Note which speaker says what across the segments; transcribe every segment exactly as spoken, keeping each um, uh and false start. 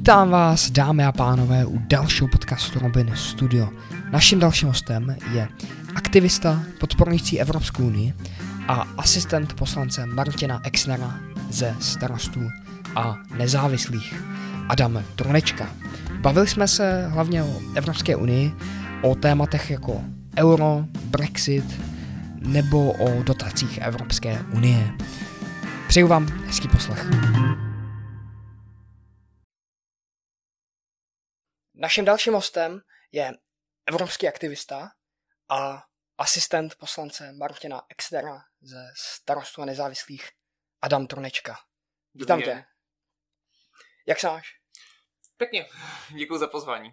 Speaker 1: Vítám vás, dámy a pánové, u dalšího podcastu Robin Studio. Naším dalším hostem je aktivista podporující Evropskou unii a asistent poslance Martina Exnera ze Starostů a nezávislých Adam Trnečka. Bavili jsme se hlavně o Evropské unii, o tématech jako euro, Brexit nebo o dotacích Evropské unie. Přeju vám hezký poslech. Naším dalším hostem je evropský aktivista a asistent poslance Martina Exnera ze Starostů a nezávislých Adam Trnečka. Vítám tě. Jak se máš?
Speaker 2: Pěkně, děkuji za pozvání.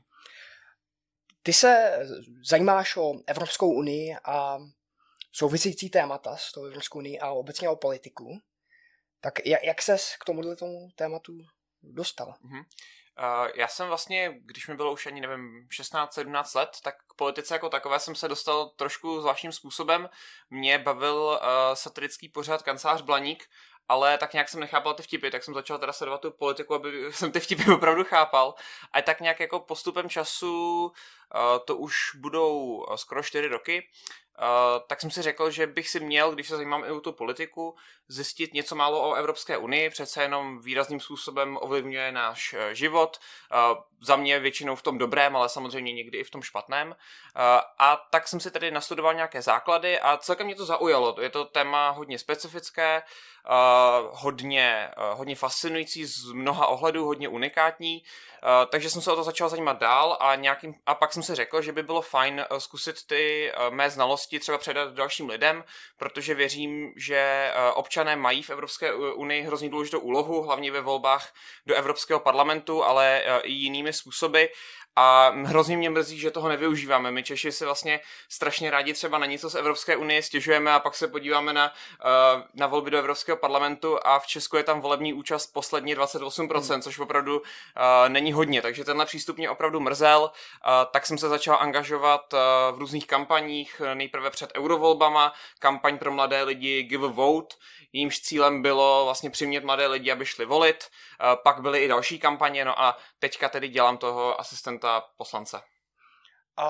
Speaker 1: Ty se zajímáš o Evropskou unii a související témata s tou Evropskou unii a obecně o politiku. Tak jak ses k tomuhle tomu tématu dostal?
Speaker 2: Mm-hmm. Uh, já jsem vlastně, když mi bylo už ani nevím šestnáct sedmnáct let, tak k politice jako takové jsem se dostal trošku zvláštním způsobem. Mě bavil uh, satirický pořad Kancelář Blaník, ale tak nějak jsem nechápal ty vtipy, tak jsem začal teda sledovat tu politiku, aby jsem ty vtipy opravdu chápal. A tak nějak jako postupem času, uh, to už budou skoro čtyři roky, Uh, tak jsem si řekl, že bych si měl, když se zajímám i o tu politiku, zjistit něco málo o Evropské unii, přece jenom výrazným způsobem ovlivňuje náš uh, život, uh, za mě většinou v tom dobrém, ale samozřejmě někdy i v tom špatném. Uh, a tak jsem si tedy nastudoval nějaké základy a celkem mě to zaujalo. Je to téma hodně specifické, uh, hodně, uh, hodně fascinující z mnoha ohledů, hodně unikátní, uh, takže jsem se o to začal zajímat dál a, nějakým, a pak jsem si řekl, že by bylo fajn uh, zkusit ty uh, mé znalosti třeba předat dalším lidem, protože věřím, že občané mají v Evropské unii hrozně důležitou úlohu, hlavně ve volbách do Evropského parlamentu, ale i jinými způsoby. A hrozně mě mrzí, že toho nevyužíváme. My Češi si vlastně strašně rádi třeba na něco z Evropské unie stěžujeme a pak se podíváme na, na volby do Evropského parlamentu a v Česku je tam volební účast poslední dvacet osm procent, hmm. což opravdu uh, není hodně. Takže tenhle přístup mě opravdu mrzel. Uh, tak jsem se začal angažovat uh, v různých kampaních, nejprve před eurovolbama, kampaň pro mladé lidi Give a Vote, jímž cílem bylo vlastně přimět mladé lidi, aby šli volit. Uh, pak byly i další kampaně, no a teďka tedy dělám toho asistenta poslance.
Speaker 1: A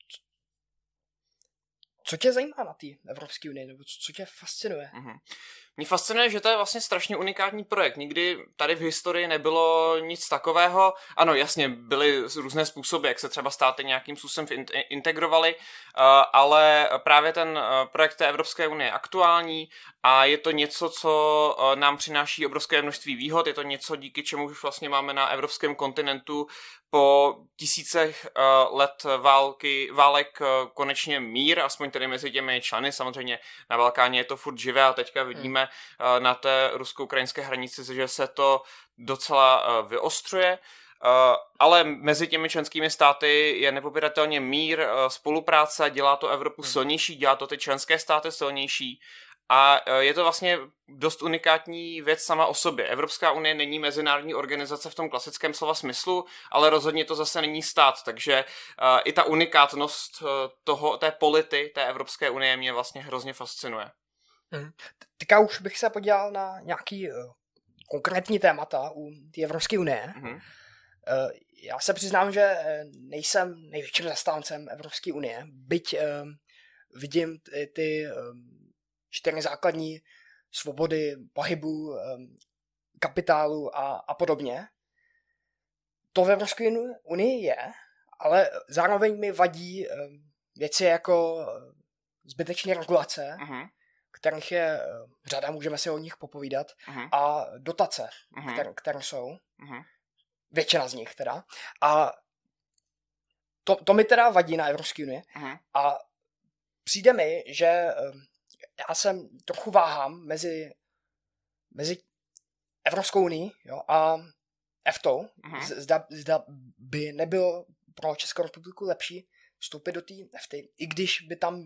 Speaker 1: co tě zajímá na té Evropské unii, nebo co tě fascinuje?
Speaker 2: Mm-hmm. Mě fascinuje, že to je vlastně strašně unikátní projekt. Nikdy tady v historii nebylo nic takového. Ano, jasně, byly různé způsoby, jak se třeba státy nějakým způsobem integrovaly, ale právě ten projekt té Evropské unie je aktuální a je to něco, co nám přináší obrovské množství výhod. Je to něco, díky čemu už vlastně máme na evropském kontinentu po tisícech let války, válek konečně mír, aspoň tedy mezi těmi členy. Samozřejmě na Balkáně je to furt živé a teďka vidíme hmm. na té rusko-ukrajinské hranici, že se to docela vyostřuje. Ale mezi těmi členskými státy je nepopiratelně mír, spolupráce, dělá to Evropu hmm. silnější, dělá to ty členské státy silnější. A je to vlastně dost unikátní věc sama o sobě. Evropská unie není mezinárodní organizace v tom klasickém slova smyslu, ale rozhodně to zase není stát, takže uh, i ta unikátnost uh, toho, té polity, té Evropské unie mě vlastně hrozně fascinuje.
Speaker 1: Hmm. Teďka už bych se podíval na nějaký uh, konkrétní témata u té Evropské unie. Hmm. Uh, já se přiznám, že nejsem největším zastáncem Evropské unie, byť uh, vidím ty, ty uh, čtyři základní svobody pohybu, kapitálu a, a podobně. To v Evropské unii je, ale zároveň mi vadí věci jako zbytečné regulace, uh-huh. kterých je řada, můžeme si o nich popovídat, uh-huh. a dotace, uh-huh. které, které jsou. Uh-huh. Většina z nich teda. A to, to mi teda vadí na Evropské unii. Uh-huh. A přijde mi, že já jsem trochu váhám mezi, mezi Evropskou unii, jo, a E F Tou. Uh-huh. Zda, zda by nebylo pro Českou republiku lepší vstoupit do té E F T, i když by tam uh,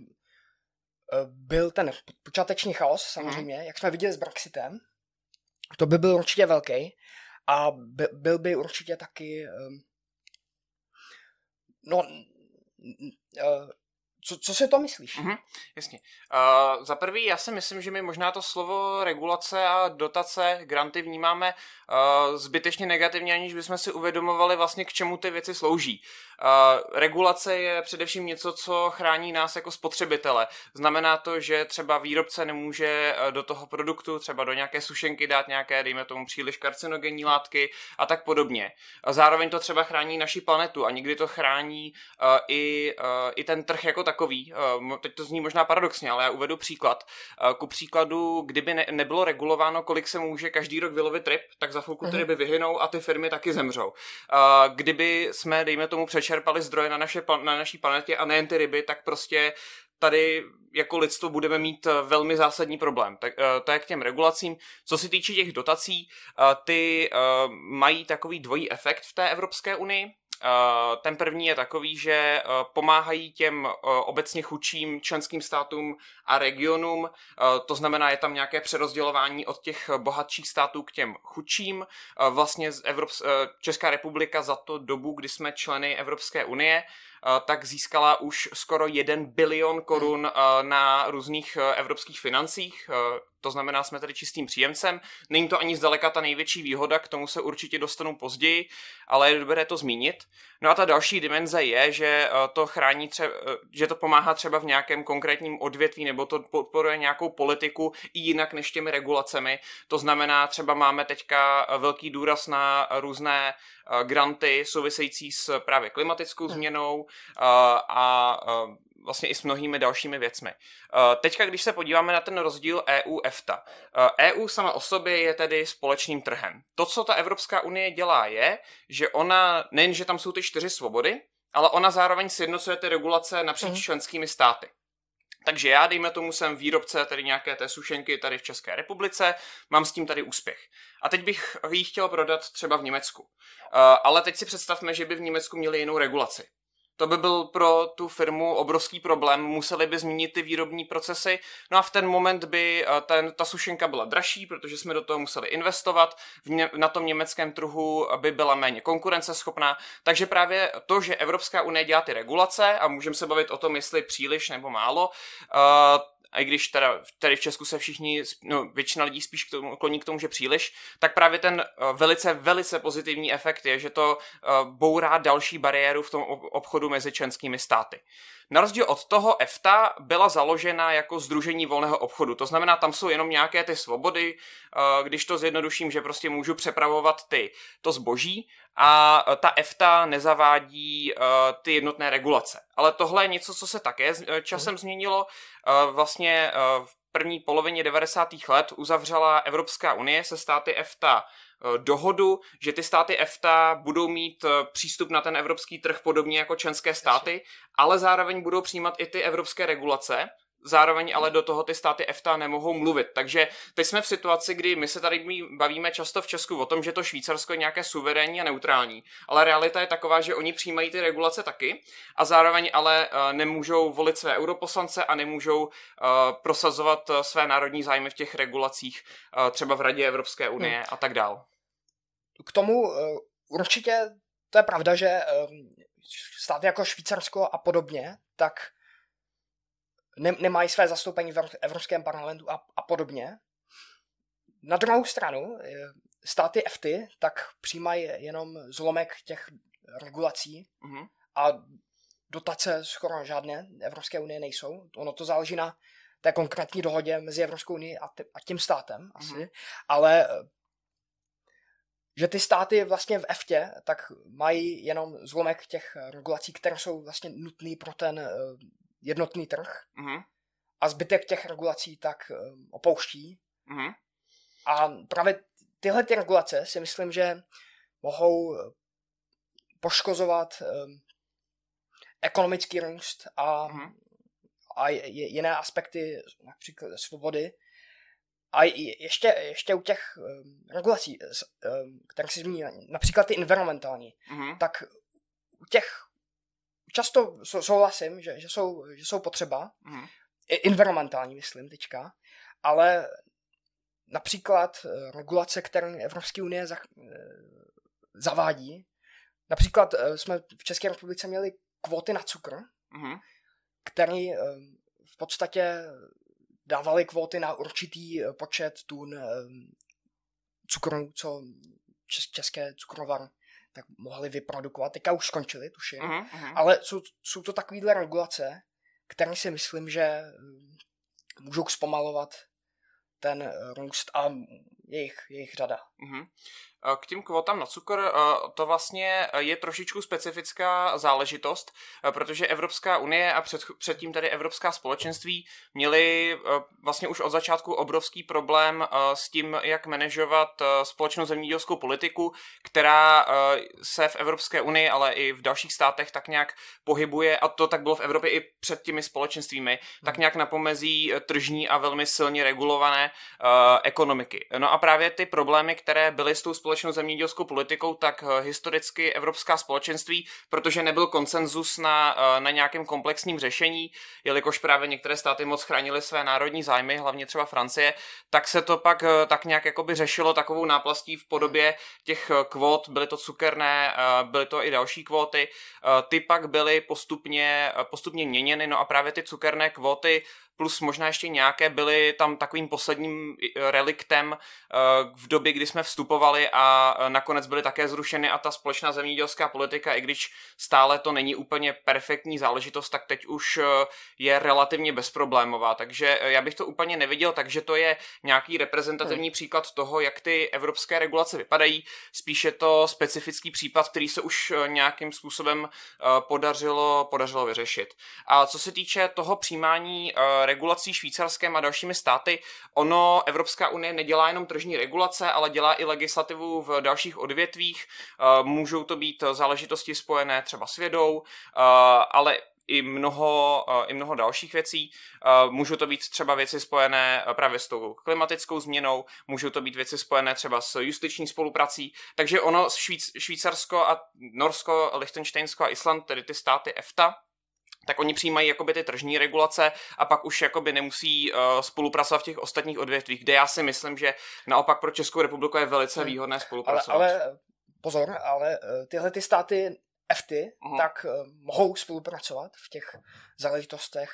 Speaker 1: byl ten počáteční chaos, samozřejmě, uh-huh. jak jsme viděli s Brexitem. To by byl určitě velký a by, byl by určitě taky um, no uh, co, co si to myslíš?
Speaker 2: Mm-hmm, jasně. Uh, za prvý, já si myslím, že my možná to slovo regulace a dotace, granty vnímáme uh, zbytečně negativně, aniž bychom si uvědomovali vlastně, k čemu ty věci slouží. Uh, regulace je především něco, co chrání nás jako spotřebitele. Znamená to, že třeba výrobce nemůže do toho produktu, třeba do nějaké sušenky dát nějaké, dejme tomu, příliš karcinogenní látky a tak podobně. Zároveň to třeba chrání naši planetu a někdy to chrání uh, i, uh, i ten trh jako takový. Uh, teď to zní možná paradoxně, ale já uvedu příklad. Uh, ku příkladu, kdyby ne, nebylo regulováno, kolik se může každý rok vylovit ryb, tak za chvilku ty ryby vyhynou a ty firmy taky zemřou. Uh, kdyby jsme, dejme tomu, přečerpali zdroje na, naše, na naší planetě a nejen ty ryby, tak prostě tady jako lidstvo budeme mít velmi zásadní problém. Tak to je k těm regulacím. Co se týče těch dotací, ty mají takový dvojí efekt v té Evropské unii. Ten první je takový, že pomáhají těm obecně chudším členským státům a regionům. To znamená, je tam nějaké přerozdělování od těch bohatších států k těm chudším. Vlastně Evrops- Česká republika za to dobu, kdy jsme členy Evropské unie, tak získala už skoro jeden bilion korun na různých evropských financích. To znamená, jsme tady čistým příjemcem. Není to ani zdaleka ta největší výhoda, k tomu se určitě dostanu později, ale je dobré to zmínit. No a ta další dimenze je, že to chrání třeba, že to pomáhá třeba v nějakém konkrétním odvětví, nebo to podporuje nějakou politiku i jinak než těmi regulacemi. To znamená, třeba máme teďka velký důraz na různé granty související s právě klimatickou změnou a, a vlastně i s mnohými dalšími věcmi. Teďka, když se podíváme na ten rozdíl E U EFTA. E U sama o sobě je tedy společným trhem. To, co ta Evropská unie dělá, je, že ona, nejen, že tam jsou ty čtyři svobody, ale ona zároveň sjednocuje ty regulace napříč mm. členskými státy. Takže já, dejme tomu, jsem výrobce tady nějaké té sušenky tady v České republice, mám s tím tady úspěch. A teď bych ji chtěl prodat třeba v Německu. Ale teď si představme, že by v Německu měli jinou regulaci. To by byl pro tu firmu obrovský problém, museli by změnit ty výrobní procesy, no a v ten moment by ten, ta sušenka byla dražší, protože jsme do toho museli investovat, v ně, na tom německém trhu by byla méně konkurenceschopná, takže právě to, že Evropská unie dělá ty regulace, a můžeme se bavit o tom, jestli příliš nebo málo, uh, a i když teda, tady v Česku se všichni, no, většina lidí spíš k tomu, kloní k tomu, že příliš, tak právě ten uh, velice, velice pozitivní efekt je, že to uh, bourá další bariéru v tom obchodu mezi členskými státy. Na rozdíl od toho EFTA byla založena jako sdružení volného obchodu. To znamená, tam jsou jenom nějaké ty svobody, když to zjednoduším, že prostě můžu přepravovat ty, to zboží a ta EFTA nezavádí ty jednotné regulace. Ale tohle je něco, co se také časem změnilo. Vlastně v první polovině devadesátých let uzavřela Evropská unie se státy EFTA dohodu, že ty státy EFTA budou mít přístup na ten evropský trh podobně jako členské státy, ale zároveň budou přijímat i ty evropské regulace, zároveň ale do toho ty státy EFTA nemohou mluvit. Takže teď jsme v situaci, kdy my se tady bavíme často v Česku o tom, že to Švýcarsko je nějaké suverénní a neutrální, ale realita je taková, že oni přijímají ty regulace taky a zároveň ale nemůžou volit své europoslance a nemůžou prosazovat své národní zájmy v těch regulacích, třeba v Radě Evropské unie hmm. a tak dál.
Speaker 1: K tomu určitě to je pravda, že státy jako Švýcarsko a podobně, tak ne, nemají své zastoupení v Evropském parlamentu a, a podobně. Na druhou stranu, státy EFTA tak přijímají jenom zlomek těch regulací mm-hmm. a dotace skoro žádné Evropské unie nejsou. Ono to záleží na té konkrétní dohodě mezi Evropskou unii a, t- a tím státem asi, mm-hmm. ale že ty státy vlastně v EFTA tak mají jenom zlomek těch regulací, které jsou vlastně nutné pro ten jednotný trh mm-hmm. a zbytek těch regulací tak um, opouští. Mm-hmm. A právě tyhle ty regulace si myslím, že mohou poškozovat um, ekonomický růst a, mm-hmm. a jiné aspekty, například svobody. A ještě, ještě u těch um, regulací, um, které si zmínil, například ty environmentální, mm-hmm. tak u těch často souhlasím, že, že, jsou, že jsou potřeba, mm. environmentální myslím teďka, ale například regulace, které Evropské unie za, zavádí, například jsme v České republice měli kvóty na cukr, mm. který v podstatě dávali kvóty na určitý počet tun cukru, co české cukrovary tak mohli vyprodukovat. Teďka už skončili, tuším. Uh-huh. Ale jsou, jsou to takovýhle regulace, které si myslím, že můžou zpomalovat ten růst a jejich, jejich řada.
Speaker 2: Uh-huh. K těm kvotám na cukr, to vlastně je trošičku specifická záležitost, protože Evropská unie a před, předtím tedy Evropská společenství měly vlastně už od začátku obrovský problém s tím, jak manažovat společnou zemědělskou politiku, která se v Evropské unii, ale i v dalších státech tak nějak pohybuje, a to tak bylo v Evropě i před těmi společenstvími, tak nějak na pomezí tržní a velmi silně regulované ekonomiky. No a právě ty problémy, které byly s tou společnou zemědělskou politikou, tak historicky Evropská společenství, protože nebyl konsenzus na, na nějakém komplexním řešení, jelikož právě některé státy moc chránily své národní zájmy, hlavně třeba Francie, tak se to pak tak nějak jakoby řešilo takovou náplastí v podobě těch kvót, byly to cukerné, byly to i další kvóty, ty pak byly postupně, postupně měněny, no a právě ty cukerné kvóty plus možná ještě nějaké byly tam takovým posledním reliktem v době, kdy jsme vstupovali, a nakonec byly také zrušeny, a ta společná zemědělská politika, i když stále to není úplně perfektní záležitost, tak teď už je relativně bezproblémová. Takže já bych to úplně neviděl, takže to je nějaký reprezentativní hmm. příklad toho, jak ty evropské regulace vypadají. Spíše to specifický případ, který se už nějakým způsobem podařilo, podařilo vyřešit. A co se týče toho přijímání regulací Švýcarskem a dalšími státy, ono Evropská unie nedělá jenom tržní regulace, ale dělá i legislativu v dalších odvětvích. Můžou to být záležitosti spojené třeba s vědou, ale i mnoho, i mnoho dalších věcí. Můžou to být třeba věci spojené právě s tou klimatickou změnou, můžou to být věci spojené třeba s justiční spoluprací. Takže ono Švýc, Švýcarsko a Norsko, Lichtenštejnsko a Island, tedy ty státy EFTA, tak oni přijímají jakoby ty tržní regulace a pak už jakoby nemusí uh, spolupracovat v těch ostatních odvětvích, kde já si myslím, že naopak pro Českou republiku je velice výhodné spolupracovat.
Speaker 1: Ale, ale pozor, ale tyhle ty státy EFTA uh-huh. tak uh, mohou spolupracovat v těch záležitostech,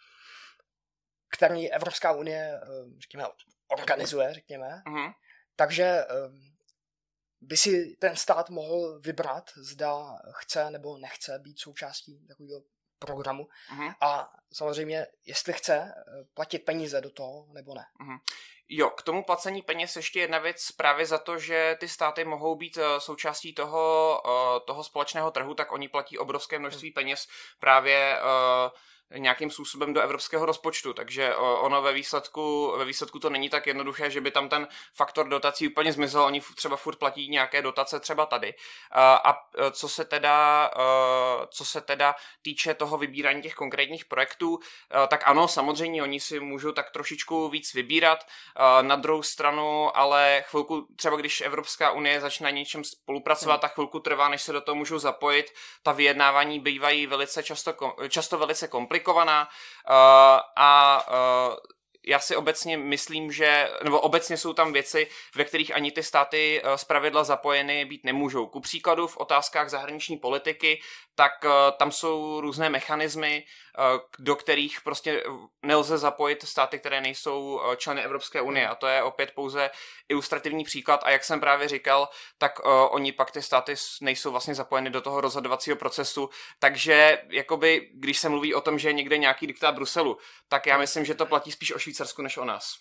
Speaker 1: které Evropská unie, uh, řekněme, organizuje, řekněme. Uh-huh. Takže uh, by si ten stát mohl vybrat, zda chce nebo nechce být součástí takového programu. Uh-huh. A samozřejmě, jestli chce platit peníze do toho, nebo ne.
Speaker 2: Uh-huh. Jo, k tomu placení peněz ještě jedna věc, právě za to, že ty státy mohou být součástí toho, toho společného trhu, tak oni platí obrovské množství peněz právě nějakým způsobem do evropského rozpočtu, takže ono ve výsledku, ve výsledku to není tak jednoduché, že by tam ten faktor dotací úplně zmizel, oni třeba furt platí nějaké dotace třeba tady. A co se teda, co se teda týče toho vybírání těch konkrétních projektů, tak ano, samozřejmě oni si můžou tak trošičku víc vybírat, na druhou stranu, ale chvilku, třeba když Evropská unie začne na něčem spolupracovat, hmm. tak chvilku trvá, než se do toho můžou zapojit, ta vyjednávání bývají velice často, často velice komplikovaná. Komplikovaná uh, a uh, já si obecně myslím, že, nebo obecně jsou tam věci, ve kterých ani ty státy uh, zpravidla zapojeny být nemůžou. Ku příkladu v otázkách zahraniční politiky, tak uh, tam jsou různé mechanismy, uh, do kterých prostě nelze zapojit státy, které nejsou uh, členy Evropské unie. A to je opět pouze ilustrativní příklad. A jak jsem právě říkal, tak uh, oni pak ty státy nejsou vlastně zapojeny do toho rozhodovacího procesu. Takže jakoby, když se mluví o tom, že je někde nějaký diktát Bruselu, tak já myslím, že to platí spíš o Švýcarsku než o nás.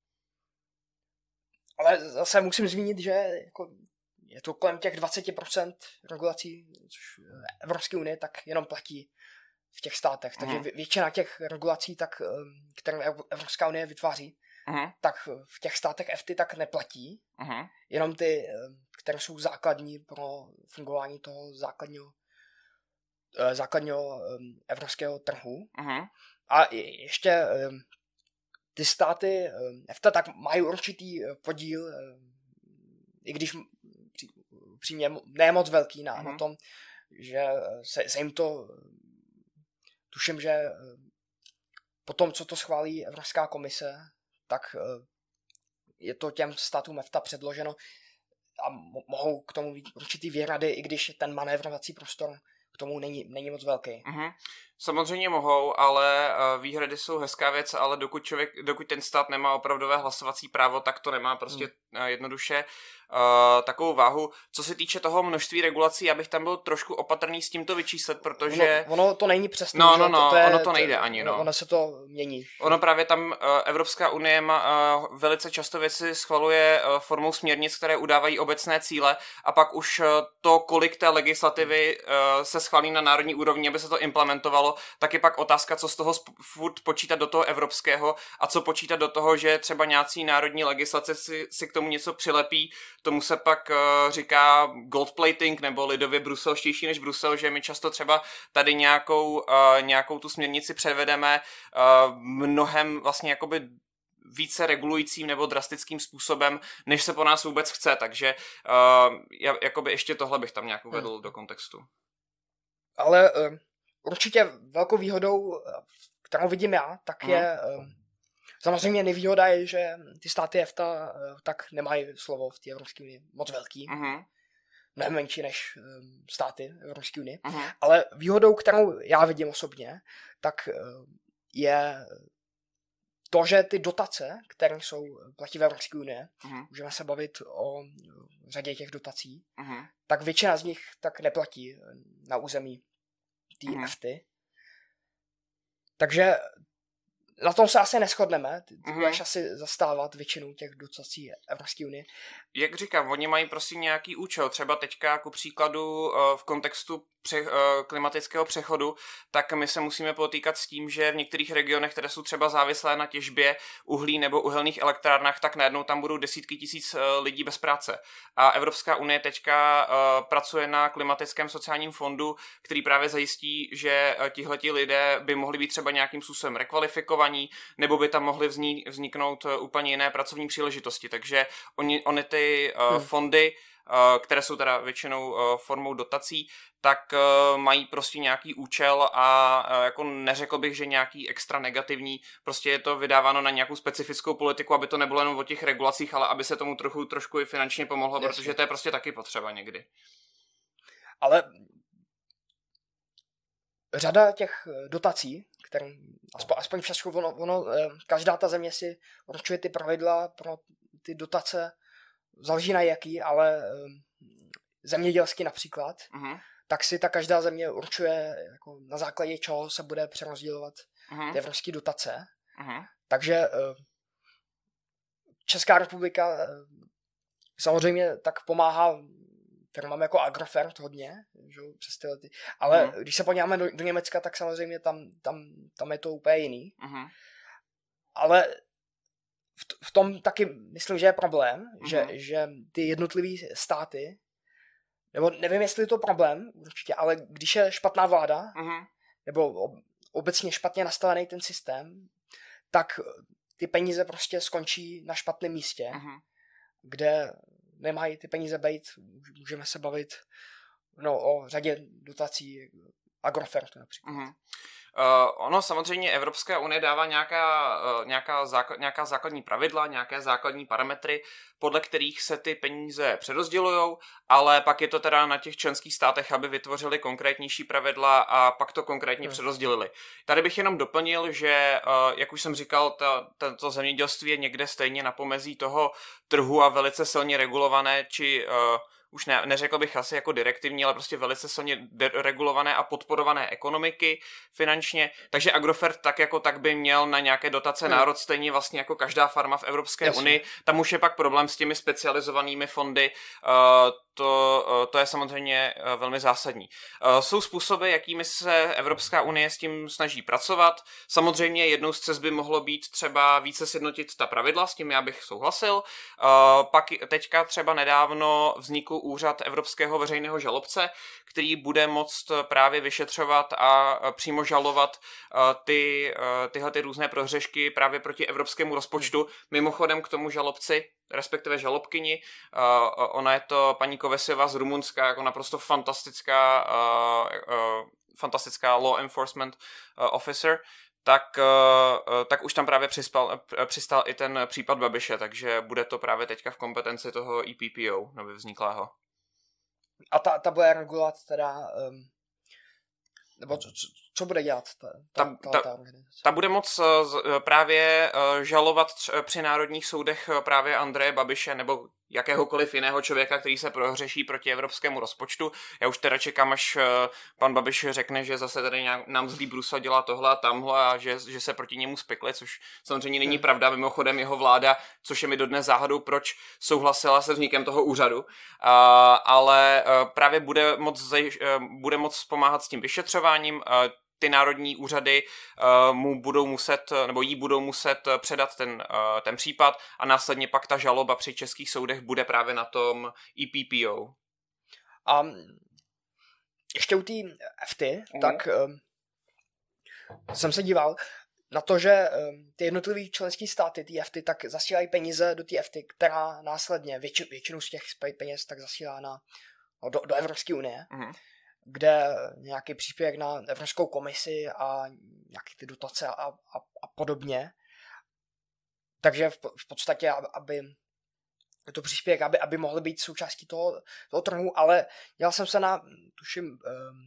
Speaker 1: Ale zase musím zmínit, že jako je to kolem těch dvacet procent regulací, což Evropské unie tak jenom platí v těch státech. Takže uh-huh. většina těch regulací, tak, které Evropská unie vytváří, uh-huh. tak v těch státech EFTA tak neplatí. Uh-huh. Jenom ty, které jsou základní pro fungování toho základního, základního evropského trhu. Uh-huh. A ještě ty státy EFTA tak mají určitý podíl, i když přímě ne moc velký na, uh-huh. na tom, že se, se jim to, tuším, že po tom, co to schválí Evropská komise, tak je to těm státům EFTA předloženo a mohou k tomu být určitý výhrady, i když ten manévrovací prostor k tomu není, není moc velký.
Speaker 2: Uh-huh. Samozřejmě mohou, ale výhrady jsou hezká věc, ale dokud, člověk, dokud ten stát nemá opravdové hlasovací právo, tak to nemá prostě hmm. jednoduše uh, takovou váhu. Co se týče toho množství regulací, já bych tam byl trošku opatrný s tím to vyčíslet, protože...
Speaker 1: Ono, ono to není přesně.
Speaker 2: No, no, no,
Speaker 1: to, to je,
Speaker 2: ono to nejde ani, no.
Speaker 1: Ono se to mění.
Speaker 2: Ono právě tam uh, Evropská unie má, uh, velice často věci schvaluje uh, formou směrnic, které udávají obecné cíle a pak už uh, to, kolik té legislativy uh, se schválí na národní úrovni, aby se to implementovalo, tak je pak otázka, co z toho furt počítat do toho evropského a co počítat do toho, že třeba nějací národní legislace si, si k tomu něco přilepí. Tomu se pak uh, říká gold plating nebo lidově bruselštější než Brusel, že my často třeba tady nějakou, uh, nějakou tu směrnici převedeme uh, mnohem vlastně jakoby více regulujícím nebo drastickým způsobem, než se po nás vůbec chce, takže uh, já, jakoby ještě tohle bych tam nějak uvedl hmm. do kontextu.
Speaker 1: Ale uh, určitě velkou výhodou, kterou vidím já, tak hmm. je uh, samozřejmě nevýhoda je, že ty státy EFTA uh, tak nemají slovo v té Evropské unii moc velký. Hmm. Mnohem menší než um, státy Evropské unie. Hmm. Ale výhodou, kterou já vidím osobně, tak uh, je to, že ty dotace, které jsou platí v Evropské unie, uh-huh. můžeme se bavit o řadě těch dotací, uh-huh. tak většina z nich tak neplatí na území té uh-huh. EFTA. Takže na tom se asi neshodneme. Ty, ty uh-huh. budeš asi zastávat většinu těch dotací Evropské unie.
Speaker 2: Jak říkám, oni mají prostě nějaký účel. Třeba teďka ku příkladu v kontextu pře- klimatického přechodu, tak my se musíme potýkat s tím, že v některých regionech, které jsou třeba závislé na těžbě uhlí nebo uhelných elektrárnách, tak najednou tam budou desítky tisíc lidí bez práce. A Evropská unie teďka pracuje na klimatickém sociálním fondu, který právě zajistí, že tihleti lidé by mohli být třeba nějakým způsobem rekvalifikovaní, nebo by tam mohly vznik- vzniknout úplně jiné pracovní příležitosti. Takže oni, oni ty uh, hmm. fondy, uh, které jsou teda většinou uh, formou dotací, tak uh, mají prostě nějaký účel a uh, jako neřekl bych, že nějaký extra negativní, prostě je to vydáváno na nějakou specifickou politiku, aby to nebylo jenom o těch regulacích, ale aby se tomu trochu, trošku i finančně pomohlo, Jasně. protože to je prostě taky potřeba někdy.
Speaker 1: Ale řada těch dotací, které, aspoň, aspoň v Česku, ono, ono, každá ta země si určuje ty pravidla pro ty dotace, záleží na jaký, ale zemědělský například, uh-huh. tak si ta každá země určuje, jako na základě čeho se bude přerozdělovat uh-huh. ty evropské dotace. Uh-huh. Takže Česká republika samozřejmě tak pomáhá firmám jako Agrofert hodně, že, přes ty lety. Ale uh-huh. když se podíváme do, do Německa, tak samozřejmě tam, tam, tam je to úplně jiný. Uh-huh. Ale v, v tom taky myslím, že je problém, uh-huh. že, že ty jednotlivý státy, nebo nevím, jestli je to problém, určitě, ale když je špatná vláda, uh-huh. nebo obecně špatně nastavený ten systém, tak ty peníze prostě skončí na špatném místě, uh-huh. kde nemají ty peníze být, můžeme se bavit no, o řadě dotací Agrofertu například. Uh-huh.
Speaker 2: Uh, ono samozřejmě Evropská unie dává nějaká, uh, nějaká, základ, nějaká základní pravidla, nějaké základní parametry, podle kterých se ty peníze přerozdělujou, ale pak je to teda na těch členských státech, aby vytvořili konkrétnější pravidla a pak to konkrétně hmm. přerozdělili. Tady bych jenom doplnil, že, uh, jak už jsem říkal, ta, ta, to zemědělství je někde stejně na pomezí toho trhu a velice silně regulované, či uh, už ne, neřekl bych asi jako direktivní, ale prostě velice silně de- regulované a podporované ekonomiky finančně, takže Agrofert tak jako tak by měl na nějaké dotace hmm. národ stejně vlastně jako každá farma v Evropské Jasně. unii. Tam už je pak problém s těmi specializovanými fondy, uh, to, uh, to je samozřejmě uh, velmi zásadní. Uh, jsou způsoby, jakými se Evropská unie s tím snaží pracovat. Samozřejmě jednou z cest by mohlo být třeba více sjednotit ta pravidla, s tím já bych souhlasil. Uh, pak teďka třeba nedávno vznikl úřad Evropského veřejného žalobce, který bude moct právě vyšetřovat a přímo žalovat ty, tyhle ty různé prohřešky právě proti evropskému rozpočtu. Mimochodem k tomu žalobci, respektive žalobkyni, ona je to paní Kovesiova z Rumunska, jako naprosto fantastická, fantastická law enforcement officer, tak, tak už tam právě přispal, přistál i ten případ Babiše, takže bude to právě teďka v kompetenci toho E P P O, nově vzniklého.
Speaker 1: A ta, ta bude regulovat teda, um, nebo co, co bude dělat ta,
Speaker 2: ta,
Speaker 1: ta,
Speaker 2: ta,
Speaker 1: ta organizace?
Speaker 2: Ta bude moc právě žalovat při národních soudech právě Andreje Babiše nebo jakéhokoliv jiného člověka, který se prohřeší proti evropskému rozpočtu. Já už teda čekám, až pan Babiš řekne, že zase tady nám zlý Brusel dělá tohle a tamhle a že, že se proti němu spikli, což samozřejmě není hmm. pravda. Mimochodem jeho vláda, což je mi dodnes záhadou, proč souhlasila se vznikem toho úřadu, a, ale právě bude moc, bude moc pomáhat s tím vyšetřováním. Ty národní úřady uh, mu budou muset, nebo jí budou muset předat ten, uh, ten případ a následně pak ta žaloba při českých soudech bude právě na tom E P P O.
Speaker 1: A ještě u té F T, mm. tak um, jsem se díval na to, že um, ty jednotlivé členské státy, ty F T, tak zasílají peníze do té F T, která následně větši, většinu z těch peněz tak zasílá na, no, do, do Evropské unie. Mm. Kde nějaký příspěvek na Evropskou komisi a nějaké ty dotace a, a, a podobně. Takže v, v podstatě, aby to příspěvek, aby, aby mohl být součástí toho, toho trhu, ale dělal jsem se na, tuším,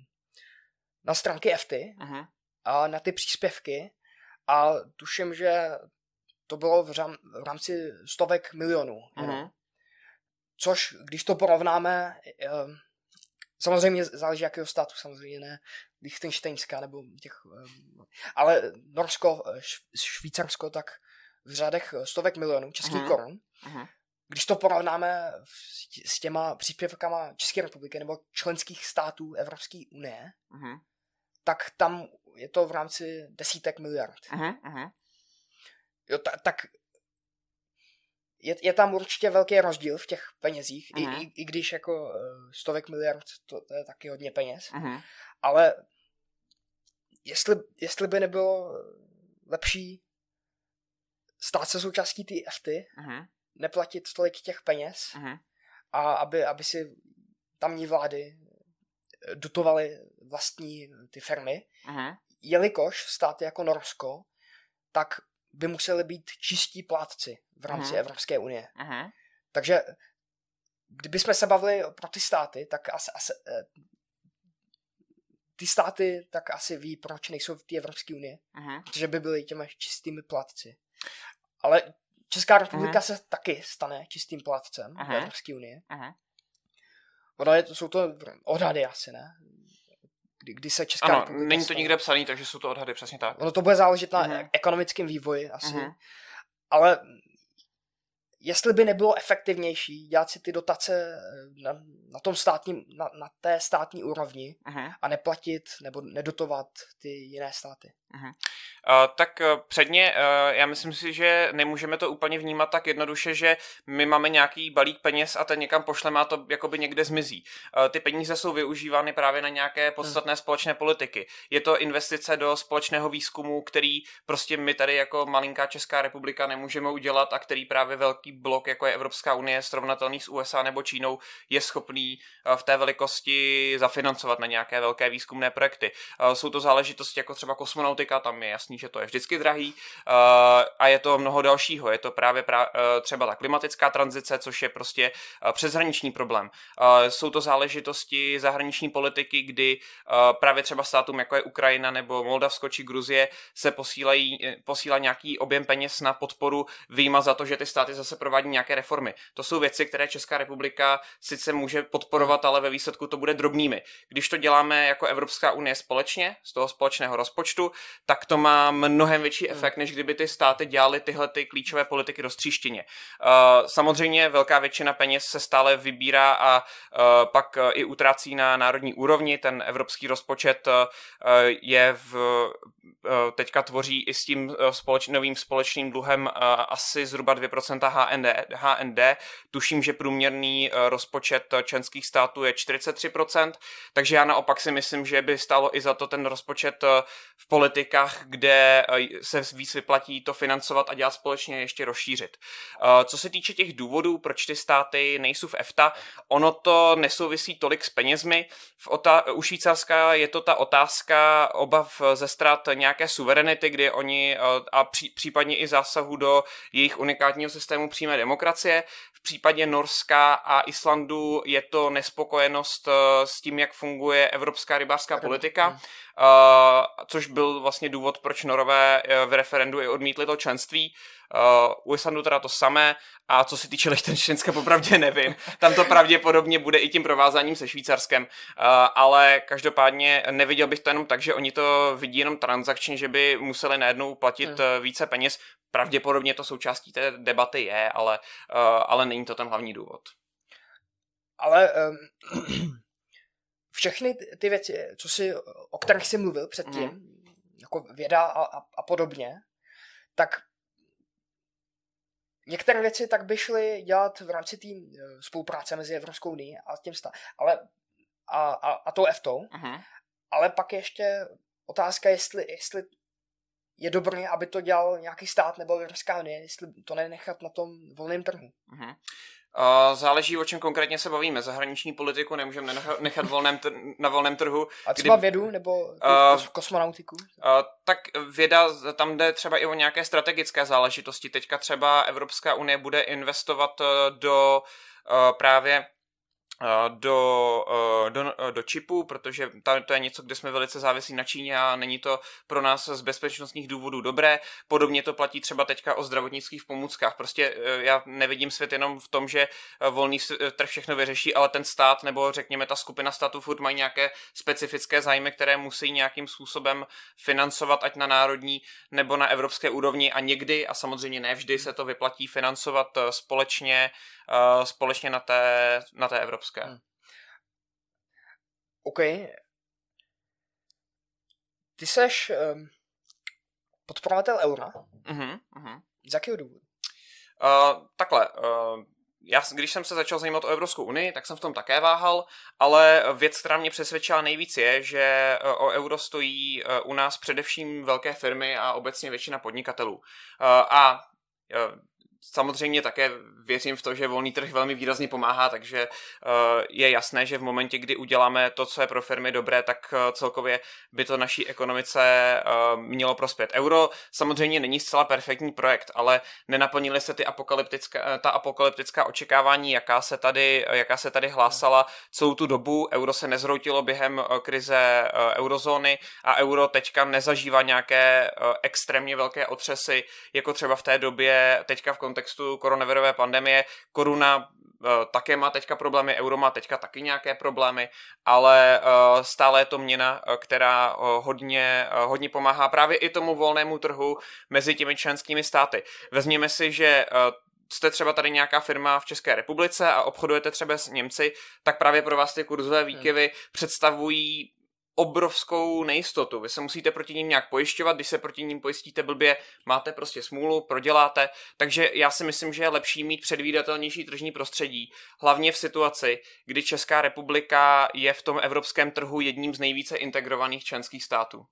Speaker 1: na stránky F T uh-huh. a na ty příspěvky a tuším, že to bylo v, rám, v rámci stovek milionů. Uh-huh. Což, když to porovnáme, samozřejmě záleží jakého státu, samozřejmě ne Lichtenštejnská nebo těch, ale Norsko, Švýcarsko, tak v řádech stovek milionů českých uh-huh. korun. Uh-huh. Když to porovnáme s těma příspěvkama České republiky nebo členských států Evropské unie, uh-huh. tak tam je to v rámci desítek miliard. Uh-huh. Jo, ta, tak Je, je tam určitě velký rozdíl v těch penězích, uh-huh. i, i, i když jako uh, stovek miliard, to, to je taky hodně peněz, uh-huh. ale jestli, jestli by nebylo lepší stát se součástí té F T, uh-huh. neplatit tolik těch peněz uh-huh. a aby, aby si tamní vlády dotovaly vlastní ty firmy, uh-huh. jelikož státy jako Norsko, tak by museli být čistí plátci v rámci uh-huh. Evropské unie. Uh-huh. Takže kdybychom se bavili pro ty státy, tak asi, asi ty státy tak asi ví, proč nejsou v té Evropské unii, uh-huh. protože by byly těmi čistými plátci. Ale Česká republika uh-huh. se taky stane čistým plátcem uh-huh. v Evropské unii. Uh-huh. Ono je, jsou to odhady asi, ne? Kdy, kdy se Česká
Speaker 2: ano,
Speaker 1: republika
Speaker 2: není to
Speaker 1: stane.
Speaker 2: Nikde psaný, takže jsou to odhady, přesně tak.
Speaker 1: Ono to bude záležet na uh-huh. ekonomickém vývoji asi. Uh-huh. Ale jestli by nebylo efektivnější dělat si ty dotace na, na tom státním, na, na té státní úrovni uh-huh. a neplatit nebo nedotovat ty jiné státy.
Speaker 2: Uh-huh. Uh, tak uh, předně, uh, já myslím si, že nemůžeme to úplně vnímat tak jednoduše, že my máme nějaký balík peněz a ten někam pošleme a to jakoby někde zmizí. Uh, ty peníze jsou využívány právě na nějaké podstatné uh-huh. společné politiky. Je to investice do společného výzkumu, který prostě my tady jako malinká Česká republika nemůžeme udělat a který právě velký blok, jako je Evropská unie, srovnatelný s U S A nebo Čínou, je schopný uh, v té velikosti zafinancovat na nějaké velké výzkumné projekty. Uh, jsou to záležitosti jako třeba kosmonautika, tam je jasný, že to je vždycky drahý uh, a je to mnoho dalšího. Je to právě pra, uh, třeba ta klimatická tranzice, což je prostě uh, přeshraniční problém. Uh, jsou to záležitosti zahraniční politiky, kdy uh, právě třeba státům, jako je Ukrajina nebo Moldavsko či Gruzie, se posílají, posílá nějaký objem peněz na podporu vyjma za to, že ty státy zase provádí nějaké reformy. To jsou věci, které Česká republika sice může podporovat, ale ve výsledku to bude drobnými. Když to děláme jako Evropská unie společně, z toho společného rozpočtu, tak to má mnohem větší efekt, než kdyby ty státy dělaly tyhle ty klíčové politiky roztříštěně. Uh, samozřejmě velká většina peněz se stále vybírá a uh, pak uh, i utrácí na národní úrovni. Ten evropský rozpočet uh, je v, uh, teďka tvoří i s tím uh, společ, novým společným dluhem uh, asi zhruba dvě procenta H N D. Tuším, že průměrný uh, rozpočet členských států je čtyřicet tři procent, takže já naopak si myslím, že by stálo i za to ten rozpočet uh, v politikách, kde se víc vyplatí to financovat a dělat společně ještě rozšířit. Co se týče těch důvodů, proč ty státy nejsou v E F T A, ono to nesouvisí tolik s penězmi. V ota- u Švýcarska je to ta otázka obav ze ztrát nějaké suverenity, kdy oni a pří- případně i zásahu do jejich unikátního systému přímé demokracie. V případě Norska a Islandu je to nespokojenost s tím, jak funguje evropská rybářská politika. což byl vlastně důvod, proč Norové v referendu i odmítli to členství. U Islandu teda to samé, a co se týče Lichtenštejnska, popravdě nevím. Tam to pravděpodobně bude i tím provázáním se Švýcarskem, ale každopádně neviděl bych to jenom tak, že oni to vidí jenom transakčně, že by museli najednou platit hmm. více peněz. Pravděpodobně to součástí té debaty je, ale, ale není to ten hlavní důvod.
Speaker 1: Ale um, všechny ty věci, co jsi, o kterých jsi mluvil předtím, hmm. jako věda a, a, a podobně, tak některé věci tak by šly dělat v rámci té spolupráce mezi Evropskou unii a tím stát, ale a, a, a tou EFTou, uh-huh. ale pak ještě otázka, jestli, jestli je dobré, aby to dělal nějaký stát nebo Evropská unie, jestli to nenechat na tom volném trhu.
Speaker 2: Uh-huh. Uh, záleží, o čem konkrétně se bavíme. Zahraniční politiku nemůžeme nechat volném tr- na volném trhu.
Speaker 1: A třeba kdy... vědu nebo uh, kosmonautiku? Uh,
Speaker 2: tak věda, tam jde třeba i o nějaké strategické záležitosti. Teďka třeba Evropská unie bude investovat do uh, právě do, do, do čipů, protože to je něco, kde jsme velice závislí na Číně a není to pro nás z bezpečnostních důvodů dobré. Podobně to platí třeba teďka o zdravotnických pomůckách. Prostě já nevidím svět jenom v tom, že volný trh všechno vyřeší, ale ten stát nebo řekněme ta skupina států furt mají nějaké specifické zájmy, které musí nějakým způsobem financovat, ať na národní nebo na evropské úrovni, a někdy, a samozřejmě ne vždy, se to vyplatí financovat společně Uh, společně na té, na té evropské. Hmm.
Speaker 1: OK. Ty seš um, podporovatel eura.
Speaker 2: Uh-huh, uh-huh.
Speaker 1: Z jakého důvodu?
Speaker 2: Uh, takhle. Uh, já, když jsem se začal zajímat o Evropskou unii, tak jsem v tom také váhal, ale věc, která mě přesvědčila nejvíc, je, že o euro stojí u nás především velké firmy a obecně většina podnikatelů. Uh, a uh, Samozřejmě také věřím v to, že volný trh velmi výrazně pomáhá, takže uh, je jasné, že v momentě, kdy uděláme to, co je pro firmy dobré, tak uh, celkově by to naší ekonomice uh, mělo prospět. Euro samozřejmě není zcela perfektní projekt, ale nenaplnily se ty apokalyptická, ta apokalyptická očekávání, jaká se tady, jaká se tady hlásala celou tu dobu. Euro se nezhroutilo během uh, krize uh, eurozóny a euro teďka nezažívá nějaké uh, extrémně velké otřesy, jako třeba v té době teďka v kontextu koronavirové pandemie. Koruna uh, také má teďka problémy, euro má teďka taky nějaké problémy, ale uh, stále je to měna, uh, která uh, hodně, uh, hodně pomáhá právě i tomu volnému trhu mezi těmi členskými státy. Vezměme si, že uh, jste třeba tady nějaká firma v České republice a obchodujete třeba s Němci, tak právě pro vás ty kurzové výkyvy hmm. představují obrovskou nejistotu. Vy se musíte proti ním nějak pojišťovat, když se proti ním pojistíte blbě, máte prostě smůlu, proděláte. Takže já si myslím, že je lepší mít předvídatelnější tržní prostředí, hlavně v situaci, kdy Česká republika je v tom evropském trhu jedním z nejvíce integrovaných členských států.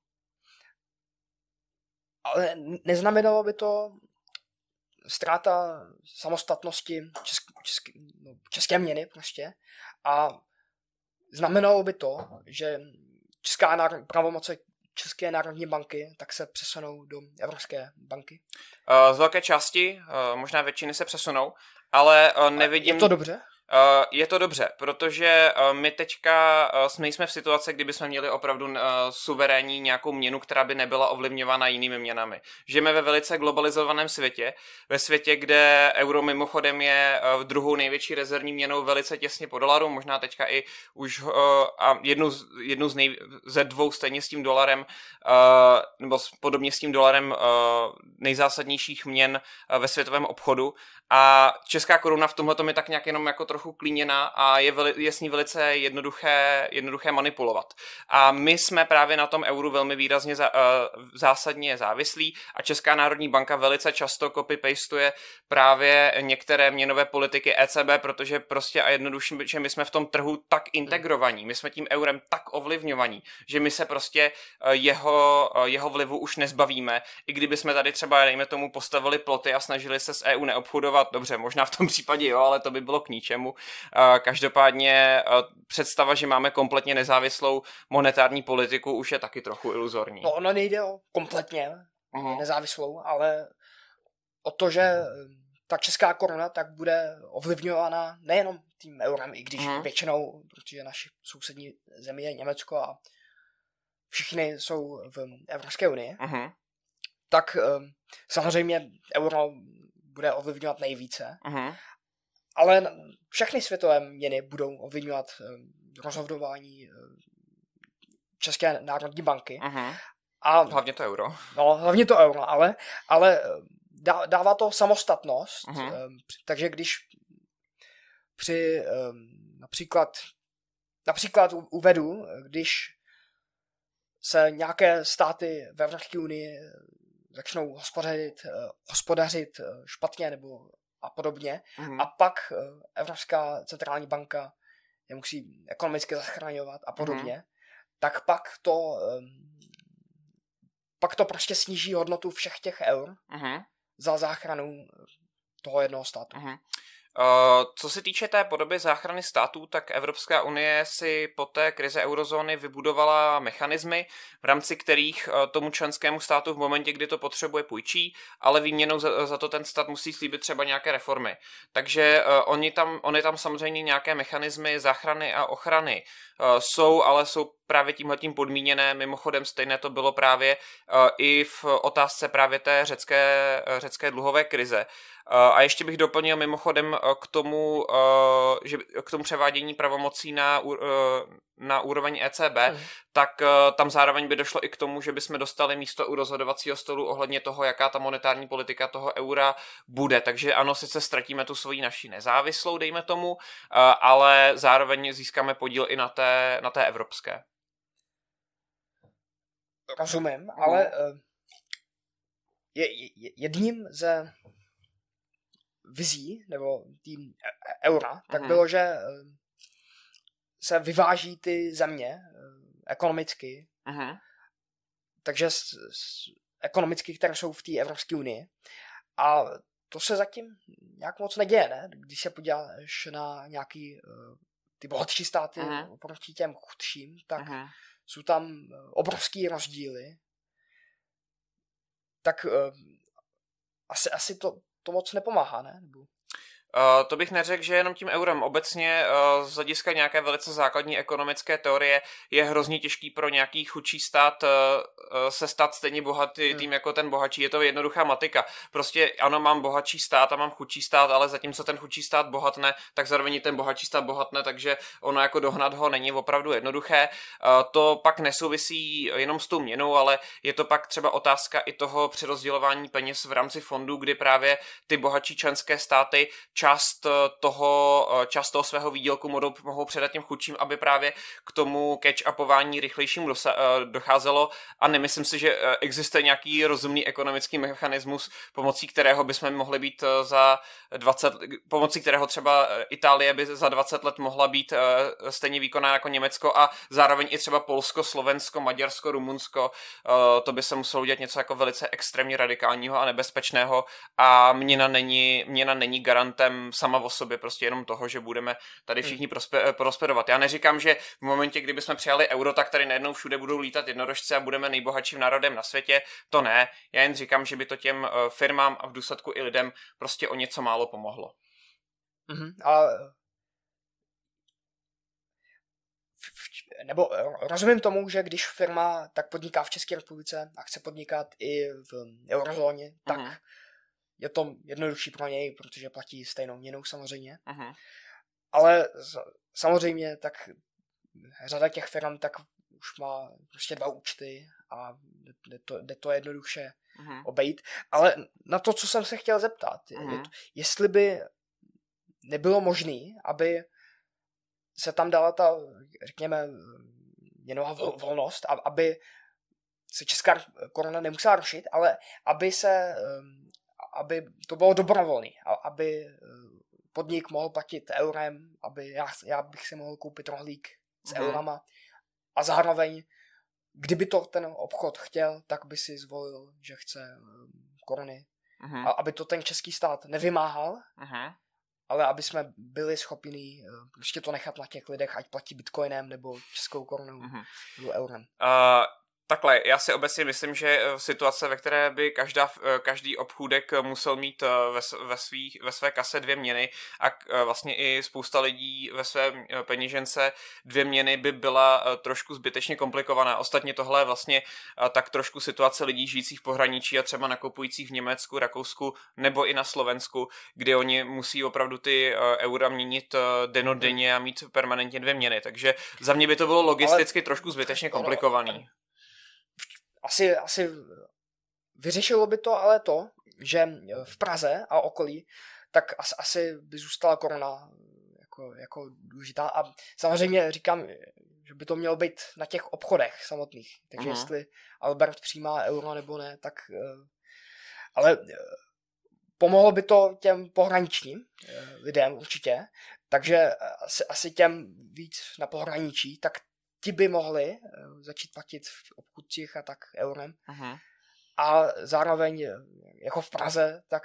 Speaker 1: Ale neznamenalo by to ztráta samostatnosti česk, česk, no, české měny prostě a znamenalo by to, že Česká národní, pravomoce České národní banky, tak se přesunou do Evropské banky?
Speaker 2: Z velké části, možná většiny se přesunou, ale nevidím...
Speaker 1: Je to dobře?
Speaker 2: Uh, je to dobře, protože uh, my teďka uh, jsme, jsme v situaci, kdy bychom měli opravdu uh, suverénní nějakou měnu, která by nebyla ovlivňována jinými měnami. Žijeme ve velice globalizovaném světě, ve světě, kde euro mimochodem je uh, druhou největší rezervní měnou velice těsně po dolaru, možná teďka i už uh, a jednu, z, jednu z nej, ze dvou stejně s tím dolarem, uh, nebo podobně s tím dolarem uh, nejzásadnějších měn uh, ve světovém obchodu. A česká koruna v tomhletom je tak nějak jenom jako trochu klíněná a je, veli, je s ní velice jednoduché, jednoduché manipulovat. A my jsme právě na tom euru velmi výrazně za, uh, zásadně závislí a Česká národní banka velice často copy-pastuje právě některé měnové politiky E C B, protože prostě a jednoduše, že my jsme v tom trhu tak integrovaní, my jsme tím eurem tak ovlivňovaní, že my se prostě uh, jeho, uh, jeho vlivu už nezbavíme, i kdyby jsme tady třeba, dejme tomu, postavili ploty a snažili se s E U neobchodovat. Dobře, možná v tom případě jo, ale to by bylo k ničemu. Každopádně představa, že máme kompletně nezávislou monetární politiku, už je taky trochu iluzorní.
Speaker 1: No ono nejde o kompletně uh-huh. nezávislou, ale o to, že ta česká koruna tak bude ovlivňována nejenom tím eurem, i když uh-huh. většinou, protože naši sousední země je Německo a všichni jsou v Evropské unii,
Speaker 2: uh-huh.
Speaker 1: tak um, samozřejmě euro bude ovlivňovat nejvíce,
Speaker 2: uh-huh.
Speaker 1: ale všechny světové měny budou ovlivňovat um, rozhodování um, České národní banky.
Speaker 2: Uh-huh.
Speaker 1: A,
Speaker 2: hlavně to euro.
Speaker 1: No, hlavně to euro, ale, ale dá, dává to samostatnost,
Speaker 2: uh-huh.
Speaker 1: um, takže když při um, například například uvedu, když se nějaké státy v Evropské unii začnou hospodařit, hospodařit špatně nebo a podobně, uh-huh. a pak Evropská centrální banka je musí ekonomicky zachraňovat a podobně, uh-huh. tak pak to um, pak to prostě sníží hodnotu všech těch eur uh-huh. za záchranu toho jednoho státu.
Speaker 2: Uh-huh. Uh, co se týče té podoby záchrany států, tak Evropská unie si po té krize eurozóny vybudovala mechanismy, v rámci kterých uh, tomu členskému státu v momentě, kdy to potřebuje, půjčí, ale výměnou za, za to ten stát musí slíbit třeba nějaké reformy. Takže uh, oni tam, oni tam samozřejmě nějaké mechanismy záchrany a ochrany uh, jsou, ale jsou právě tímhletím podmíněné. Mimochodem stejné to bylo právě uh, i v otázce právě té řecké, uh, řecké dluhové krize. Uh, a ještě bych doplnil mimochodem uh, k tomu, uh, že k tomu převádění pravomocí na, uh, na úroveň E C B, hmm. tak uh, tam zároveň by došlo i k tomu, že bychom dostali místo u rozhodovacího stolu ohledně toho, jaká ta monetární politika toho eura bude. Takže ano, sice ztratíme tu svoji naši nezávislou, dejme tomu, uh, ale zároveň získáme podíl i na té, na té evropské.
Speaker 1: Rozumím, hmm. ale uh, je, je, jedním ze vizí, nebo tým eura, tak mm-hmm. bylo, že se vyváží ty země ekonomicky, mm-hmm. takže s, s, ekonomicky, které jsou v té Evropské unii. A to se zatím nějak moc neděje, ne? Když se podíváš na nějaký ty bohatší státy mm-hmm. proti těm chudším, tak mm-hmm. jsou tam obrovský rozdíly. Tak uh, asi, asi to to moc nepomáhá, ne?
Speaker 2: Uh, to bych neřekl, že jenom tím eurem. Obecně uh, z hlediska nějaké velice základní ekonomické teorie je hrozně těžký pro nějaký chudší stát uh, uh, se stát stejně bohatý hmm. tím jako ten bohatší. Je to jednoduchá matika. Prostě ano, mám bohatší stát a mám chudší stát, ale zatímco ten chudší stát bohatne, tak zároveň ten bohatší stát bohatne, takže ono jako dohnat ho není opravdu jednoduché. Uh, to pak nesouvisí jenom s tou měnou, ale je to pak třeba otázka i toho přerozdělování peněz v rámci fondů, kdy právě ty bohatší členské státy část toho, část toho svého výdělku mohou, mohou předat těm chudším, aby právě k tomu catch-upování rychlejšímu dosa- docházelo, a nemyslím si, že existuje nějaký rozumný ekonomický mechanismus, pomocí kterého bychom mohli být za dvacet, pomocí kterého třeba Itálie by za dvacet let mohla být stejně výkonná jako Německo a zároveň i třeba Polsko, Slovensko, Maďarsko, Rumunsko. To by se muselo udělat něco jako velice extrémně radikálního a nebezpečného, a měna není, měna není garantem sama o sobě prostě jenom toho, že budeme tady všichni prospe- prosperovat. Já neříkám, že v momentě, kdyby jsme přijali euro, tak tady najednou všude budou lítat jednorožci a budeme nejbohatším národem na světě. To ne. Já jen říkám, že by to těm firmám a v důsledku i lidem prostě o něco málo pomohlo.
Speaker 1: Mm-hmm. A nebo rozumím tomu, že když firma tak podniká v České republice a chce podnikat i v eurozóně, tak mm-hmm. je to jednodušší pro něj, protože platí stejnou měnou samozřejmě. Uh-huh. Ale samozřejmě tak řada těch firm tak už má prostě dva účty a jde to, jde to jednoduše uh-huh. obejít. Ale na to, co jsem se chtěl zeptat, uh-huh. je to, jestli by nebylo možné, aby se tam dala ta, řekněme, měnová volnost, aby se česká koruna nemusela rušit, ale aby se aby to bylo dobrovolné, aby podnik mohl platit eurem, aby já, já bych si mohl koupit rohlík s mm. eurama, a zároveň, kdyby to ten obchod chtěl, tak by si zvolil, že chce koruny. Mm. A aby to ten český stát nevymáhal, mm. ale aby jsme byli schopni prostě to nechat na těch lidech, ať platí bitcoinem nebo českou korunou mm. nebo eurem.
Speaker 2: Uh... Takhle, já si obecně myslím, že situace, ve které by každá, každý obchůdek musel mít ve, ve, svý, ve své kase dvě měny a vlastně i spousta lidí ve své peněžence dvě měny by byla trošku zbytečně komplikovaná. Ostatně tohle je vlastně tak trošku situace lidí žijících v pohraničí a třeba nakupujících v Německu, Rakousku nebo i na Slovensku, kdy oni musí opravdu ty eura měnit denodenně a mít permanentně dvě měny. Takže za mě by to bylo logisticky Ale... trošku zbytečně komplikovaný.
Speaker 1: Asi, asi vyřešilo by to ale to, že v Praze a okolí, tak asi, asi by zůstala koruna jako, jako důležitá. A samozřejmě říkám, že by to mělo být na těch obchodech samotných. Takže uh-huh. jestli Albert přijímá euro nebo ne, tak... Ale pomohlo by to těm pohraničním lidem určitě. Takže asi, asi těm víc na pohraničí, tak ti by mohli začít platit v obchodcích a tak eurem. Uh-huh. A zároveň jako v Praze, tak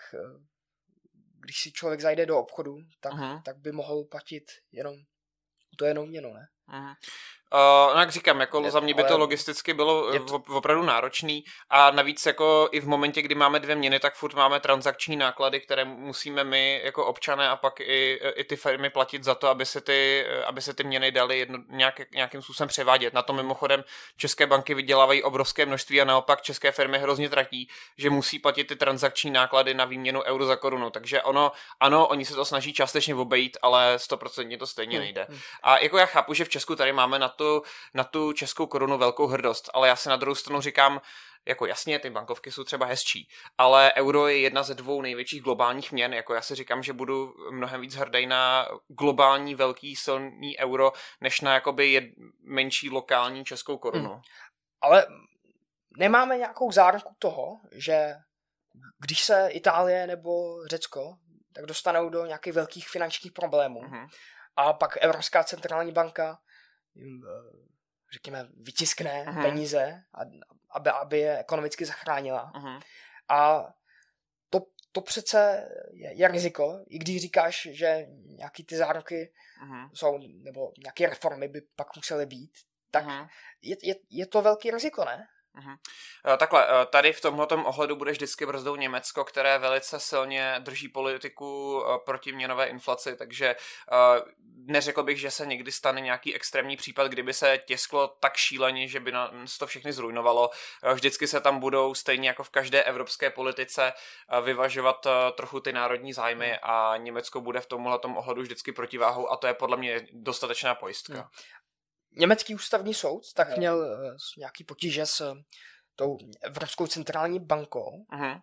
Speaker 1: když si člověk zajde do obchodu, tak, uh-huh. tak by mohl platit jenom to jenom měno, ne?
Speaker 2: Uh-huh. Uh, no jak říkám, jako je, za mě by to logisticky bylo to... opravdu náročný a navíc jako i v momentě, kdy máme dvě měny, tak furt máme transakční náklady, které musíme my jako občané a pak i, i ty firmy platit za to, aby se ty, aby se ty měny daly jedno, nějak, nějakým způsobem převádět. Na to mimochodem české banky vydělávají obrovské množství a naopak české firmy hrozně tratí, že musí platit ty transakční náklady na výměnu euro za korunu. Takže ono, ano, oni se to snaží částečně obejít, ale sto procent to stejně nejde. Hmm. A jako já chápu, že v Česku tady máme na to na tu českou korunu velkou hrdost, ale já si na druhou stranu říkám, jako jasně, ty bankovky jsou třeba hezčí, ale euro je jedna ze dvou největších globálních měn, jako já si říkám, že budu mnohem víc hrdý na globální velký silný euro, než na jakoby jed, menší lokální českou korunu. Hmm.
Speaker 1: Ale nemáme nějakou záruku toho, že když se Itálie nebo Řecko tak dostanou do nějakých velkých finančních problémů hmm. a pak Evropská centrální banka jim, řekněme, vytiskne uh-huh. peníze, aby, aby je ekonomicky zachránila. Uh-huh. A to, to přece je, je riziko, i když říkáš, že nějaký ty záruky uh-huh. jsou, nebo nějaké reformy by pak musely být, tak uh-huh. je, je, je to velký riziko, ne?
Speaker 2: Uhum. Takhle, tady v tomhletom ohledu bude vždycky brzdou Německo, které velice silně drží politiku proti měnové inflaci, takže neřekl bych, že se někdy stane nějaký extrémní případ, kdyby se tisklo tak šíleně, že by nás to všechny zrujnovalo. Vždycky se tam budou stejně jako v každé evropské politice vyvažovat trochu ty národní zájmy a Německo bude v tomhletom ohledu vždycky protiváhou a to je podle mě dostatečná pojistka. Hmm.
Speaker 1: Německý ústavní soud tak no. měl uh, nějaký potíže s uh, tou Evropskou centrální bankou uh-huh.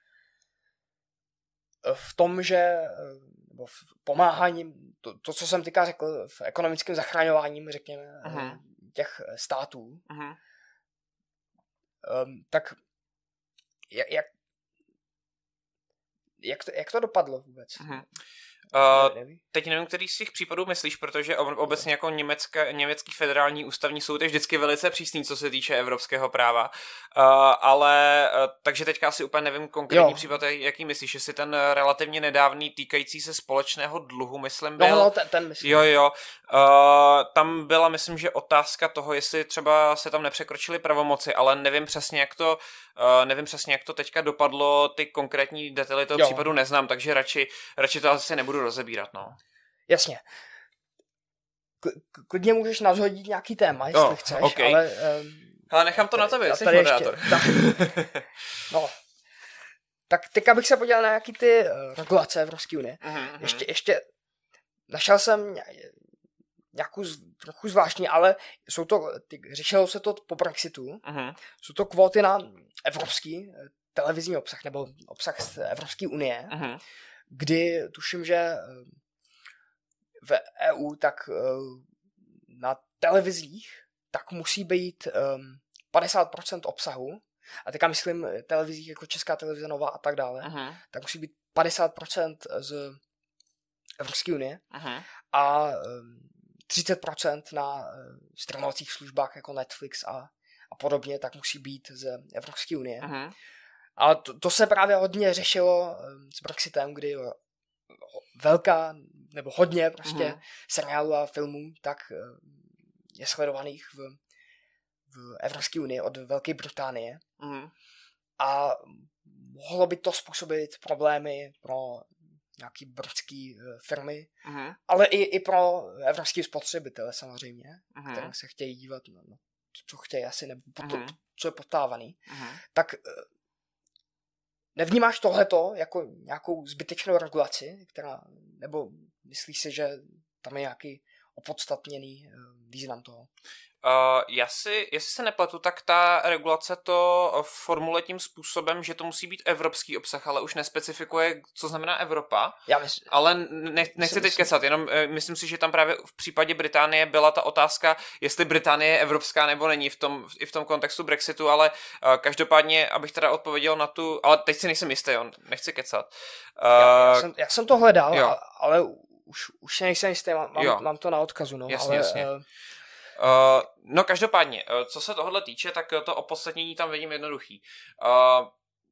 Speaker 1: v tom, že uh, v pomáháním, to, to, co jsem teďka řekl, v ekonomickém zachraňováním, řekněme, uh-huh. těch států, uh-huh. um, tak jak, jak, jak, to, jak to dopadlo vůbec? Uh-huh.
Speaker 2: Uh, teď nevím, který z těch případů myslíš, protože obecně jako německé, německý federální ústavní soud je vždycky velice přísný, co se týče evropského práva, uh, ale uh, takže teďka asi úplně nevím konkrétní jo. případ, jaký myslíš, jestli ten relativně nedávný týkající se společného dluhu, myslím, byl.
Speaker 1: No, no ten, ten myslím.
Speaker 2: Jo, jo. Uh, tam byla, myslím, že otázka toho, jestli třeba se tam nepřekročily pravomoci, ale nevím přesně, jak to Uh, nevím přesně, jak to teďka dopadlo, ty konkrétní detaily toho jo. případu neznám, takže radši, radši to asi nebudu rozebírat, no.
Speaker 1: Jasně. K- klidně můžeš nadhodit nějaký téma, jestli oh, chceš, okay. ale... Um,
Speaker 2: ale nechám to na tebe, jsi moderátor.
Speaker 1: Tak, no. Tak teďka bych se podíval na nějaký ty uh, regulace Evropské unie. Uh-huh, uh-huh. Ještě, ještě našel jsem nějakou trochu zvláštní, ale jsou to, ty, řešilo se to po Brexitu, uh-huh. jsou to kvóty na evropský televizní obsah, nebo obsah z Evropské unie, uh-huh. kdy tuším, že v E U tak na televizích tak musí být um, padesát procent obsahu, a teďka myslím televizích jako Česká televize Nova a tak dále, uh-huh. tak musí být padesát procent z Evropské unie uh-huh. a um, třicet procent na streamovacích službách jako Netflix a, a podobně, tak musí být z Evropské unie. Uh-huh. A to, to se právě hodně řešilo s Brexitem, kdy velká, nebo hodně prostě uh-huh. seriálů a filmů tak je sledovaných v, v Evropské unii od Velké Británie.
Speaker 2: Mm.
Speaker 1: A mohlo by to způsobit problémy pro nějaký britský firmy, mm. ale i, i pro evropský spotřebitele samozřejmě, mm. které se chtějí dívat na, na co chtějí asi, nebo to, mm. co je poptávaný. Mm. Tak nevnímáš tohleto jako nějakou zbytečnou regulaci, která, nebo myslíš si, že tam je nějaký opodstatněný význam toho?
Speaker 2: Uh, já si, jestli se nepletu, tak ta regulace to formuluje tím způsobem, že to musí být evropský obsah, ale už nespecifikuje, co znamená Evropa. Já mysl... Ale ne, nechci teď kecat, jenom uh, myslím si, že tam právě v případě Británie byla ta otázka, jestli Británie je evropská nebo není v tom, i v tom kontextu Brexitu, ale uh, každopádně, abych teda odpověděl na tu, ale teď si nejsem jistý, on, nechci kecat. Uh,
Speaker 1: já, já, jsem, já jsem to hledal, jo. ale už, už nejsem jistý, mám, mám, mám to na odkazu. No,
Speaker 2: jasně,
Speaker 1: ale,
Speaker 2: jasně. Uh, Uh, no každopádně, uh, co se tohle týče, tak to opodstatnění tam vidím jednoduchý. Uh,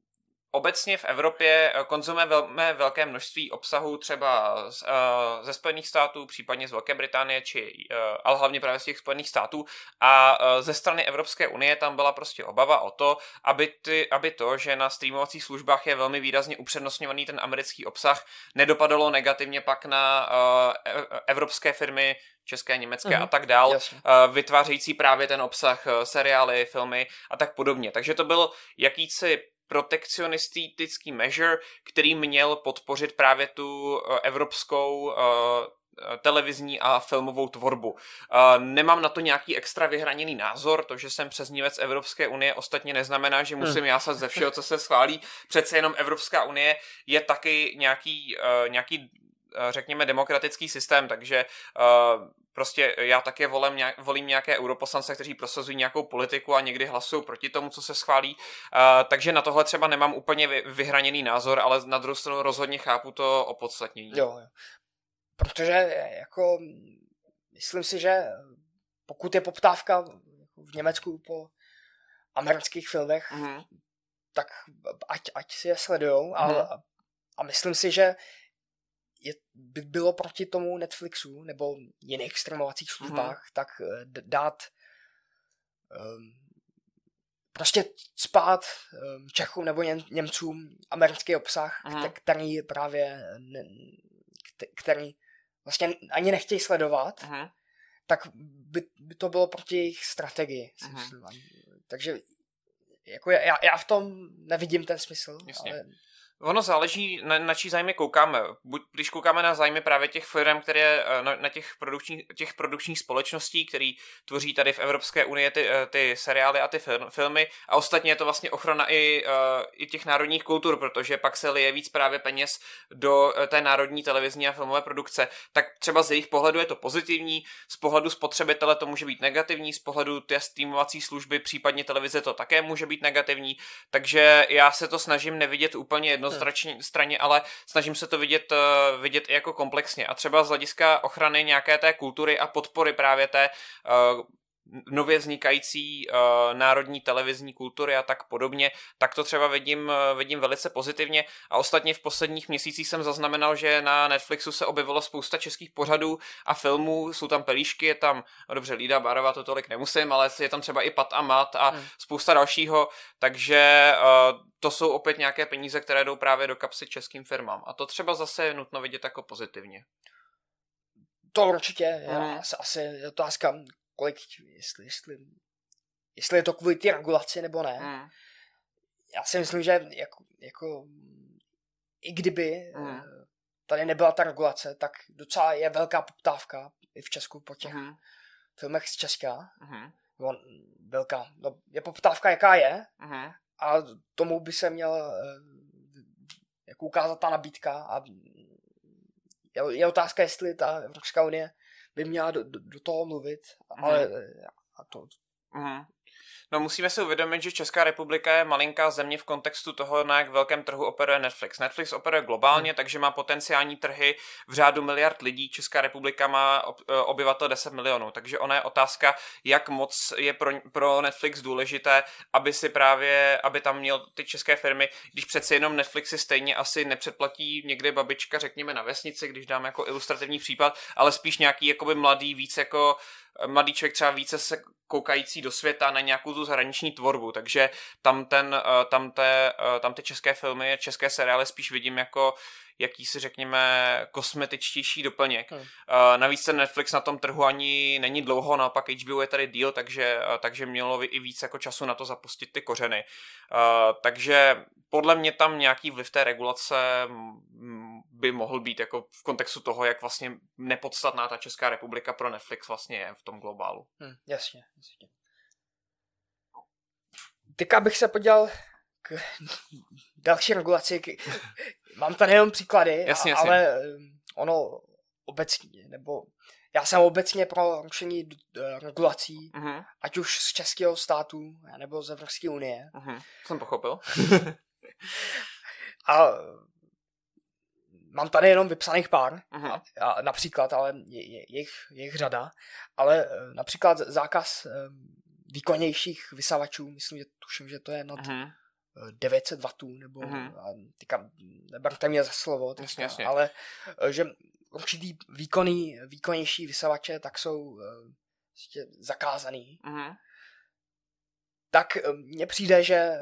Speaker 2: obecně v Evropě konzumujeme vel- velké množství obsahu třeba z, uh, ze Spojených států, případně z Velké Británie, či, uh, ale hlavně právě z těch Spojených států. A uh, ze strany Evropské unie tam byla prostě obava o to, aby, ty, aby to, že na streamovacích službách je velmi výrazně upřednostňovaný ten americký obsah, nedopadalo negativně pak na uh, evropské firmy, české, německé mm-hmm. a tak dál, Jasně. vytvářející právě ten obsah, seriály, filmy a tak podobně. Takže to byl jakýsi protekcionistický measure, který měl podpořit právě tu evropskou televizní a filmovou tvorbu. Nemám na to nějaký extra vyhraněný názor, to, že jsem přeznívec Evropské unie, ostatně neznamená, že musím jásat ze všeho, co se schválí. Přece jenom Evropská unie je taky nějaký, nějaký řekněme, demokratický systém, takže uh, prostě já také volím, nějak, volím nějaké europoslance, kteří prosazují nějakou politiku a někdy hlasují proti tomu, co se schválí, uh, takže na tohle třeba nemám úplně vy, vyhraněný názor, ale na druhou stranu rozhodně chápu to opodstatnění.
Speaker 1: Jo, jo. Protože jako myslím si, že pokud je poptávka v Německu po amerických filmech, mm-hmm. tak ať, ať si je sledujou a, mm-hmm. a myslím si, že je, by bylo proti tomu Netflixu nebo jiných streamovacích službách, mm-hmm. tak d- dát um, prostě spát um, Čechům nebo Něm, Němcům americký obsah, mm-hmm. který právě ne, který vlastně ani nechtějí sledovat, mm-hmm. tak by, by to bylo proti jejich strategii. Mm-hmm. Takže jako já, já v tom nevidím ten smysl.
Speaker 2: Jasně.
Speaker 1: Ale
Speaker 2: ono záleží, na, na čí zájmy koukáme. Buď, když koukáme na zájmy právě těch firm, které na, na těch, produkční, těch produkčních společností, který tvoří tady v Evropské unii ty, ty seriály a ty filmy, a ostatně je to vlastně ochrana i, i těch národních kultur, protože pak se lije víc právě peněz do té národní televizní a filmové produkce, tak třeba z jejich pohledu je to pozitivní, z pohledu spotřebitele to může být negativní, z pohledu té streamovací služby, případně televize to také může být negativní, takže já se to snažím nevidět úplně jedno straně, ale snažím se to vidět, vidět i jako komplexně. A třeba z hlediska ochrany nějaké té kultury a podpory právě té uh, nově vznikající uh, národní televizní kultury a tak podobně, tak to třeba vidím, uh, vidím velice pozitivně. A ostatně v posledních měsících jsem zaznamenal, že na Netflixu se objevilo spousta českých pořadů a filmů, jsou tam Pelíšky, je tam, no dobře, Lída Bárová, to tolik nemusím, ale je tam třeba i Pat a Mat a hmm. spousta dalšího, takže uh, to jsou opět nějaké peníze, které jdou právě do kapsy českým firmám. A to třeba zase je nutno vidět jako pozitivně.
Speaker 1: To určitě, hmm. asi, asi je otázka, kolik, jestli, jestli, jestli je to kvůli té regulaci nebo ne. Hmm. Já si myslím, že jako, jako i kdyby hmm. tady nebyla ta regulace, tak docela je velká poptávka i v Česku po těch hmm. filmech z Česka. Hmm. No, velká. No, je poptávka, jaká je, hmm. a tomu by se měl jako ukázat ta nabídka a je, je otázka, jestli ta Evropská unie by měla do, do, do toho mluvit, mm. ale a to...
Speaker 2: Mm. No musíme si uvědomit, že Česká republika je malinká země v kontextu toho, na jak velkém trhu operuje Netflix. Netflix operuje globálně, hmm. takže má potenciální trhy v řádu miliard lidí. Česká republika má obyvatel deset milionů, takže ona je otázka, jak moc je pro, pro Netflix důležité, aby si právě, aby tam měl ty české firmy, když přece jenom Netflixy stejně asi nepředplatí někde babička, řekněme na vesnici, když dáme jako ilustrativní případ, ale spíš nějaký jakoby mladý, víc jako mladý člověk třeba více se koukající do světa na nějakou tu zahraniční tvorbu, takže tam, ten, tam, te, tam ty české filmy, české seriály spíš vidím jako jakýsi, řekněme, kosmetičtější doplněk. Hmm. Uh, navíc ten Netflix na tom trhu ani není dlouho, naopak H B O je tady díl, takže, uh, takže mělo i víc jako času na to zapustit ty kořeny. Uh, takže podle mě tam nějaký vliv té regulace by mohl být jako v kontextu toho, jak vlastně nepodstatná ta Česká republika pro Netflix vlastně je v tom globálu.
Speaker 1: Hmm, jasně, jasně. Teďka bych se podíval k další regulaci. K... Mám tady jenom příklady,
Speaker 2: jasně,
Speaker 1: ale
Speaker 2: jasně.
Speaker 1: ono obecně, nebo já jsem obecně pro rušení regulací, uh-huh. ať už z českého státu, nebo z Evropské unie.
Speaker 2: Uh-huh. Jsem pochopil.
Speaker 1: A mám tady jenom vypsaných pár,
Speaker 2: uh-huh.
Speaker 1: a, a například, ale je, je, je, jich, je jich řada, ale například zákaz výkonnějších vysavačů, myslím, že tuším, že to je nad uh-huh. devět set wattů, nebo uh-huh. teďka, neberte mě za slovo, teďka,
Speaker 2: jasně, jasně.
Speaker 1: ale že určitý výkonný, výkonnější vysavače tak jsou prostě zakázaný. Uh-huh. Tak mně přijde, že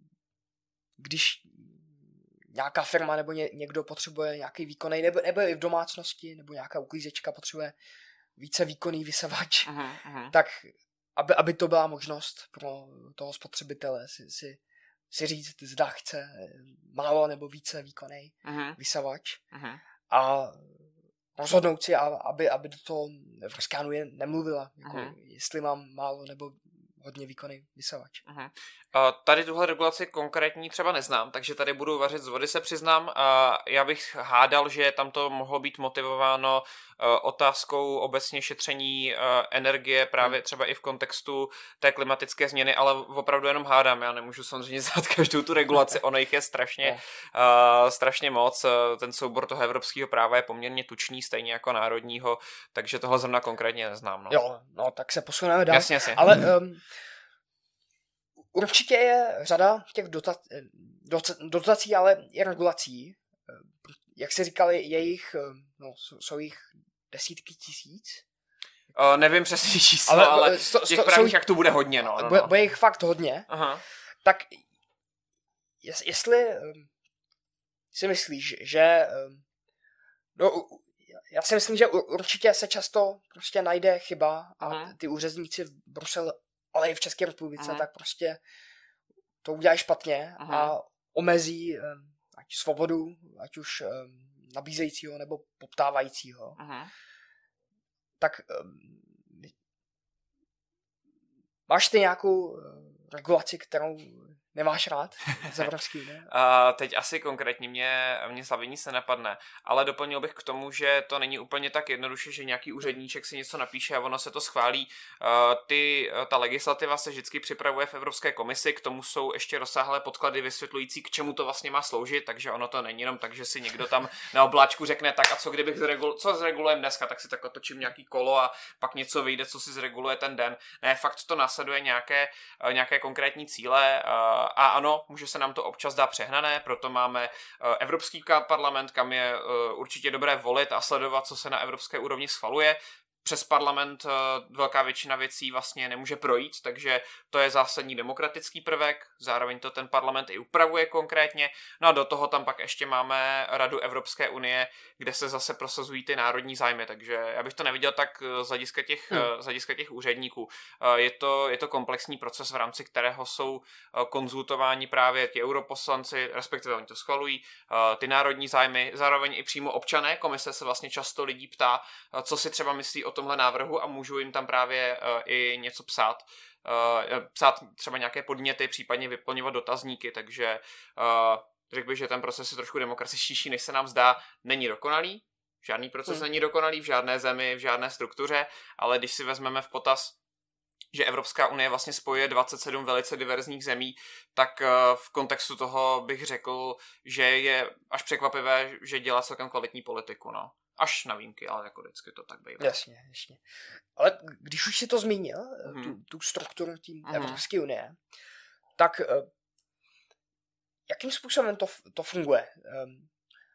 Speaker 1: když nějaká firma nebo ně, někdo potřebuje nějaký výkonný, nebo, nebo i v domácnosti, nebo nějaká uklízečka potřebuje více výkonný vysavač, uh-huh, uh-huh. tak aby, aby to byla možnost pro toho spotřebitele si, si, si říct, zda chce málo nebo více výkonný uh-huh. vysavač uh-huh. a rozhodnout si, aby, aby do toho Evropská unie nemluvila, jako uh-huh. jestli mám málo nebo hodně výkonný vysavač.
Speaker 2: Uh-huh. Uh, tady tuhle regulaci konkrétní třeba neznám, takže tady budu vařit z vody, se přiznám. Uh, já bych hádal, že tam to mohlo být motivováno uh, otázkou obecně šetření uh, energie, právě hmm. třeba i v kontextu té klimatické změny, ale opravdu jenom hádám. Já nemůžu samozřejmě znát každou tu regulaci, ono jich je strašně, uh, strašně moc. Uh, ten soubor toho evropského práva je poměrně tučný, stejně jako národního, takže tohle zrovna konkrétně neznám. No.
Speaker 1: Jo, no tak se posuneme dál.
Speaker 2: Jasně, jasně.
Speaker 1: Ale um, určitě je řada těch dota- dotací, ale i regulací. Jak jsi říkal, je jich, no, jsou jich desítky tisíc?
Speaker 2: O, nevím přesně číslo, ale, ale sto, těch právních aktů bude hodně. No, no,
Speaker 1: bude,
Speaker 2: no.
Speaker 1: bude jich fakt hodně.
Speaker 2: Aha.
Speaker 1: Tak jest, jestli si myslíš, že no, já si myslím, že určitě se často prostě najde chyba a Aha. ty úředníci v Bruselu, ale i v České republice, Aha. tak prostě to udělají špatně Aha. a omezí ať svobodu, ať už nabízejícího nebo poptávajícího. Aha. Tak máš ty nějakou regulaci, kterou nemáš rád z Evropské unie?
Speaker 2: uh, teď asi konkrétně mě, mě slavě nic nenapadne, ale doplnil bych k tomu, že to není úplně tak jednoduše, že nějaký úředníček si něco napíše a ono se to schválí. Uh, ty, ta legislativa se vždycky připravuje v Evropské komisi, k tomu jsou ještě rozsáhlé podklady vysvětlující, k čemu to vlastně má sloužit, takže ono to není jenom tak, že si někdo tam na obláčku řekne, tak a co kdybych zregul, co zregulujeme dneska, tak si tak otočím nějaký kolo a pak něco vyjde, co si zreguluje ten den. Ne, fakt to následuje nějaké, nějaké konkrétní cíle. Uh, A ano, může se nám to občas dát přehnané, proto máme Evropský parlament, kam je určitě dobré volit a sledovat, co se na evropské úrovni schvaluje. Přes parlament velká většina věcí vlastně nemůže projít, takže to je zásadní demokratický prvek, zároveň to ten parlament i upravuje konkrétně. No a do toho tam pak ještě máme Radu Evropské unie, kde se zase prosazují ty národní zájmy, takže já bych to neviděl tak z hlediska těch, hmm. z hlediska těch úředníků. Je to, je to komplexní proces, v rámci kterého jsou konzultováni právě ti europoslanci, respektive oni to schvalují, ty národní zájmy, zároveň i přímo občané. Komise se vlastně často lidí ptá, co si třeba myslí o tomhle návrhu a můžu jim tam právě uh, i něco psát. Uh, psát třeba nějaké podněty, případně vyplňovat dotazníky, takže uh, řekl bych, že ten proces je trošku demokratičtější, než se nám zdá. Není dokonalý, žádný proces hmm. není dokonalý v žádné zemi, v žádné struktuře, ale když si vezmeme v potaz, že Evropská unie vlastně spojuje dvacet sedm velice diverzních zemí, tak uh, v kontextu toho bych řekl, že je až překvapivé, že dělá celkem kvalitní politiku, no. Až na výjimky, ale jako vždycky to tak bývá.
Speaker 1: Jasně, jasně. Ale když už si to zmínil, mm. tu, tu strukturu tím mm. Evropské unie, tak uh, jakým způsobem to, to funguje? Um,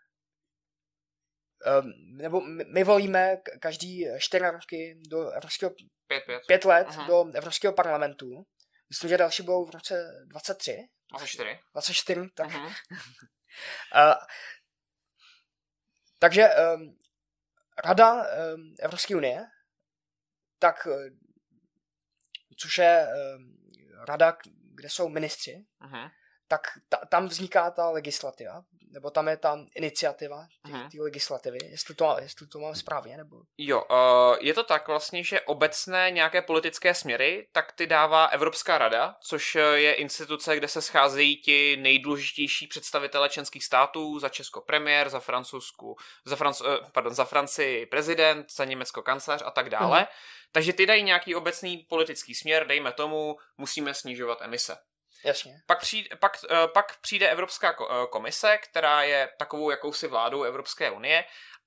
Speaker 1: um, nebo my, my volíme každý čtyři roky do Evropského
Speaker 2: pět, pět.
Speaker 1: pět let
Speaker 2: uh-huh.
Speaker 1: do Evropského parlamentu. myslím, že další budou v roce dvacet tři.
Speaker 2: dvacet čtyři.
Speaker 1: dvacet čtyři, tak.
Speaker 2: Uh-huh.
Speaker 1: uh, takže um, Rada um, Evropské unie, tak, což je um, rada, kde jsou ministři, uh-huh. tak ta, tam vzniká ta legislativa, nebo tam je ta iniciativa té uh-huh. legislativy, jestli to, jestli to mám správně, nebo...
Speaker 2: Jo, uh, je to tak vlastně, že obecné nějaké politické směry, tak ty dává Evropská rada, což je instituce, kde se scházejí ti nejdůležitější představitelé členských států, za Česko premiér, za Francouzsku, za, Franc- pardon, za Francii prezident, za Německo kancléř a tak dále. Uh-huh. Takže ty dají nějaký obecný politický směr, dejme tomu, musíme snižovat emise.
Speaker 1: Jasně.
Speaker 2: Pak přijde, pak, pak přijde Evropská komise, která je takovou jakousi vládou Evropské unie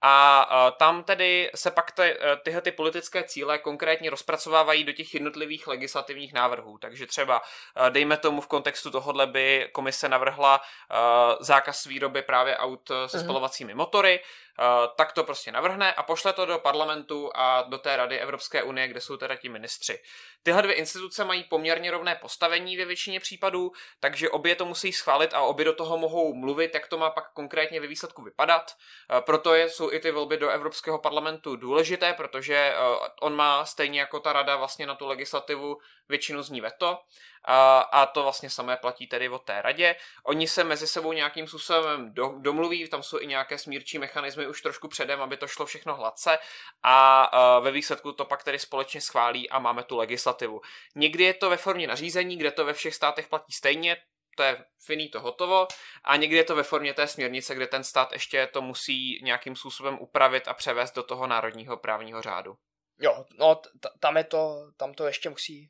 Speaker 2: a tam tedy se pak ty, tyhle ty politické cíle konkrétně rozpracovávají do těch jednotlivých legislativních návrhů. Takže třeba dejme tomu v kontextu tohohle by komise navrhla zákaz výroby právě aut se spalovacími motory, tak to prostě navrhne a pošle to do parlamentu a do té Rady Evropské unie, kde jsou teda ti ministři. Tyhle dvě instituce mají poměrně rovné postavení ve většině případů, takže obě to musí schválit a obě do toho mohou mluvit, jak to má pak konkrétně ve výsledku vypadat. Proto jsou i ty volby do Evropského parlamentu důležité, protože on má stejně jako ta Rada vlastně na tu legislativu většinu z ní veto. A, a to vlastně samé platí tedy o té radě. Oni se mezi sebou nějakým způsobem do, domluví, tam jsou i nějaké smírčí mechanismy už trošku předem, aby to šlo všechno hladce a, a ve výsledku to pak tedy společně schválí a máme tu legislativu. Někdy je to ve formě nařízení, kde to ve všech státech platí stejně, to je finí, to hotovo, a někdy je to ve formě té směrnice, kde ten stát ještě to musí nějakým způsobem upravit a převést do toho národního právního řádu.
Speaker 1: Jo, no t- tam je to, tam to ještě musí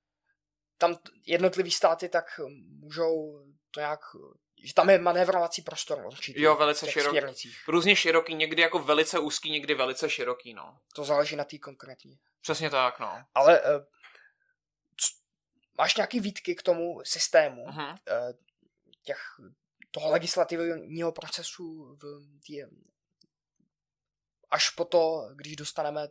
Speaker 1: tam jednotlivý státy tak můžou to nějak, že tam je manévrovací prostor určitě.
Speaker 2: Jo, velice široký. Různě široký, někdy jako velice úzký, někdy velice široký, no.
Speaker 1: To záleží na té konkrétní.
Speaker 2: Přesně tak, no.
Speaker 1: Ale uh, c- máš nějaký výtky k tomu systému uh-huh. uh, těch, toho legislativního procesu v tý, až po to, když dostaneme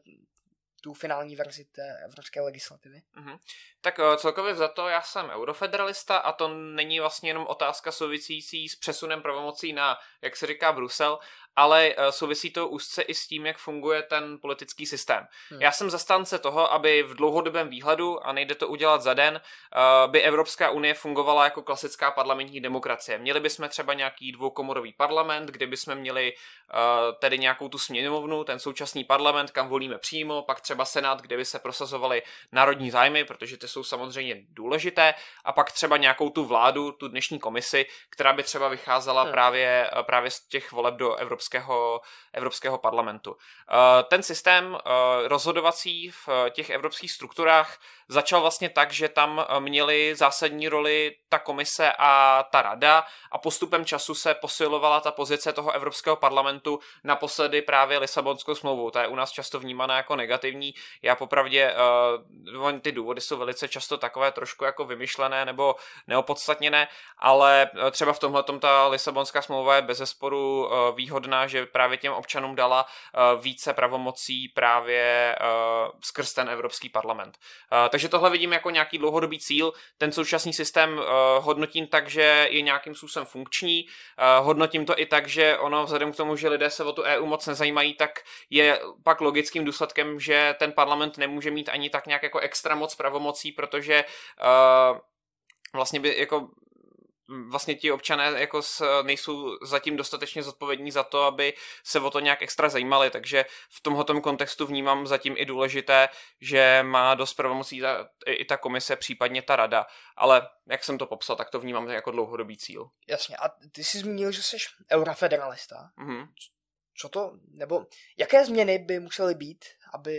Speaker 1: tu finální verzi té evropské legislativy.
Speaker 2: Mm-hmm. Tak celkově vzato já jsem eurofederalista a to není vlastně jenom otázka související s přesunem pravomocí na, jak se říká, Brusel, ale souvisí to úzce i s tím, jak funguje ten politický systém. Hmm. Já jsem zastánce toho, aby v dlouhodobém výhledu, a nejde to udělat za den, by Evropská unie fungovala jako klasická parlamentní demokracie. Měli bychom třeba nějaký dvoukomorový parlament, kde bychom měli tedy nějakou tu sněmovnu, ten současný parlament, kam volíme přímo, pak třeba senát, kde by se prosazovaly národní zájmy, protože ty jsou samozřejmě důležité, a pak třeba nějakou tu vládu, tu dnešní komisi, která by třeba vycházela hmm. právě, právě z těch voleb do Evropské Evropského, Evropského parlamentu. Ten systém rozhodovací v těch evropských strukturách začal vlastně tak, že tam měli zásadní roli ta komise a ta rada a postupem času se posilovala ta pozice toho Evropského parlamentu, naposledy právě Lisabonskou smlouvou. Ta je u nás často vnímaná jako negativní. Já popravdě, uh, ty důvody jsou velice často takové trošku jako vymyšlené nebo neopodstatněné, ale třeba v tomhletom ta Lisabonská smlouva je bezesporu uh, výhodná, že právě těm občanům dala uh, více pravomocí právě uh, skrz ten Evropský parlament. Uh, takže tohle vidím jako nějaký dlouhodobý cíl. Ten současný systém uh, hodnotím tak, že je nějakým způsobem funkční. Uh, hodnotím to i tak, že ono vzhledem k tomu, že lidé se o tu E U moc nezajímají, tak je pak logickým důsledkem, že ten parlament nemůže mít ani tak nějak jako extra moc pravomocí, protože uh, vlastně by jako vlastně ti občané jako s, nejsou zatím dostatečně zodpovědní za to, aby se o to nějak extra zajímali, takže v tomhletom kontextu vnímám zatím i důležité, že má dost pravomocí ta, i ta komise, případně ta rada, ale jak jsem to popsal, tak to vnímám jako dlouhodobý cíl.
Speaker 1: Jasně, a ty jsi zmínil, že jsi eurofederalista.
Speaker 2: Mm-hmm.
Speaker 1: Co to, nebo jaké změny by musely být, aby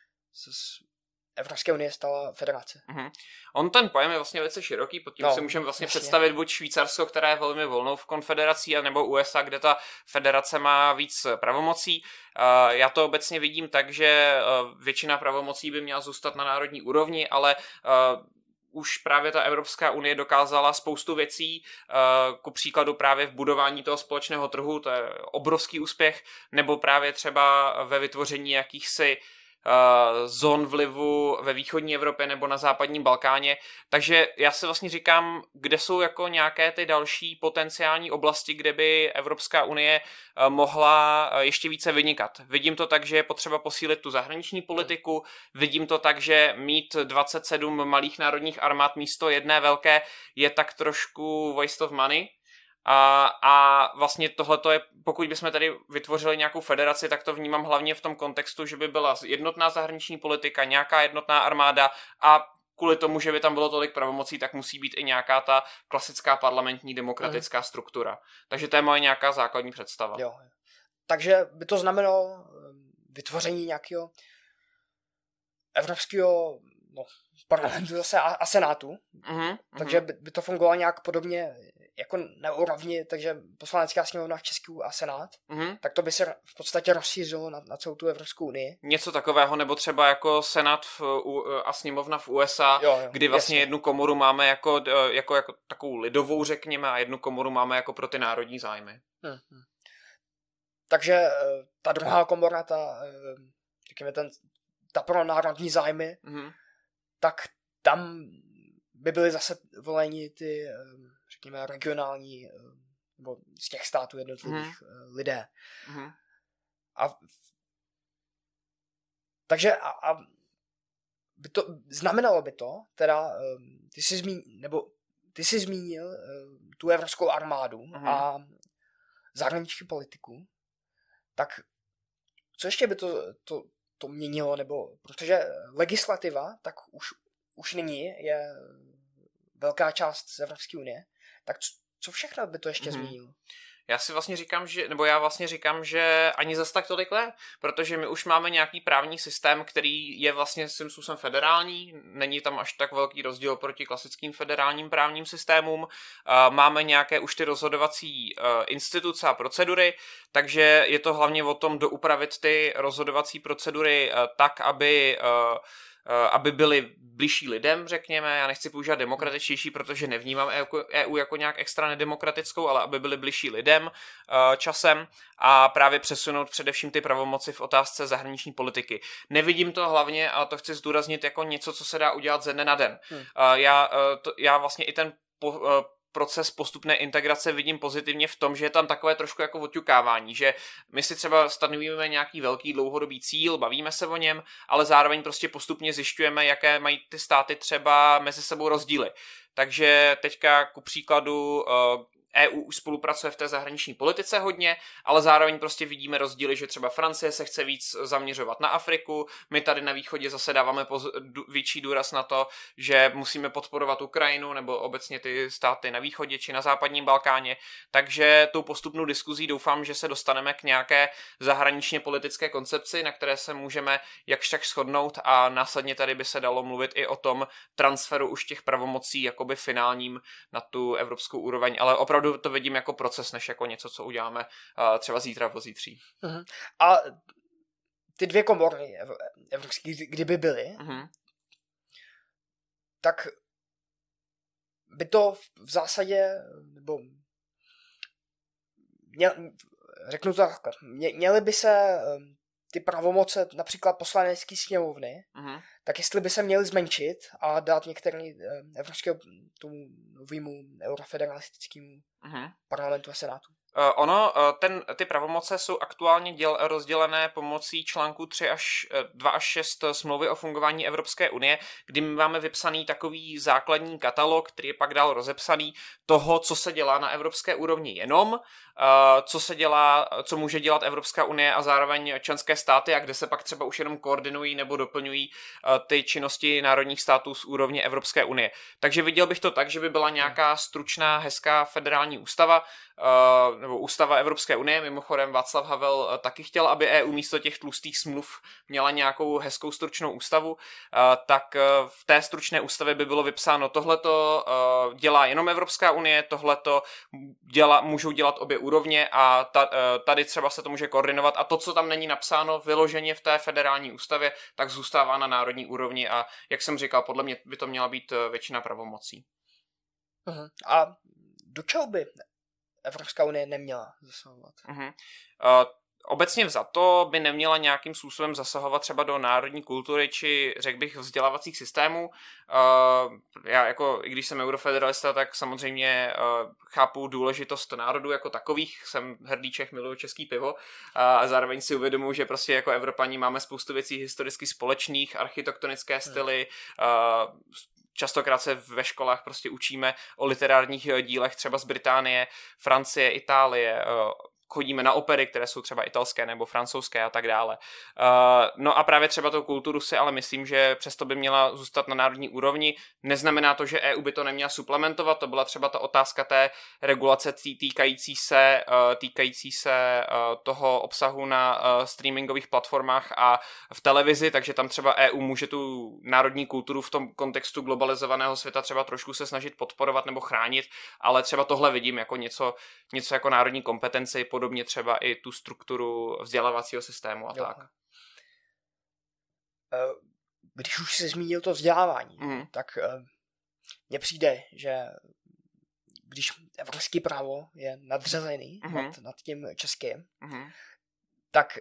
Speaker 1: se Evropské unie stala federace?
Speaker 2: Mm-hmm. On ten pojem je vlastně velice široký, pod tím no, si můžeme vlastně jasně. představit buď Švýcarsko, které je velmi volnou v konfederací, nebo U S A, kde ta federace má víc pravomocí. Uh, já to obecně vidím tak, že uh, většina pravomocí by měla zůstat na národní úrovni, ale uh, už právě ta Evropská unie dokázala spoustu věcí, ku příkladu právě v budování toho společného trhu, to je obrovský úspěch, nebo právě třeba ve vytvoření jakýchsi uh, zón vlivu ve východní Evropě nebo na západním Balkáně. Takže já si vlastně říkám, kde jsou jako nějaké ty další potenciální oblasti, kde by Evropská unie uh, mohla uh, ještě více vynikat. Vidím to tak, že je potřeba posílit tu zahraniční politiku, vidím to tak, že mít dvacet sedm malých národních armád místo jedné velké je tak trošku waste of money. A, a vlastně tohleto je, pokud bychom tady vytvořili nějakou federaci, tak to vnímám hlavně v tom kontextu, že by byla jednotná zahraniční politika, nějaká jednotná armáda a kvůli tomu, že by tam bylo tolik pravomocí, tak musí být i nějaká ta klasická parlamentní demokratická mm. struktura. Takže to je moje nějaká základní představa.
Speaker 1: Jo. Takže by to znamenalo vytvoření nějakého evropského no, parlamentu zase a, a senátu. Mm-hmm. Takže by, by to fungovalo nějak podobně jako na úrovni, takže poslanecká sněmovna v Česku a senát, mm-hmm. tak to by se v podstatě rozšířilo na, na celou tu Evropskou unii.
Speaker 2: Něco takového, nebo třeba jako senát v, u, a sněmovna v U S A, jo, jo, kdy vlastně jasně. jednu komoru máme jako, jako, jako takovou lidovou, řekněme, a jednu komoru máme jako pro ty národní zájmy.
Speaker 1: Hmm. Takže ta druhá komora, ta, řekněme, ten, ta pro národní zájmy, mm-hmm. tak tam by byly zase voleni ty, řekněme, regionální, nebo z těch států jednotlivých mm. lidé. Mm. A takže a, a by to, znamenalo by to, teda, ty jsi zmínil, nebo ty jsi zmínil tu evropskou armádu mm. a zahraniční politiku, tak co ještě by to, to, to měnilo, nebo protože legislativa, tak už, už nyní je velká část z Evropské unie, tak co všechno by to ještě mm-hmm. změnilo?
Speaker 2: Já si vlastně říkám, že, nebo já vlastně říkám, že ani zas tak tolik ne, protože my už máme nějaký právní systém, který je vlastně svým způsobem federální, není tam až tak velký rozdíl proti klasickým federálním právním systémům, máme nějaké už ty rozhodovací instituce a procedury, takže je to hlavně o tom doupravit ty rozhodovací procedury tak, aby aby byly bližší lidem, řekněme, já nechci používat demokratičtější, protože nevnímám E U jako nějak extra nedemokratickou, ale aby byly bližší lidem časem a právě přesunout především ty pravomoci v otázce zahraniční politiky. Nevidím to hlavně, a to chci zdůraznit, jako něco, co se dá udělat ze dne na den. Hmm. Já, to, já vlastně i ten po, proces postupné integrace vidím pozitivně v tom, že je tam takové trošku jako odťukávání, že my si třeba stanovíme nějaký velký dlouhodobý cíl, bavíme se o něm, ale zároveň prostě postupně zjišťujeme, jaké mají ty státy třeba mezi sebou rozdíly. Takže teďka ku příkladu E U už spolupracuje v té zahraniční politice hodně, ale zároveň prostě vidíme rozdíly, že třeba Francie se chce víc zaměřovat na Afriku, my tady na východě zase dáváme poz- d- větší důraz na to, že musíme podporovat Ukrajinu nebo obecně ty státy na východě či na západním Balkáně, takže tou postupnou diskuzí doufám, že se dostaneme k nějaké zahraničně politické koncepci, na které se můžeme jakž tak shodnout a následně tady by se dalo mluvit i o tom transferu už těch pravomocí jakoby finálním na tu evropskou úroveň, ale opravdu to vidím jako proces, než jako něco, co uděláme uh, třeba zítra, pozítří.
Speaker 1: Uh-huh. A ty dvě komory evropské, kdyby byly, uh-huh. tak by to v zásadě, nebo měl, řeknu to takhle, mě, měly by se ty pravomoce například poslanecké sněmovny, uh-huh. tak jestli by se měly zmenšit a dát některý evropského tomu novému eurofederalistickému uh-huh. parlamentu a senátu.
Speaker 2: Uh, ono, uh, ten, ty pravomoce jsou aktuálně děl, rozdělené pomocí článku tři až dva až šest smlouvy o fungování Evropské unie, kdy my máme vypsaný takový základní katalog, který je pak dál rozepsaný toho, co se dělá na evropské úrovni jenom, uh, co se dělá, co může dělat Evropská unie a zároveň členské státy a kde se pak třeba už jenom koordinují nebo doplňují uh, ty činnosti národních států z úrovně Evropské unie. Takže viděl bych to tak, že by byla nějaká stručná, hezká federální ústava, uh, nebo ústava Evropské unie, mimochodem Václav Havel taky chtěl, aby E U místo těch tlustých smluv měla nějakou hezkou stručnou ústavu, tak v té stručné ústavě by bylo vypsáno tohleto dělá jenom Evropská unie, tohleto dělá, můžou dělat obě úrovně a tady třeba se to může koordinovat a to, co tam není napsáno vyloženě v té federální ústavě, tak zůstává na národní úrovni a jak jsem říkal, podle mě by to měla být většina pravomocí.
Speaker 1: Uh-huh. A do čeho by Evropská unie neměla zasahovat?
Speaker 2: Uh-huh. Uh, obecně vzato by neměla nějakým způsobem zasahovat třeba do národní kultury či, řekl bych, vzdělávacích systémů. Uh, já jako, i když jsem eurofederalista, tak samozřejmě uh, chápu důležitost národů jako takových. Jsem hrdý Čech, miluju český pivo a zároveň si uvědomuji, že prostě jako Evropani máme spoustu věcí historicky společných, architektonické styly, uh, častokrát se ve školách prostě učíme o literárních dílech třeba z Británie, Francie, Itálie, chodíme na opery, které jsou třeba italské nebo francouzské a tak dále. No a právě třeba tu kulturu si ale myslím, že přesto by měla zůstat na národní úrovni. Neznamená to, že E U by to neměla suplementovat, to byla třeba ta otázka té regulace týkající se, týkající se toho obsahu na streamingových platformách a v televizi, takže tam třeba E U může tu národní kulturu v tom kontextu globalizovaného světa třeba trošku se snažit podporovat nebo chránit, ale třeba tohle vidím jako něco, něco jako národní kompetenci, podobně třeba i tu strukturu vzdělávacího systému a jo. tak.
Speaker 1: Když už jsi zmínil to vzdělávání,
Speaker 2: mm.
Speaker 1: tak mně přijde, že když evropský právo je nadřazený mm. nad, nad tím českým, mm. tak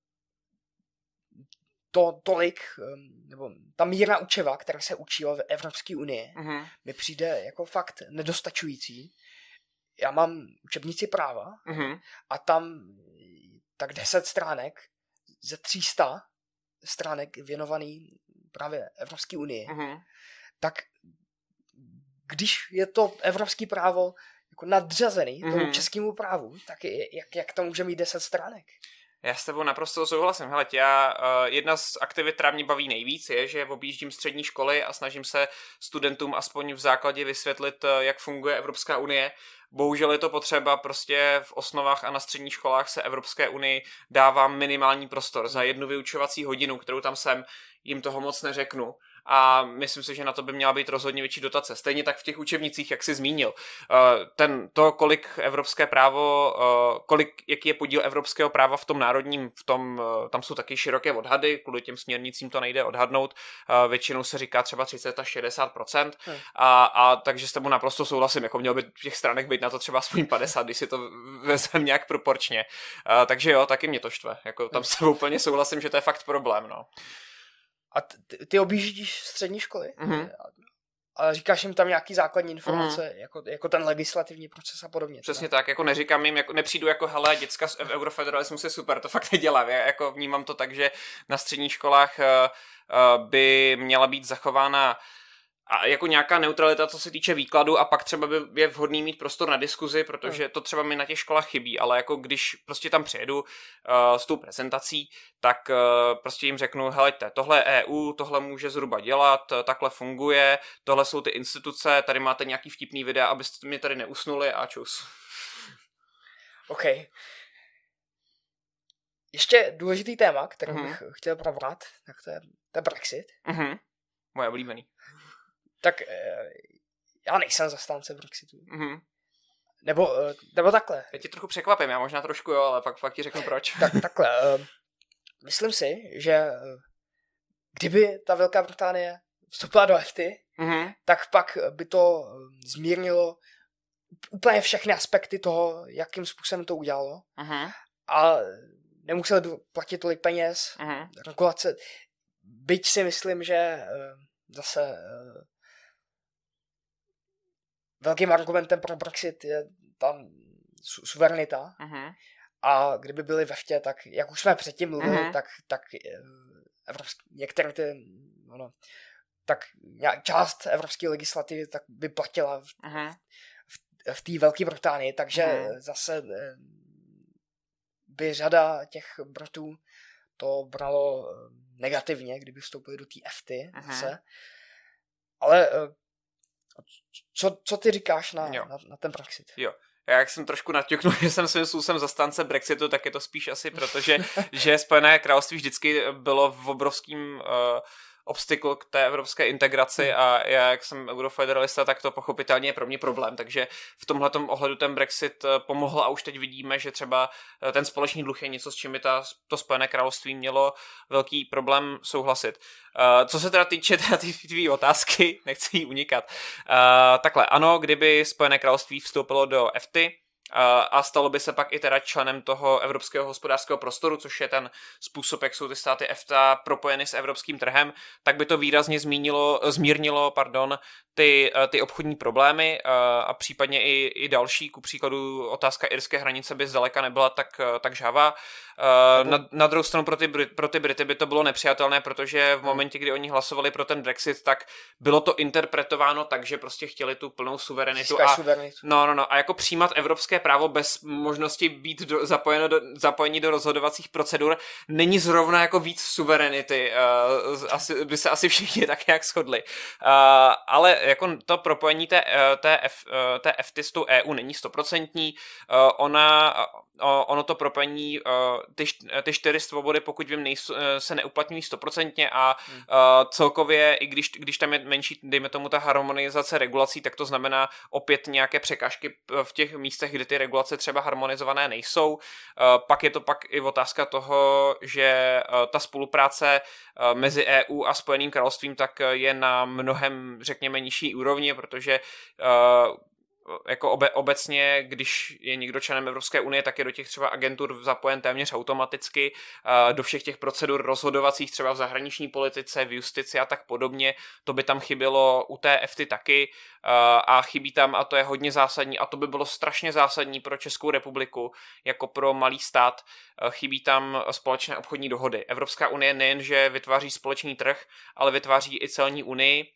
Speaker 1: to tolik, nebo ta míra učiva, která se učila v Evropské unii, mm. mi přijde jako fakt nedostačující. Já mám učebnici práva mm-hmm. a tam tak deset stránek ze tři sta stránek věnovaný právě Evropské unii. Mm-hmm. Tak když je to evropské právo jako nadřazený mm-hmm. tomu českému právu, tak jak, jak to může mít deset stránek?
Speaker 2: Já s tebou naprosto souhlasím. Hele, já, uh, jedna z aktivit, která mě baví nejvíc, je, že objíždím střední školy a snažím se studentům aspoň v základě vysvětlit, uh, jak funguje Evropská unie. Bohužel je to potřeba, prostě v osnovách a na středních školách se Evropské unii dává minimální prostor. Za jednu vyučovací hodinu, kterou tam jsem, jim toho moc neřeknu. A myslím si, že na to by měla být rozhodně větší dotace. Stejně tak v těch učebnicích, jak jsi zmínil. Ten, to, kolik evropské právo, kolik, jaký je podíl evropského práva v tom národním, v tom, tam jsou taky široké odhady, kvůli těm směrnicím to nejde odhadnout. Většinou se říká třeba třicet až šedesát procent. Hmm. A, a takže s tebou naprosto souhlasím, jako mělo by těch stránek být na to třeba aspoň padesát, když si to vezmeme nějak proporčně. Takže jo, taky mě to štve. Jako, tam s tebou úplně souhlasím, že to je fakt problém, no.
Speaker 1: A ty, ty objíždíš střední školy
Speaker 2: mm-hmm.
Speaker 1: a říkáš jim tam nějaký základní informace, mm-hmm. jako, jako ten legislativní proces a podobně.
Speaker 2: Přesně teda. tak, jako neříkám jim, jako nepřijdu jako hele, děcka v eurofederalismu je super, to fakt nedělám. Já jako vnímám to tak, že na středních školách uh, uh, by měla být zachována a jako nějaká neutralita, co se týče výkladu, a pak třeba by je vhodný mít prostor na diskuzi, protože to třeba mi na těch školách chybí, ale jako když prostě tam přijedu uh, s tou prezentací, tak uh, prostě jim řeknu, helejte, tohle je E U, tohle může zhruba dělat, takhle funguje, tohle jsou ty instituce, tady máte nějaký vtipný videa, abyste mě tady neusnuli a čus.
Speaker 1: OK. Ještě důležitý téma, který mm-hmm. bych chtěl probrat, tak to je, to je Brexit.
Speaker 2: Mm-hmm. Moje oblíbený.
Speaker 1: Tak já nejsem zastánce Brexitu.
Speaker 2: Mm-hmm.
Speaker 1: Nebo, nebo takhle.
Speaker 2: Já ti trochu překvapím, já možná trošku jo, ale pak, pak ti řeknu proč.
Speaker 1: Tak, takhle. Myslím si, že kdyby ta Velká Británie vstoupila do E F T A,
Speaker 2: mm-hmm.
Speaker 1: tak pak by to zmírnilo úplně všechny aspekty toho, jakým způsobem to udělalo.
Speaker 2: Mm-hmm.
Speaker 1: A nemuseli by platit tolik peněz,
Speaker 2: mm-hmm.
Speaker 1: regulace. Byť si myslím, že zase velkým argumentem pro Brexit je tam su- suverenita.
Speaker 2: Mm-hmm.
Speaker 1: A kdyby byli ve ftě, tak jak už jsme předtím mluvili, mm-hmm. tak, tak evropský, některé ty, no, tak část evropské legislativy tak by platila v,
Speaker 2: mm-hmm.
Speaker 1: v, v té Velké Británii, takže mm-hmm. zase by řada těch Britů to bralo negativně, kdyby vstoupili do té E F T A. Mm-hmm. Zase. Ale co, co ty říkáš na, na, na ten Brexit?
Speaker 2: Jo. Já jak jsem trošku naťuknul, že jsem svým způsobem zastánce Brexitu, tak je to spíš asi protože, že Spojené království vždycky bylo v obrovským uh, obstykl k té evropské integraci a já, jak jsem eurofederalista, tak to pochopitelně je pro mě problém. Takže v tomhletom ohledu ten Brexit pomohl a už teď vidíme, že třeba ten společný dluh je něco, s čím by ta, to Spojené království mělo velký problém souhlasit. Uh, co se teda týče té tvý otázky, nechci jí unikat. Uh, takhle, ano, kdyby Spojené království vstoupilo do E F T A, a stalo by se pak i teda členem toho evropského hospodářského prostoru, což je ten způsob, jak jsou ty státy EFTA propojeny s evropským trhem, tak by to výrazně zmínilo, zmírnilo pardon, ty, ty obchodní problémy a případně i, i další, ku příkladu otázka irské hranice by zdaleka nebyla tak, tak žhavá. Na, na druhou stranu pro ty, pro ty Brity by to bylo nepřijatelné, protože v momentě, kdy oni hlasovali pro ten Brexit, tak bylo to interpretováno tak, že prostě chtěli tu plnou suverenitu a, no, no, no, a jako přijímat evropské právo bez možnosti být do, zapojeno do, zapojení do rozhodovacích procedur není zrovna jako víc suverenity. Uh, asi, by se asi všichni tak nějak shodli. Uh, ale jako to propojení té, té, F, té EFTA s tou E U není stoprocentní. Uh, ona, uh, ono to propojení, uh, ty, ty čtyři svobody, pokud vím, nejsou, uh, se neuplatňují stoprocentně a hmm. uh, celkově, i když, když tam je menší, dejme tomu ta harmonizace regulací, tak to znamená opět nějaké překážky v těch místech, kde ty regulace třeba harmonizované nejsou. Uh, pak je to pak i otázka toho, že uh, ta spolupráce uh, mezi E U a Spojeným královstvím tak je na mnohem, řekněme, nižší úrovni, protože uh, jako obe, obecně, když je někdo členem Evropské unie, tak je do těch třeba agentur zapojen téměř automaticky, uh, do všech těch procedur rozhodovacích třeba v zahraniční politice, v justici a tak podobně. To by tam chybělo u té EFTA taky uh, a chybí tam, a to je hodně zásadní, a to by bylo strašně zásadní pro Českou republiku, jako pro malý stát, uh, chybí tam společné obchodní dohody. Evropská unie nejenže vytváří společný trh, ale vytváří i celní unii,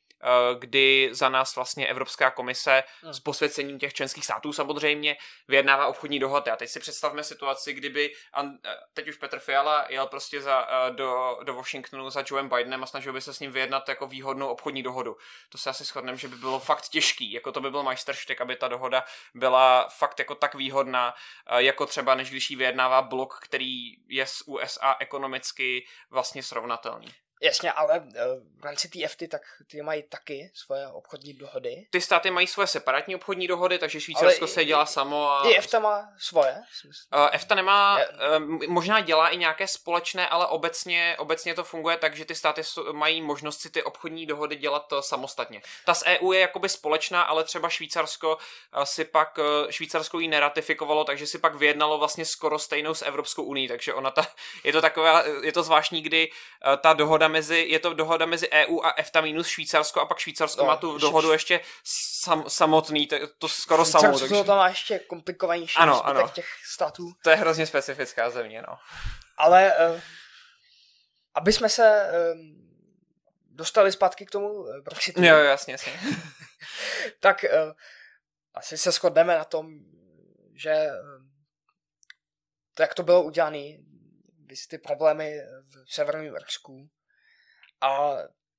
Speaker 2: kdy za nás vlastně Evropská komise s posvěcením těch členských států samozřejmě vyjednává obchodní dohody. A teď si představme situaci, kdyby teď už Petr Fiala jel prostě za, do, do Washingtonu za Joeem Bidenem a snažil by se s ním vyjednat jako výhodnou obchodní dohodu. To se asi shodneme, že by bylo fakt těžký. Jako to by byl majstrštyk, aby ta dohoda byla fakt jako tak výhodná, jako třeba než když jí vyjednává blok, který je s U S A ekonomicky vlastně srovnatelný.
Speaker 1: Jasně, ale v rámci té EFTA tak ty mají taky svoje obchodní dohody.
Speaker 2: Ty státy mají svoje separátní obchodní dohody, takže Švýcarsko se dělá samo. A...
Speaker 1: I EFTA má svoje?
Speaker 2: Uh, EFTA nemá, uh, možná dělá i nějaké společné, ale obecně, obecně to funguje tak, že ty státy mají možnost si ty obchodní dohody dělat samostatně. Ta z E U je jakoby společná, ale třeba Švýcarsko si pak, Švýcarsko ji neratifikovalo, takže si pak vyjednalo vlastně skoro stejnou s Evropskou unií, takže ona ta, je to taková, je to zvláštní, kdy ta dohoda mezi, je to dohoda mezi E U a EFTA minus Švýcarsko a pak Švýcarsko no, má tu dohodu ještě sam, samotný, to, to skoro samou.
Speaker 1: Švýcarsko takže... to má ještě komplikovanější
Speaker 2: ano,
Speaker 1: zbytek
Speaker 2: ano.
Speaker 1: těch států.
Speaker 2: To je hrozně specifická země, no.
Speaker 1: Ale uh, aby jsme se uh, dostali zpátky k tomu Brexitu.
Speaker 2: Jo, jasně, jasně.
Speaker 1: tak uh, asi se shodneme na tom, že uh, to, jak to bylo udělané, ty problémy v Severním Irsku a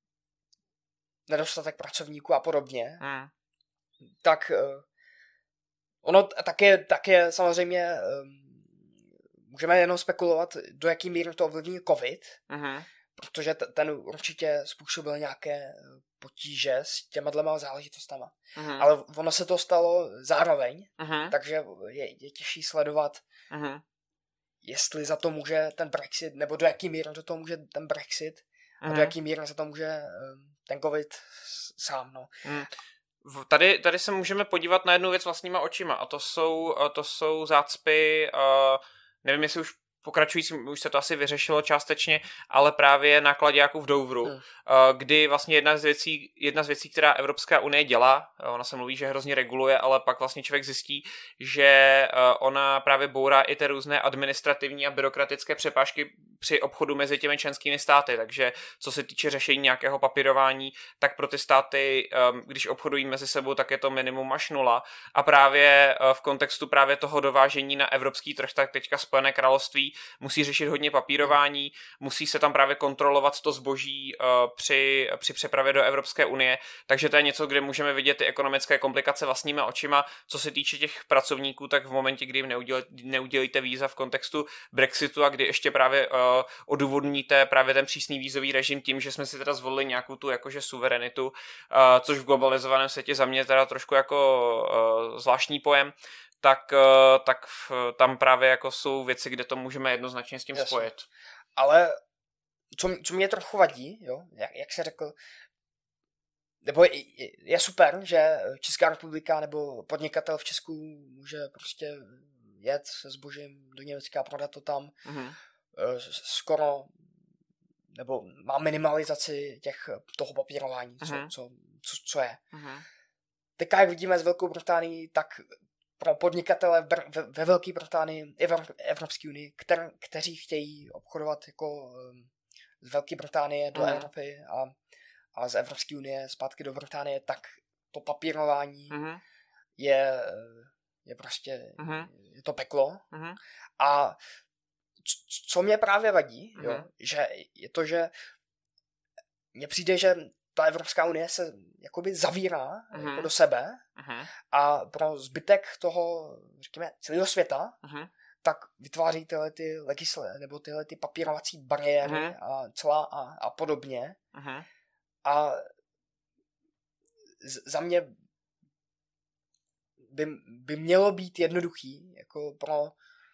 Speaker 1: nedostatek pracovníků a podobně, hmm. tak uh, ono tak je, tak je samozřejmě um, můžeme jenom spekulovat, do jaký míry to ovlivní covid, hmm. protože t- ten určitě způsobil nějaké potíže s těma dvěma záležitostama. Hmm. Ale ono se to stalo zároveň, hmm. takže je, je těžší sledovat, hmm. jestli za to může ten Brexit, nebo do jaký míry za to může ten Brexit a mm. do jaký míry za to může ten covid sám. No.
Speaker 2: Mm. Tady, tady se můžeme podívat na jednu věc vlastníma očima a to jsou, to jsou zácpy, uh, nevím, jestli už pokračující, už se to asi vyřešilo částečně, ale právě náklaďáků v Douvru, hmm. kdy vlastně jedna z věcí, jedna z věcí, která Evropská unie dělá, ona se mluví, že hrozně reguluje, ale pak vlastně člověk zjistí, že ona právě bourá i ty různé administrativní a byrokratické přepážky při obchodu mezi těmi členskými státy, takže co se týče řešení nějakého papírování, tak pro ty státy, když obchodují mezi sebou, tak je to minimum až nula a právě v kontextu právě toho dovážení na evropský trh, tak teďka Spojené království musí řešit hodně papírování, musí se tam právě kontrolovat to zboží uh, při, při přepravě do Evropské unie, takže to je něco, kde můžeme vidět ty ekonomické komplikace vlastníma očima. Co se týče těch pracovníků, tak v momentě, kdy jim neudělí, neudělíte víza v kontextu Brexitu a kdy ještě právě uh, odůvodníte právě ten přísný vízový režim tím, že jsme si teda zvolili nějakou tu jakože suverenitu, uh, což v globalizovaném světě za mě teda trošku jako uh, zvláštní pojem, tak, tak tam právě jako jsou věci, kde to můžeme jednoznačně s tím Jasně. spojit.
Speaker 1: Ale co, co mě trochu vadí, jo, jak, jak se řekl, nebo je super, že Česká republika nebo podnikatel v Česku může prostě jet se zbožím do Německa a prodat to tam mm-hmm. skoro, nebo má minimalizaci těch, toho papírování, mm-hmm. co, co, co je. Mm-hmm. Teďka, jak vidíme z Velkou Británii, tak pro podnikatele ve, ve Velké Británii i v Evropské unii, kter, kteří chtějí obchodovat jako z Velké Británie do mm-hmm. Evropy a, a z Evropské unie zpátky do Británie, tak to papírování mm-hmm. je, je prostě mm-hmm. je to peklo. Mm-hmm. A co mě právě vadí, mm-hmm. jo, že je to, že mně přijde, že ta Evropská unie se jakoby zavírá mm-hmm. jako do sebe mm-hmm. a pro zbytek toho, řekněme, celého světa, mm-hmm. tak vytváří tyhle ty legisle, nebo tyhle ty papírovací bariéry mm-hmm. a celá a, a podobně. Mm-hmm. A z, za mě by, by mělo být jednoduchý jako pro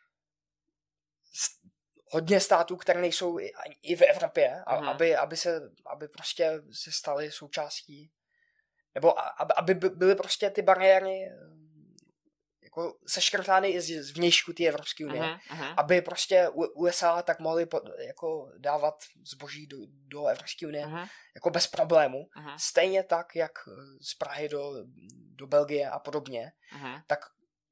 Speaker 1: st- hodně států, které nejsou i, i v Evropě, a, mm-hmm. aby, aby, se, aby prostě se staly součástí, nebo aby, aby byly prostě ty bariéry jako seškrtány i z vnějšku té Evropské unie, mm-hmm. aby prostě U S A tak mohly po, jako dávat zboží do, do Evropské unie mm-hmm. jako bez problému. Mm-hmm. Stejně tak, jak z Prahy do, do Belgie a podobně, mm-hmm. tak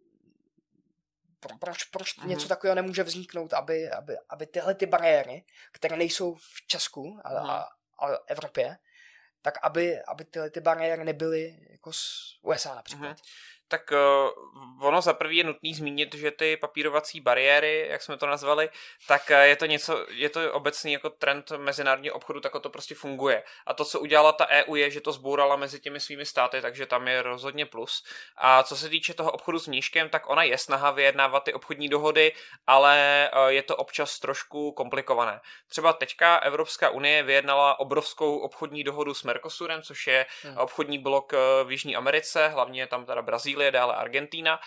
Speaker 1: pro, proč, proč mm-hmm. něco takového nemůže vzniknout, aby, aby, aby tyhle ty bariéry, které nejsou v Česku a, mm-hmm. a, a Evropě, tak aby, aby tyhle ty bariéry nebyly jako z U S A například. Mm-hmm.
Speaker 2: Tak uh, ono za prvý je nutný zmínit, že ty papírovací bariéry, jak jsme to nazvali, tak je to něco, je to obecný jako trend mezinárodního obchodu, tak to prostě funguje. A to, co udělala ta E U, je, že to zbourala mezi těmi svými státy, takže tam je rozhodně plus. A co se týče toho obchodu s mníškem, tak ona je snaha vyjednávat ty obchodní dohody, ale uh, je to občas trošku komplikované. Třeba teďka Evropská unie vyjednala obrovskou obchodní dohodu s Mercosurem, což je hmm. obchodní blok v Jižní Americe, hlavně tam teda Brazílie, dále Argentína.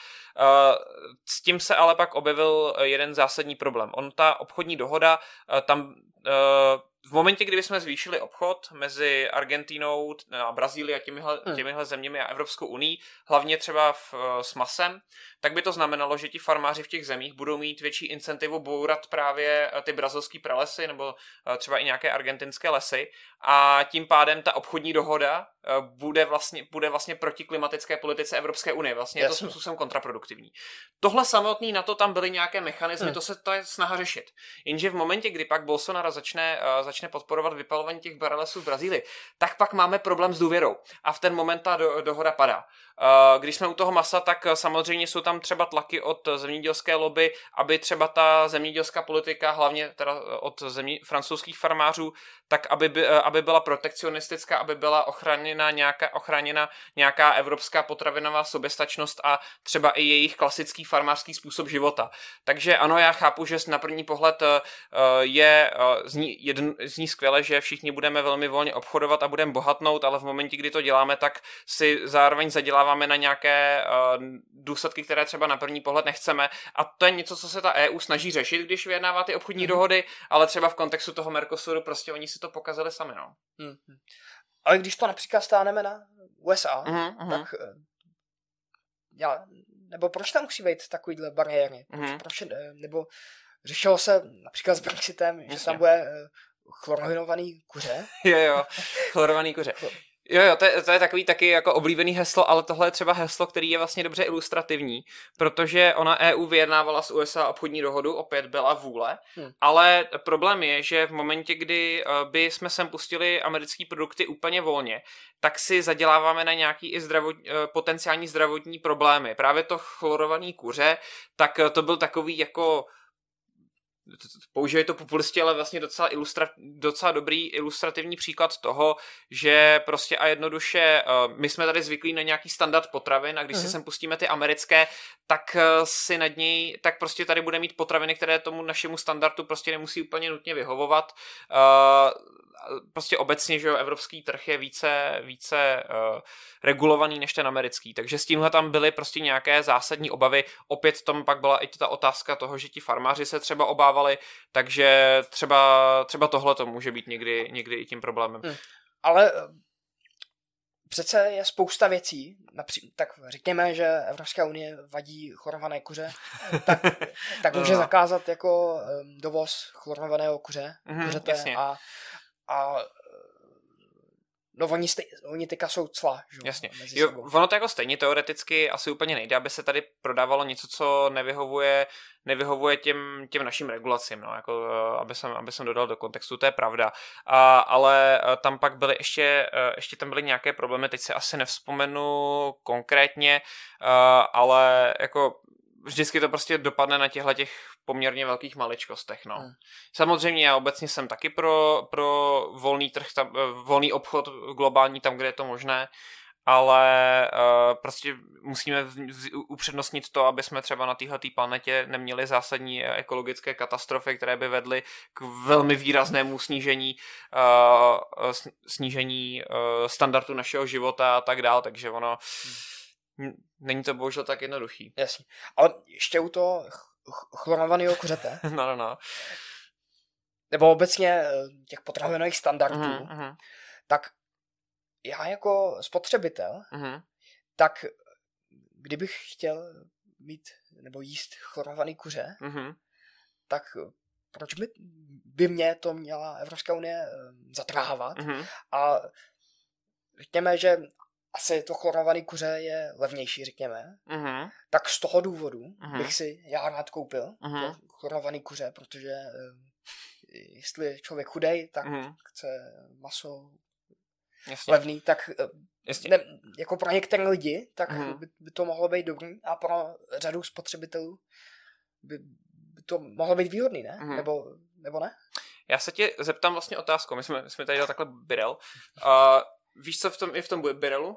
Speaker 2: S tím se ale pak objevil jeden zásadní problém. On, ta obchodní dohoda, tam v momentě, kdy jsme zvýšili obchod mezi Argentínou a Brazílií a těmihle, těmihle zeměmi a Evropskou unii, hlavně třeba v, s masem, tak by to znamenalo, že ti farmáři v těch zemích budou mít větší incentivu bourat právě ty brazilský pralesy nebo třeba i nějaké argentinské lesy a tím pádem ta obchodní dohoda bude vlastně, bude vlastně proti klimatické politice Evropské unie. Vlastně je to svým způsobem kontraproduktivní. Tohle samotný, na to tam byly nějaké mechanismy, hmm. to se to je snaha řešit. Jenže v momentě, kdy pak Bolsonaro začne, začne podporovat vypalování těch barelesů v Brazílii, tak pak máme problém s důvěrou. A v ten moment ta do, dohoda padá. Když jsme u toho masa, tak samozřejmě jsou tam třeba tlaky od zemědělské lobby, aby třeba ta zemědělská politika, hlavně teda od země, francouzských farmářů, tak aby, by, aby byla protekcionistická, aby byla ochráněna nějaká, ochráněna nějaká evropská potravinová soběstačnost a třeba i jejich klasický farmářský způsob života. Takže ano, já chápu, že na první pohled je, zní, jedn, zní skvěle, že všichni budeme velmi volně obchodovat a budeme bohatnout, ale v momentě, kdy to děláme, tak si zároveň zaděláváme na nějaké důsledky, které třeba na první pohled nechceme. A to je něco, co se ta E U snaží řešit, když vyjednává ty obchodní mm. dohody, ale třeba v kontextu toho Mercosuru prostě oni si to pokazali sami, no.
Speaker 1: Mm. Ale když to například stáneme na U S A, mm, tak já, nebo proč tam musí být takovýhle bariéry? Mm. Proč, nebo řešilo se například s Brexitem, že tam bude chlorovinovaný kuře?
Speaker 2: jo, jo, chlorovaný kuře. Jo, jo, to je, to je takový taky jako oblíbený heslo, ale tohle je třeba heslo, který je vlastně dobře ilustrativní, protože ona E U vyjednávala s U S A obchodní dohodu, opět byla vůle, hmm. ale problém je, že v momentě, kdy by jsme sem pustili americké produkty úplně volně, tak si zaděláváme na nějaký i zdravot, potenciální zdravotní problémy. Právě to chlorovaný kuře, tak to byl takový jako používají to populisti, ale vlastně docela, ilustra, docela dobrý ilustrativní příklad toho, že prostě a jednoduše uh, my jsme tady zvyklí na nějaký standard potravin a když uh-huh. si sem pustíme ty americké, tak uh, si nad něj, tak prostě tady bude mít potraviny, které tomu našemu standardu prostě nemusí úplně nutně vyhovovat. Uh, prostě obecně, že jo, evropský trh je více, více uh, regulovaný než ten americký, takže s tímhle tam byly prostě nějaké zásadní obavy. Opět tam pak byla i ta otázka toho, že ti farmáři se třeba obávali, takže třeba, třeba tohle to může být někdy, někdy i tím problémem. Hmm.
Speaker 1: Ale přece je spousta věcí, napří- tak řekněme, že Evropská unie vadí chlorované kuře, tak, tak může zakázat jako um, dovoz chlorovaného kuře,
Speaker 2: mm-hmm,
Speaker 1: kuřete
Speaker 2: jasně.
Speaker 1: a, a no oni, stej, oni teďka jsou cla, že?
Speaker 2: Jasně. Jo, ono to jako stejně teoreticky asi úplně nejde, aby se tady prodávalo něco, co nevyhovuje, nevyhovuje těm, těm našim regulacím, no, jako, aby, jsem, aby jsem dodal do kontextu, to je pravda. A, ale tam pak byly ještě, ještě tam byly nějaké problémy, teď se asi nevzpomenu konkrétně, ale jako vždycky to prostě dopadne na těchto těch poměrně velkých maličkostech, no. Hmm. Samozřejmě já obecně jsem taky pro, pro volný trh, tam, volný obchod globální tam, kde je to možné, ale uh, prostě musíme v, v, upřednostnit to, aby jsme třeba na téhleté planetě neměli zásadní ekologické katastrofy, které by vedly k velmi výraznému snížení uh, snížení uh, standardu našeho života a tak dál, takže ono hmm. není to bohužel tak jednoduchý.
Speaker 1: Jasně, ale ještě u toho chlorovaného kuřete.
Speaker 2: no, no, no.
Speaker 1: Nebo obecně těch potravinových standardů,
Speaker 2: mm-hmm.
Speaker 1: tak já jako spotřebitel,
Speaker 2: mm-hmm.
Speaker 1: tak kdybych chtěl mít nebo jíst chlorovaný kuře,
Speaker 2: mm-hmm.
Speaker 1: tak proč by, by mě to měla Evropská unie zatrávat?
Speaker 2: Mm-hmm.
Speaker 1: A řekněme, že asi to chlorovaný kuře je levnější, řekněme.
Speaker 2: Mm-hmm.
Speaker 1: Tak z toho důvodu
Speaker 2: mm-hmm.
Speaker 1: bych si já rád koupil
Speaker 2: mm-hmm.
Speaker 1: to chlorovaný kuře, protože jestli je člověk chudej, tak
Speaker 2: mm-hmm.
Speaker 1: chce maso
Speaker 2: Jasně.
Speaker 1: levný, tak
Speaker 2: Jasně.
Speaker 1: Ne, jako pro některé lidi, tak
Speaker 2: mm-hmm.
Speaker 1: by, by to mohlo být dobrý a pro řadu spotřebitelů by, by to mohlo být výhodný, ne?
Speaker 2: Mm-hmm.
Speaker 1: Nebo, nebo ne?
Speaker 2: Já se tě zeptám vlastně otázku. My jsme, my jsme tady dali takhle birel. Uh, víš, co v tom, je v tom birelu?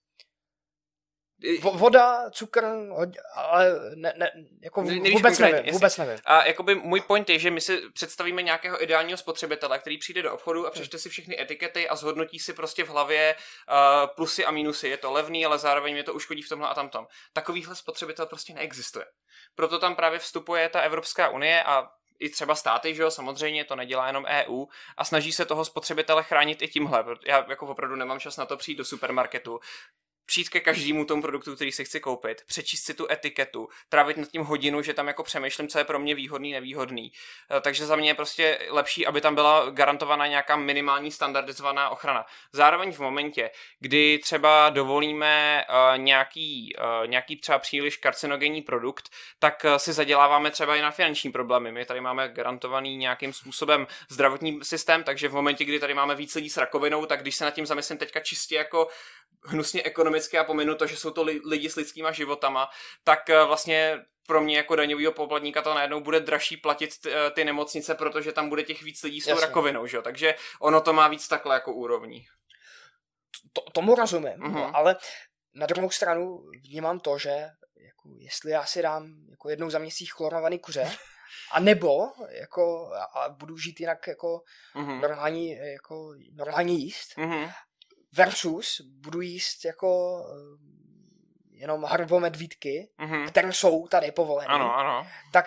Speaker 1: Voda, cukr, ale ne, ne, jako
Speaker 2: Nevíš
Speaker 1: vůbec nevím, vůbec nevím.
Speaker 2: A jakoby můj point je, že my si představíme nějakého ideálního spotřebitele, který přijde do obchodu a přečte si všechny etikety a zhodnotí si prostě v hlavě uh, plusy a minusy. Je to levný, ale zároveň mě to uškodí v tomhle a tamtom. Takovýhle spotřebitel prostě neexistuje. Proto tam právě vstupuje ta Evropská unie a i třeba státy, že jo, samozřejmě to nedělá jenom E U a snaží se toho spotřebitele chránit i tímhle. Já jako opravdu nemám čas na to přijít do supermarketu, přijít ke každému tomu produktu, který si chci koupit, přečíst si tu etiketu, trávit nad tím hodinu, že tam jako přemýšlím, co je pro mě výhodný, nevýhodný. Takže za mě je prostě lepší, aby tam byla garantovaná nějaká minimální standardizovaná ochrana. Zároveň v momentě, kdy třeba dovolíme uh, nějaký, uh, nějaký třeba příliš karcinogenní produkt, tak uh, si zaděláváme třeba i na finanční problémy. My tady máme garantovaný nějakým způsobem zdravotní systém, takže v momentě, kdy tady máme víc lidí s rakovinou, tak když se nad tím zamyslím teďka čistě jako hnusně ekonomicky a pominu to, že jsou to li- lidi s lidskýma životama, tak uh, vlastně pro mě jako daňovýho poplatníka to najednou bude dražší platit t- ty nemocnice, protože tam bude těch víc lidí s tou rakovinou, že jo? Takže ono to má víc takhle jako úrovní.
Speaker 1: To, tomu rozumím,
Speaker 2: mm-hmm.
Speaker 1: ale na druhou stranu vnímám to, že jako jestli já si dám jako jednou za měsíc chlorovaný kuře, a nebo jako a budu žít jinak jako mm-hmm. normální, jako normální jíst,
Speaker 2: mm-hmm.
Speaker 1: versus budu jíst jako jenom harbomedvídky,
Speaker 2: mm-hmm.
Speaker 1: které jsou tady povolené.
Speaker 2: Ano, ano.
Speaker 1: Tak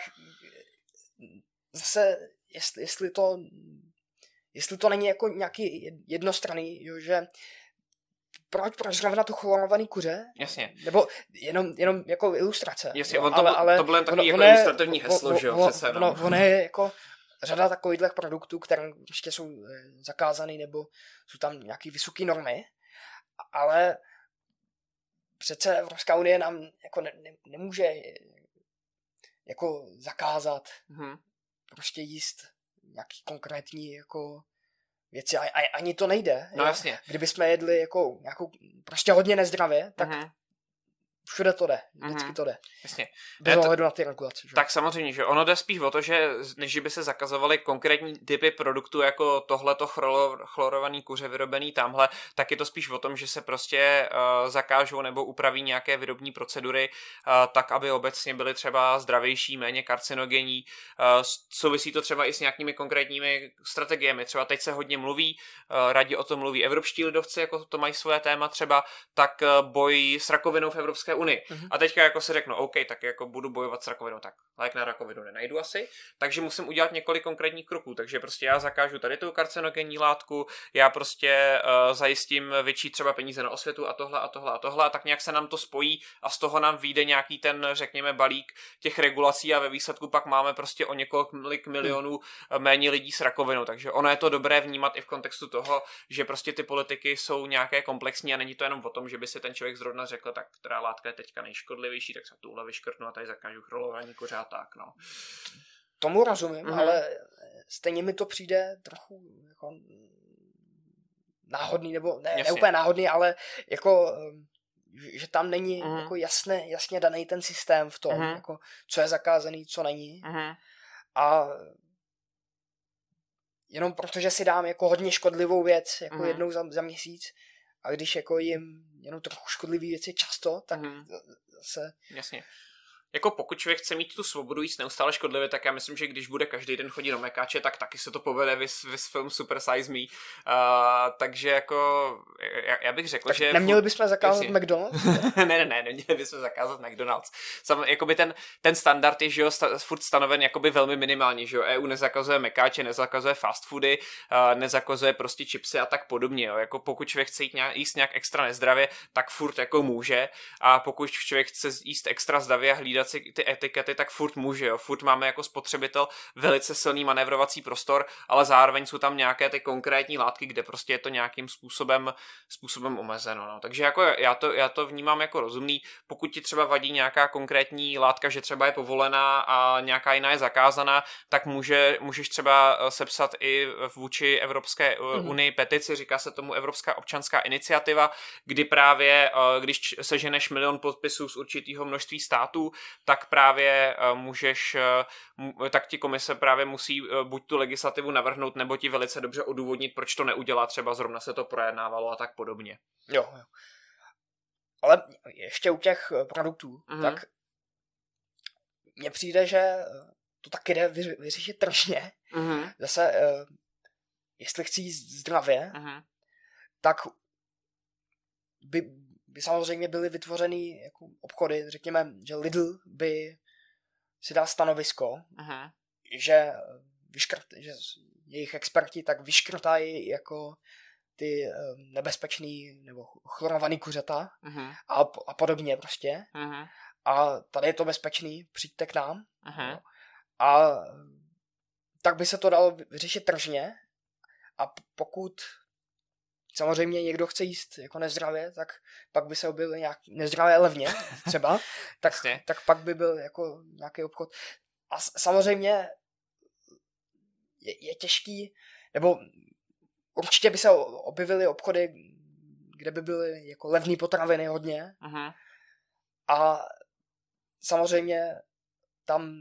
Speaker 1: zase, jestli, jestli to jestli to není jako nějaký jednostranný, jo, že proč, proč zrovna tu chlorovaný kuře?
Speaker 2: Jasně.
Speaker 1: Nebo jenom, jenom jako ilustrace.
Speaker 2: Jasně,
Speaker 1: jo,
Speaker 2: on to,
Speaker 1: ale, ale
Speaker 2: to bylo jen takový
Speaker 1: ono,
Speaker 2: jako ilustrativní heslo,
Speaker 1: on,
Speaker 2: že jo,
Speaker 1: on,
Speaker 2: přece.
Speaker 1: Ono,
Speaker 2: No.
Speaker 1: ono je jako řada takovýchhle produktů, které ještě jsou zakázané, nebo jsou tam nějaké vysoké normy, ale přece Evropská unie nám jako ne, ne, nemůže jako zakázat
Speaker 2: mm-hmm.
Speaker 1: prostě jíst nějaký konkrétní jako věci. A, a, ani to nejde.
Speaker 2: No
Speaker 1: jo?
Speaker 2: jasně.
Speaker 1: Kdyby jsme jedli jako nějakou prostě hodně nezdravě, tak
Speaker 2: mm-hmm.
Speaker 1: všude to jde. Vždycky
Speaker 2: mm-hmm.
Speaker 1: to jde.
Speaker 2: Jasně.
Speaker 1: Bez ohledu na ty regulace. Že?
Speaker 2: Tak samozřejmě, že ono jde spíš o to, že než by se zakazovaly konkrétní typy produktů jako tohleto chloro, chlorovaný kuře vyrobený tamhle, tak je to spíš o tom, že se prostě uh, zakážou nebo upraví nějaké výrobní procedury uh, tak, aby obecně byly třeba zdravější, méně karcinogenní. Uh, souvisí to třeba i s nějakými konkrétními strategiemi. Třeba teď se hodně mluví, uh, rádi o tom mluví evropští lidovci, jako to mají svoje téma třeba, tak uh, boj s rakovinou v Evropské unii. Mm-hmm. A teďka jako si řeknu, OK, tak jako budu bojovat s rakovinou, tak lék na rakovinu nenajdu asi, takže musím udělat několik konkrétních kroků, takže prostě já zakážu tady tu karcinogenní látku, já prostě uh, zajistím větší třeba peníze na osvětu a tohle a tohle a tohle, a tak nějak se nám to spojí a z toho nám vyjde nějaký ten, řekněme, balík těch regulací a ve výsledku pak máme prostě o několik milionů hmm. méně lidí s rakovinou, takže ono je to dobré vnímat i v kontextu toho, že prostě ty politiky jsou nějaké komplexní a není to jenom o tom, že by si ten člověk zrovna řekl, tak která látka je teďka nejškodlivější, tak se tuhle vyškrtnu a tady zakážu chrolovaní kuřát, tak no.
Speaker 1: Tomu rozumím, mm-hmm. ale stejně mi to přijde trochu jako náhodný, nebo ne, ne úplně náhodný, ale jako že tam není mm-hmm. jako jasně, jasně daný ten systém v tom, mm-hmm. jako, co je zakázaný, co není. Mm-hmm. A jenom protože si dám jako hodně škodlivou věc jako mm-hmm. jednou za, za měsíc a když jako jim jenom trochu škodlivý věci často, tak mm-hmm. se...
Speaker 2: Jasně. Jako pokud člověk chce mít tu svobodu jíst neustále škodlivě, tak já myslím, že když bude každý den chodit do mekáče, tak taky se to povede vys, vys film Super Size Me. Uh, takže jako, já, já bych řekl,
Speaker 1: tak
Speaker 2: že...
Speaker 1: neměli bychom zakázat Jasně. McDonald's?
Speaker 2: ne, ne, ne, neměli bychom zakázat McDonald's. Sam, jakoby ten, ten standard je, že jo, sta, furt stanoven jakoby velmi minimálně, že jo. E U nezakazuje mekáče, nezakazuje fast foody, uh, nezakazuje prostě chipsy a tak podobně, jo. Jako pokud člověk chce jít nějak, jíst nějak extra nezdravě, tak furt jako může. A pokud člověk chce jíst extra zdravě a hlídat si ty etikety, tak furt může, jo. Furt máme jako spotřebitel velice silný manévrovací prostor, ale zároveň jsou tam nějaké ty konkrétní látky, kde prostě je to nějakým způsobem, způsobem omezeno, no. Takže jako já to, já to vnímám jako rozumný. Pokud ti třeba vadí nějaká konkrétní látka, že třeba je povolená a nějaká jiná je zakázaná, tak může, můžeš třeba sepsat i vůči Evropské mm. unii petici, říká se tomu Evropská občanská iniciativa, kdy právě, když seženeš milion podpisů z určitého množství států, tak právě můžeš, tak ti komise právě musí buď tu legislativu navrhnout, nebo ti velice dobře odůvodnit, proč to neudělá, třeba zrovna se to projednávalo a tak podobně.
Speaker 1: Jo, jo. Ale ještě u těch produktů, mm-hmm. tak mně přijde, že to taky jde vyřešit tržně. Mm-hmm. Zase, jestli chci jíst zdravě, mm-hmm. tak by by samozřejmě byly vytvořeny jako obchody, řekněme, že Lidl by si dal stanovisko, uh-huh. že, vyškrt, že jejich experti tak vyškrtají jako ty nebezpečný nebo chlorovaný kuřata uh-huh. a, a podobně prostě. Uh-huh. A tady je to bezpečný, přijďte k nám. Uh-huh. A tak by se to dalo vyřešit tržně a pokud samozřejmě někdo chce jíst jako nezdravě, tak pak by se objevil nějak nezdravé levně třeba, tak, tak pak by byl jako nějaký obchod. A samozřejmě je, je těžký, nebo určitě by se objevily obchody, kde by byly jako levné potraviny hodně. Uh-huh. A samozřejmě tam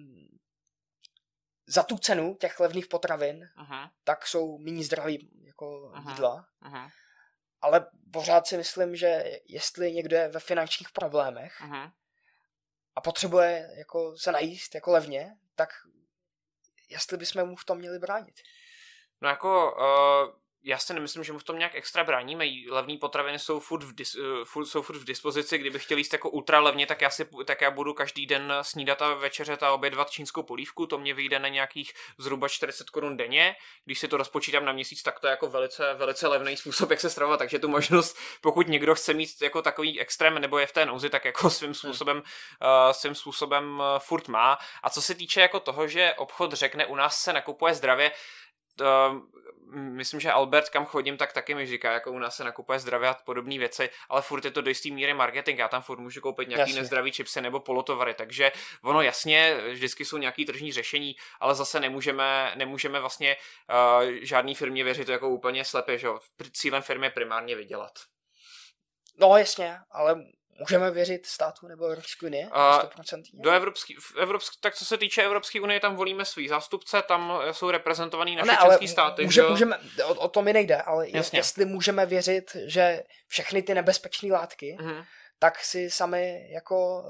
Speaker 1: za tu cenu těch levných potravin uh-huh. tak jsou méně zdraví jako uh-huh. jídla. Uh-huh. Ale pořád si myslím, že jestli někdo je ve finančních problémech uh-huh. a potřebuje jako se najíst jako levně, tak jestli bychom mu v tom měli bránit.
Speaker 2: No jako... Uh... Já si nemyslím, že mu v tom nějak extra bráníme. Levné potraviny jsou furt, v dis, furt, jsou furt v dispozici. Kdybych chtěl jíst jako ultra levně, tak já, si, tak já budu každý den snídat a večeřet a obědvat čínskou polívku. To mě vyjde na nějakých zhruba čtyřicet korun denně. Když si to rozpočítám na měsíc, tak to je jako velice, velice levný způsob, jak se stravovat. Takže tu možnost, pokud někdo chce mít jako takový extrém nebo je v té nouzi, tak jako svým způsobem, hmm. uh, svým způsobem uh, furt má. A co se týče jako toho, že obchod řekne, u nás se nakupuje zdravě, Uh, myslím, že Albert, kam chodím, tak taky mi říká, jako u nás se nakupuje zdravě a podobné věci, ale furt je to do jistý míry marketing, já tam furt můžu koupit nějaký jasně. nezdravý chipsy nebo polotovary, takže ono jasně, vždycky jsou nějaký tržní řešení, ale zase nemůžeme, nemůžeme vlastně uh, žádný firmě věřit jako úplně slepě, že jo, cílem firmy je primárně vydělat.
Speaker 1: No jasně, ale můžeme věřit státu nebo Evropské unie? sto procent
Speaker 2: Do Evropské, Evropské, tak co se týče Evropské unie, tam volíme svý zástupce, tam jsou reprezentovaný naše
Speaker 1: ne,
Speaker 2: české státy.
Speaker 1: Může, můžeme, o, o to mi nejde, ale jasně. jestli můžeme věřit, že všechny ty nebezpečné látky, mm-hmm. tak si sami jako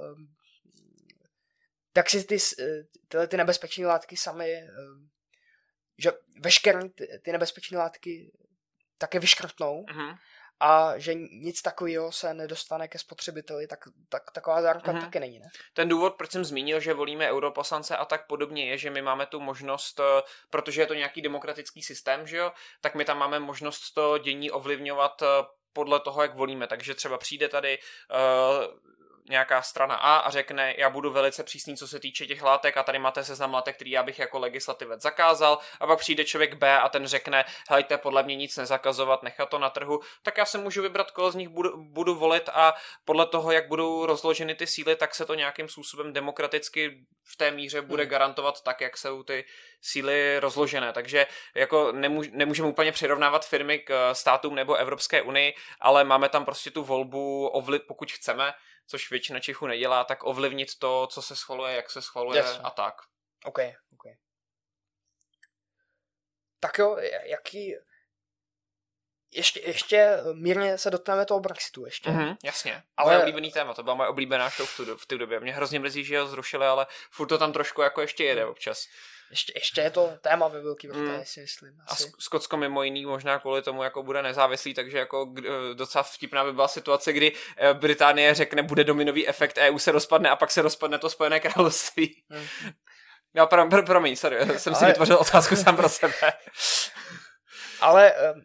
Speaker 1: tak si ty, tyhle ty nebezpečné látky sami, že veškeré ty, ty nebezpečné látky také vyškrtnou mm-hmm. a že nic takového se nedostane ke spotřebiteli, tak, tak taková záruka mm-hmm. taky není, ne?
Speaker 2: Ten důvod, proč jsem zmínil, že volíme europoslance a tak podobně, je, že my máme tu možnost, protože je to nějaký demokratický systém, že jo, tak my tam máme možnost to dění ovlivňovat podle toho, jak volíme. Takže třeba přijde tady uh, nějaká strana A a řekne, já budu velice přísný, co se týče těch látek a tady máte seznam látek, který já bych jako legislativec zakázal, a pak přijde člověk B a ten řekne, hejte, podle mě nic nezakazovat, nechat to na trhu, tak já se můžu vybrat, koho z nich budu, budu volit a podle toho, jak budou rozloženy ty síly, tak se to nějakým způsobem demokraticky v té míře bude garantovat tak, jak jsou ty síly rozložené. Takže jako nemůž, nemůžeme úplně přirovnávat firmy k státům nebo Evropské unii, ale máme tam prostě tu volbu, ovliv, pokud chceme, což většina Čechů nedělá, tak ovlivnit to, co se schvaluje, jak se schvaluje yes. a tak.
Speaker 1: OK, OK. Tak jo, jaký... Ještě, ještě mírně se dotkneme toho Brexitu ještě.
Speaker 2: Mm-hmm, jasně, ale... moje oblíbený téma, to byla moje oblíbená show v, tu, v té době. Mě hrozně mrzí, že ho zrušili, ale furt to tam trošku jako ještě jede občas.
Speaker 1: Ještě, ještě je to téma ve Velké Británii, mm. si myslím.
Speaker 2: Asi. A Skotsko mimo jiný možná kvůli tomu jako bude nezávislý, takže jako docela vtipná by byla situace, kdy Británie řekne, bude dominový efekt, E U se rozpadne a pak se rozpadne to Spojené království. Mm. No, pro, pro, promiň, sorry, jsem ale... si vytvořil otázku sám pro sebe.
Speaker 1: Ale um,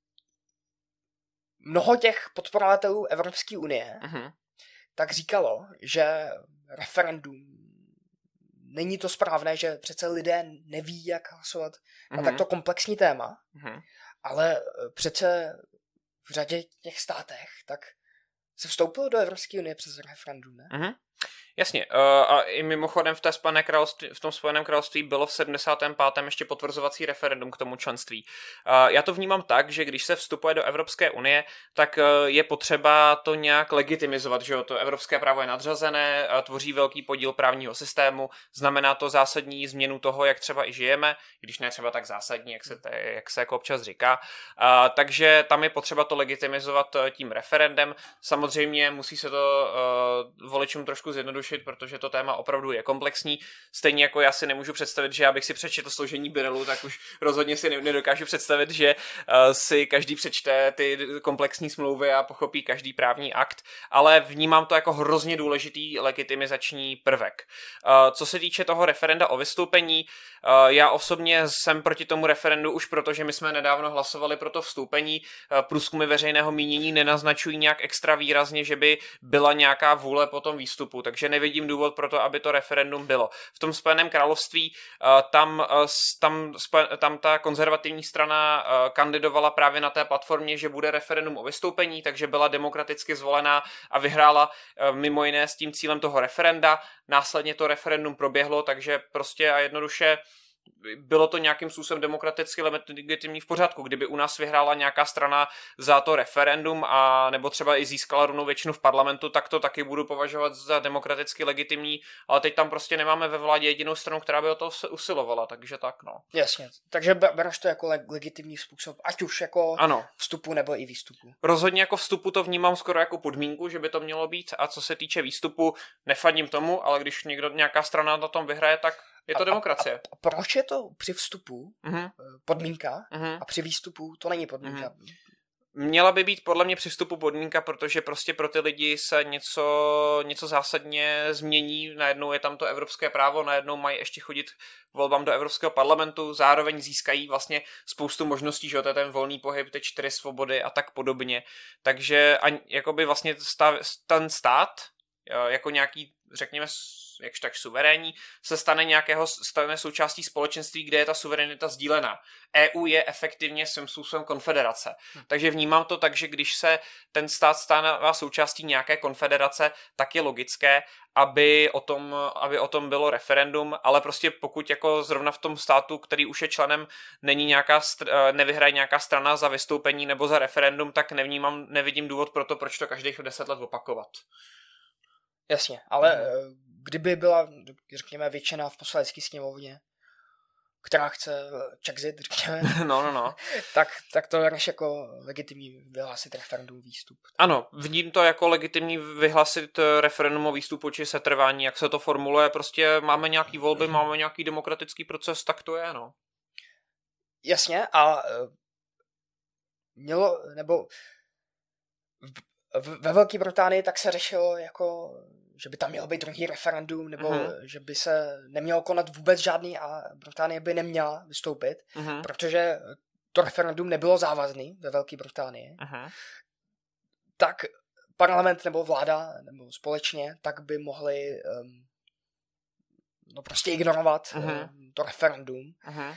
Speaker 1: mnoho těch podporovatelů Evropské unie mm-hmm. tak říkalo, že referendum není to správné, že přece lidé neví, jak hlasovat mm-hmm. na takto komplexní téma, mm-hmm. ale přece v řadě těch státech tak se vstoupilo do Evropské unie přes referendum, ne?
Speaker 2: Mm-hmm. Jasně, a i mimochodem v, té Spojené království, v tom Spojeném království bylo v sedmdesátém pátém ještě potvrzovací referendum k tomu členství. Já to vnímám tak, že když se vstupuje do Evropské unie, tak je potřeba to nějak legitimizovat, že jo, to evropské právo je nadřazené, tvoří velký podíl právního systému, znamená to zásadní změnu toho, jak třeba i žijeme, když ne třeba tak zásadní, jak se, te, jak se jako občas říká. A, takže tam je potřeba to legitimizovat tím referendem. Samozřejmě musí se to uh, voličům trošku zjednodušit, protože to téma opravdu je komplexní. Stejně jako já si nemůžu představit, že já bych si přečetl složení Birellu, tak už rozhodně si nedokážu představit, že uh, si každý přečte ty komplexní smlouvy a pochopí každý právní akt, ale vnímám to jako hrozně důležitý legitimizační prvek. Uh, co se týče toho referenda o vystoupení, uh, já osobně jsem proti tomu referendu už proto, že my jsme nedávno hlasovali pro to vstoupení. Uh, průzkumy veřejného mínění nenaznačují nějak extra výrazně, že by byla nějaká vůle po tom výstupu, takže nevidím důvod pro to, aby to referendum bylo. V tom Spojeném království tam, tam, tam ta konzervativní strana kandidovala právě na té platformě, že bude referendum o vystoupení, takže byla demokraticky zvolená a vyhrála mimo jiné s tím cílem toho referenda. Následně to referendum proběhlo, takže prostě a jednoduše bylo to nějakým způsobem demokraticky legitimní v pořádku. Kdyby u nás vyhrála nějaká strana za to referendum a nebo třeba i získala rovnou většinu v parlamentu, tak to taky budu považovat za demokraticky legitimní, ale teď tam prostě nemáme ve vládě jedinou stranu, která by o to usilovala, takže tak, no.
Speaker 1: Jasně, takže bereš to jako legitimní způsob, ať už jako ano. Vstupu nebo i výstupu.
Speaker 2: Rozhodně jako vstupu to vnímám skoro jako podmínku, že by to mělo být, a co se týče výstupu, nefadím tomu, ale když někdo, nějaká strana na tom vyhraje, tak je to a, demokracie. A, a,
Speaker 1: a proč je to při vstupu mm-hmm. podmínka mm-hmm. a při výstupu to není podmínka? Mm-hmm.
Speaker 2: Měla by být podle mě při vstupu podmínka, protože prostě pro ty lidi se něco, něco zásadně změní. Najednou je tam to evropské právo, najednou mají ještě chodit volbám do Evropského parlamentu, zároveň získají vlastně spoustu možností, že to je ten volný pohyb, ty čtyři svobody a tak podobně. Takže jakoby vlastně stav, ten stát jako nějaký, řekněme, jakž tak suverénní, se stane nějakého, stane součástí společenství, kde je ta suverenita sdílená. E U je efektivně svým způsobem konfederace. Hmm. Takže vnímám to tak, že když se ten stát stává součástí nějaké konfederace, tak je logické, aby o tom, aby o tom bylo referendum, ale prostě pokud jako zrovna v tom státu, který už je členem, není nějaká, nevyhraje nějaká strana za vystoupení nebo za referendum, tak nevnímám, nevidím důvod pro to, proč to každých deset let opakovat.
Speaker 1: Jasně, ale mm. kdyby byla, řekněme, většina v poslanecké sněmovně, která chce Czexit, řekněme,
Speaker 2: no, no, no.
Speaker 1: tak, tak to je jako legitimní vyhlásit referendum výstup.
Speaker 2: Ano, vním to jako legitimní vyhlásit referendum o výstupu či setrvání, jak se to formuluje, prostě máme nějaký volby, máme nějaký demokratický proces, tak to je, no.
Speaker 1: Jasně, a mělo, nebo v, ve Velké Británii tak se řešilo jako, že by tam mělo být druhý referendum, nebo uh-huh. že by se nemělo konat vůbec žádný a Británie by neměla vystoupit, uh-huh. protože to referendum nebylo závazný ve Velké Británii. Uh-huh. Tak parlament nebo vláda nebo společně tak by mohli um, no prostě ignorovat uh-huh. um, to referendum. Uh-huh.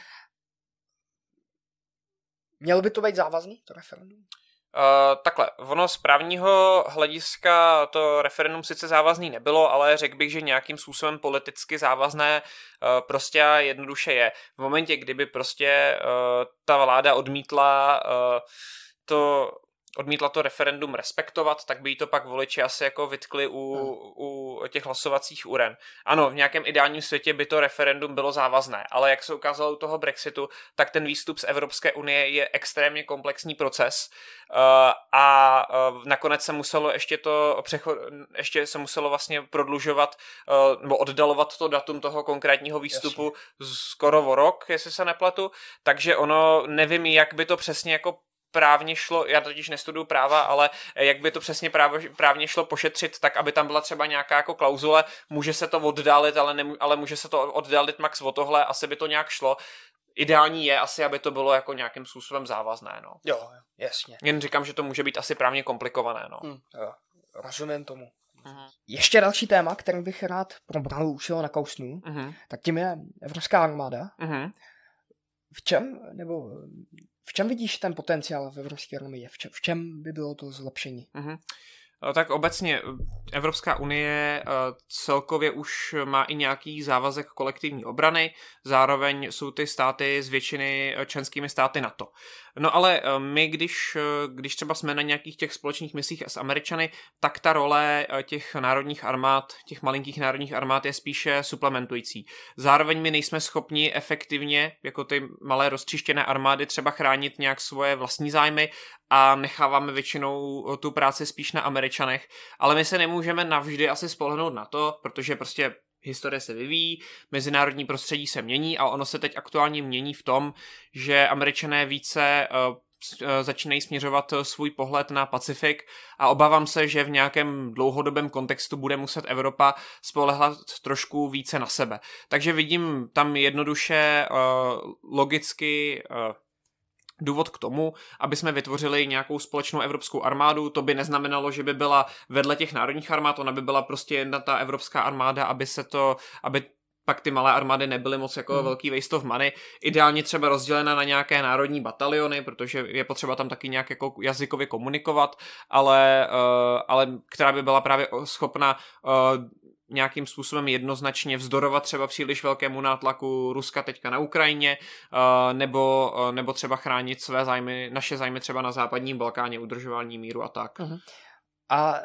Speaker 1: Mělo by to být závazný, to referendum?
Speaker 2: Uh, takhle, ono z právního hlediska to referendum sice závazný nebylo, ale řekl bych, že nějakým způsobem politicky závazné uh, prostě a jednoduše je. V momentě, kdyby prostě uh, ta vláda odmítla uh, to odmítla to referendum respektovat, tak by jí to pak voliči asi jako vytkli u, hmm. u těch hlasovacích uren. Ano, v nějakém ideálním světě by to referendum bylo závazné, ale jak se ukázalo u toho Brexitu, tak ten výstup z Evropské unie je extrémně komplexní proces uh, a uh, nakonec se muselo ještě to přechod, ještě se muselo vlastně prodlužovat uh, nebo oddalovat to datum toho konkrétního výstupu Jasně. skoro o rok, jestli se nepletu, takže ono nevím, jak by to přesně jako právně šlo, já totiž nestuduju práva, ale jak by to přesně právo, právně šlo pošetřit, tak aby tam byla třeba nějaká jako klauzule, může se to oddálit, ale, ne, ale může se to oddálit max o tohle, asi by to nějak šlo. Ideální je asi, aby to bylo jako nějakým způsobem závazné, no.
Speaker 1: Jo, jasně.
Speaker 2: Jen říkám, že to může být asi právně komplikované, no.
Speaker 1: Hmm, jo, rozumím tomu. Uh-huh. Ještě další téma, který bych rád probral už na kousnu, uh-huh. tak tím je Evropská armáda. Uh-huh. V čem, nebo v čem vidíš ten potenciál v Evropské armádě? V čem, v čem by bylo to zlepšení?
Speaker 2: Uh-huh. Tak obecně Evropská unie celkově už má i nějaký závazek kolektivní obrany, zároveň jsou ty státy z většiny členskými státy NATO. No ale my, když, když třeba jsme na nějakých těch společných misích s Američany, tak ta role těch národních armád, těch malinkých národních armád je spíše suplementující. Zároveň my nejsme schopni efektivně, jako ty malé roztříštěné armády, třeba chránit nějak svoje vlastní zájmy a necháváme většinou tu práci spíš na Američanech, ale my se nemůžeme navždy asi spolehnout na to, protože prostě historie se vyvíjí, mezinárodní prostředí se mění a ono se teď aktuálně mění v tom, že Američané více uh, začínají směřovat svůj pohled na Pacifik a obávám se, že v nějakém dlouhodobém kontextu bude muset Evropa spoléhat trošku více na sebe. Takže vidím tam jednoduše uh, logicky uh, důvod k tomu, aby jsme vytvořili nějakou společnou evropskou armádu. To by neznamenalo, že by byla vedle těch národních armád, ona by byla prostě jedna ta evropská armáda, aby se to, aby pak ty malé armády nebyly moc jako hmm. velký waste of money. Ideálně třeba rozdělena na nějaké národní bataliony, protože je potřeba tam taky nějak jako jazykově komunikovat, ale, uh, ale která by byla právě schopna uh, nějakým způsobem jednoznačně vzdorovat třeba příliš velkému nátlaku Ruska teďka na Ukrajině, nebo, nebo třeba chránit své zájmy, naše zájmy třeba na západním Balkáně, udržování míru a tak. Uh-huh.
Speaker 1: A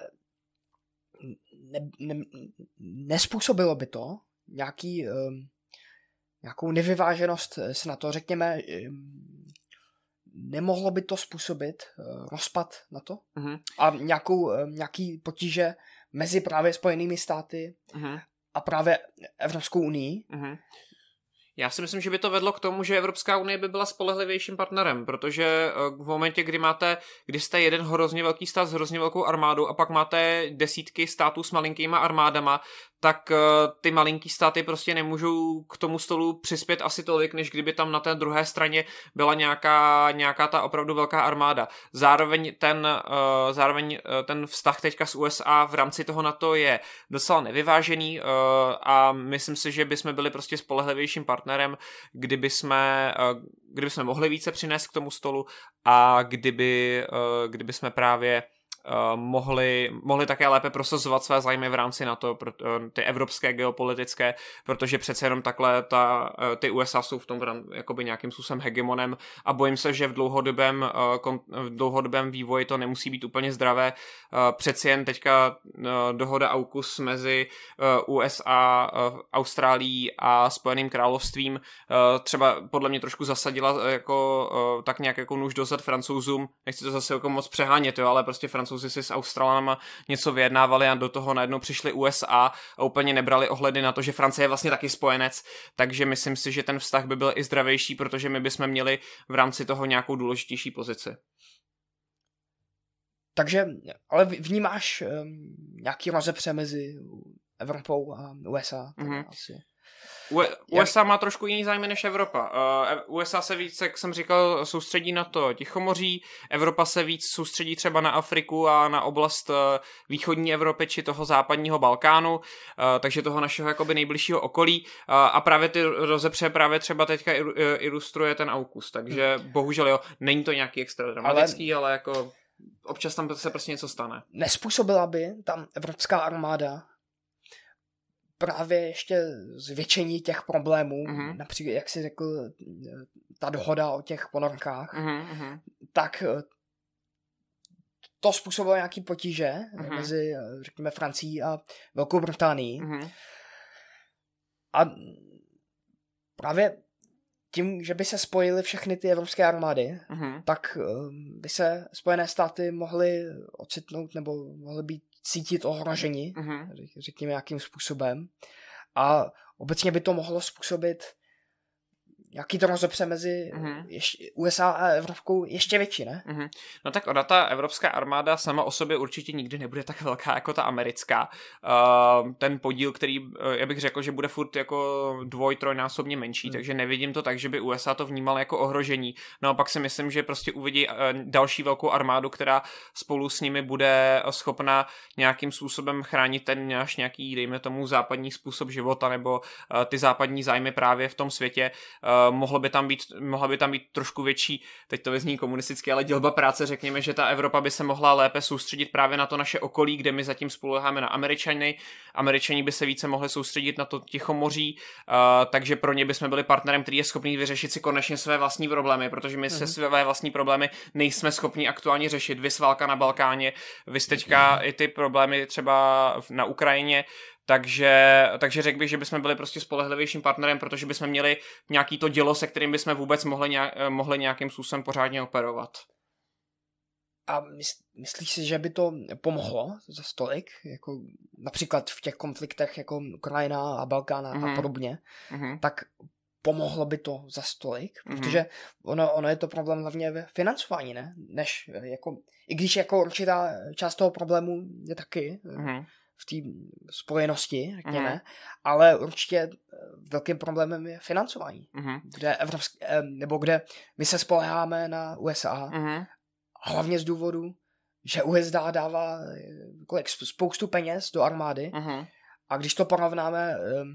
Speaker 1: ne, ne, nespůsobilo by to nějaký, um, nějakou nevyváženost s NATO, řekněme, um, nemohlo by to způsobit uh, rozpad NATO? Uh-huh. A nějakou, um, nějaký potíže mezi právě Spojenými státy uh-huh. a právě Evropskou unii. Uh-huh.
Speaker 2: Já si myslím, že by to vedlo k tomu, že Evropská unie by byla spolehlivějším partnerem, protože v momentě, kdy máte, kdy jste jeden hrozně velký stát s hrozně velkou armádou a pak máte desítky států s malinkýma armádama, tak ty malinký státy prostě nemůžou k tomu stolu přispět asi tolik, než kdyby tam na té druhé straně byla nějaká, nějaká ta opravdu velká armáda. Zároveň ten, uh, zároveň ten vztah teďka s U S A v rámci toho NATO je docela nevyvážený uh, a myslím si, že bychom byli prostě spolehlivějším partnerem, kdyby jsme, uh, kdyby jsme mohli více přinést k tomu stolu a kdyby, uh, kdyby jsme právě Uh, mohli, mohli také lépe prosazovat své zájmy v rámci NATO, pro, uh, ty evropské geopolitické, protože přece jenom takhle ta, uh, ty U S A jsou v tom jakoby nějakým způsobem hegemonem a bojím se, že v dlouhodobém, uh, kon, v dlouhodobém vývoji to nemusí být úplně zdravé. Uh, přeci jen teďka uh, dohoda AUKUS mezi uh, U S A, uh, Austrálií a Spojeným královstvím uh, třeba podle mě trošku zasadila uh, jako, uh, tak nějak jako nůž do zad Francouzům. Nechci to zase jako moc přehánět, jo, ale prostě Francouzi si s Australanama něco vyjednávali a do toho najednou přišli U S A a úplně nebrali ohledy na to, že Francie je vlastně taky spojenec, takže myslím si, že ten vztah by byl i zdravější, protože my bychom měli v rámci toho nějakou důležitější pozici.
Speaker 1: takže, ale vnímáš um, nějaký rozepře mezi Evropou a U S A?
Speaker 2: Mm-hmm.
Speaker 1: Asi.
Speaker 2: U S A má trošku jiný zájmy než Evropa. Uh, U S A se víc, jak jsem říkal, soustředí na to Tichomoří, Evropa se víc soustředí třeba na Afriku a na oblast uh, východní Evropy či toho západního Balkánu, uh, takže toho našeho jakoby nejbližšího okolí uh, a právě ty rozepře právě třeba teďka ilustruje ten AUKUS, takže hmm. bohužel jo, není to nějaký extra dramatický, ale, ale jako občas tam se prostě něco stane.
Speaker 1: Nespůsobila by tam evropská armáda právě ještě zvětšení těch problémů, mm-hmm. například, jak jsi řekl, ta dohoda o těch ponorkách, mm-hmm. tak to způsobilo nějaký potíže mm-hmm. mezi, řekněme, Francií a Velkou Británií. Mm-hmm. A právě tím, že by se spojily všechny ty evropské armády, mm-hmm. tak by se Spojené státy mohly ocitnout nebo mohly být cítit ohrožení, mm-hmm. řekněme nějakým způsobem. A obecně by to mohlo způsobit nějaký to rozepře mezi mm-hmm. ještě, U S A a Evropou ještě větší, ne?
Speaker 2: Mm-hmm. No tak ona, ta evropská armáda sama o sobě určitě nikdy nebude tak velká jako ta americká. Uh, ten podíl, který, uh, já bych řekl, že bude furt jako dvoj, trojnásobně menší, mm. takže nevidím to tak, že by U S A to vnímal jako ohrožení. No a pak si myslím, že prostě uvidí uh, další velkou armádu, která spolu s nimi bude schopna nějakým způsobem chránit ten náš nějaký, dejme tomu, západní způsob života nebo uh, ty západní zájmy právě v tom světě. Uh, Mohlo by tam být, mohla by tam být trošku větší, teď to vyzní komunisticky, ale dělba práce, řekněme, že ta Evropa by se mohla lépe soustředit právě na to naše okolí, kde my zatím spoléháme na Američany. Američani by se více mohli soustředit na to Tichomoří, uh, takže pro ně bychom byli partnerem, který je schopný vyřešit si konečně své vlastní problémy, protože my mm-hmm. se své vlastní problémy nejsme schopni aktuálně řešit. Vys válka na Balkáně, vys teďka i ty problémy třeba na Ukrajině. Takže, takže řekl bych, že bychom byli prostě spolehlivějším partnerem, protože bychom měli nějaký to dělo, se kterým bychom vůbec mohli, nějak, mohli nějakým způsobem pořádně operovat.
Speaker 1: A myslíš si, že by to pomohlo za stolik? Jako například v těch konfliktech jako Ukrajina a Balkán a mm-hmm. podobně. Mm-hmm. Tak pomohlo by to za stolik? Mm-hmm. Protože ono, ono je to problém hlavně ve financování, ne? Než jako, i když jako určitá část toho problému je taky... Mm-hmm. v té spojenosti, řekněme, mm. ale určitě velkým problémem je financování, mm. kde evropské, nebo kde my se spoléháme na U S A, mm. hlavně z důvodu, že U S A dává kolik, spoustu peněz do armády mm. a když to porovnáme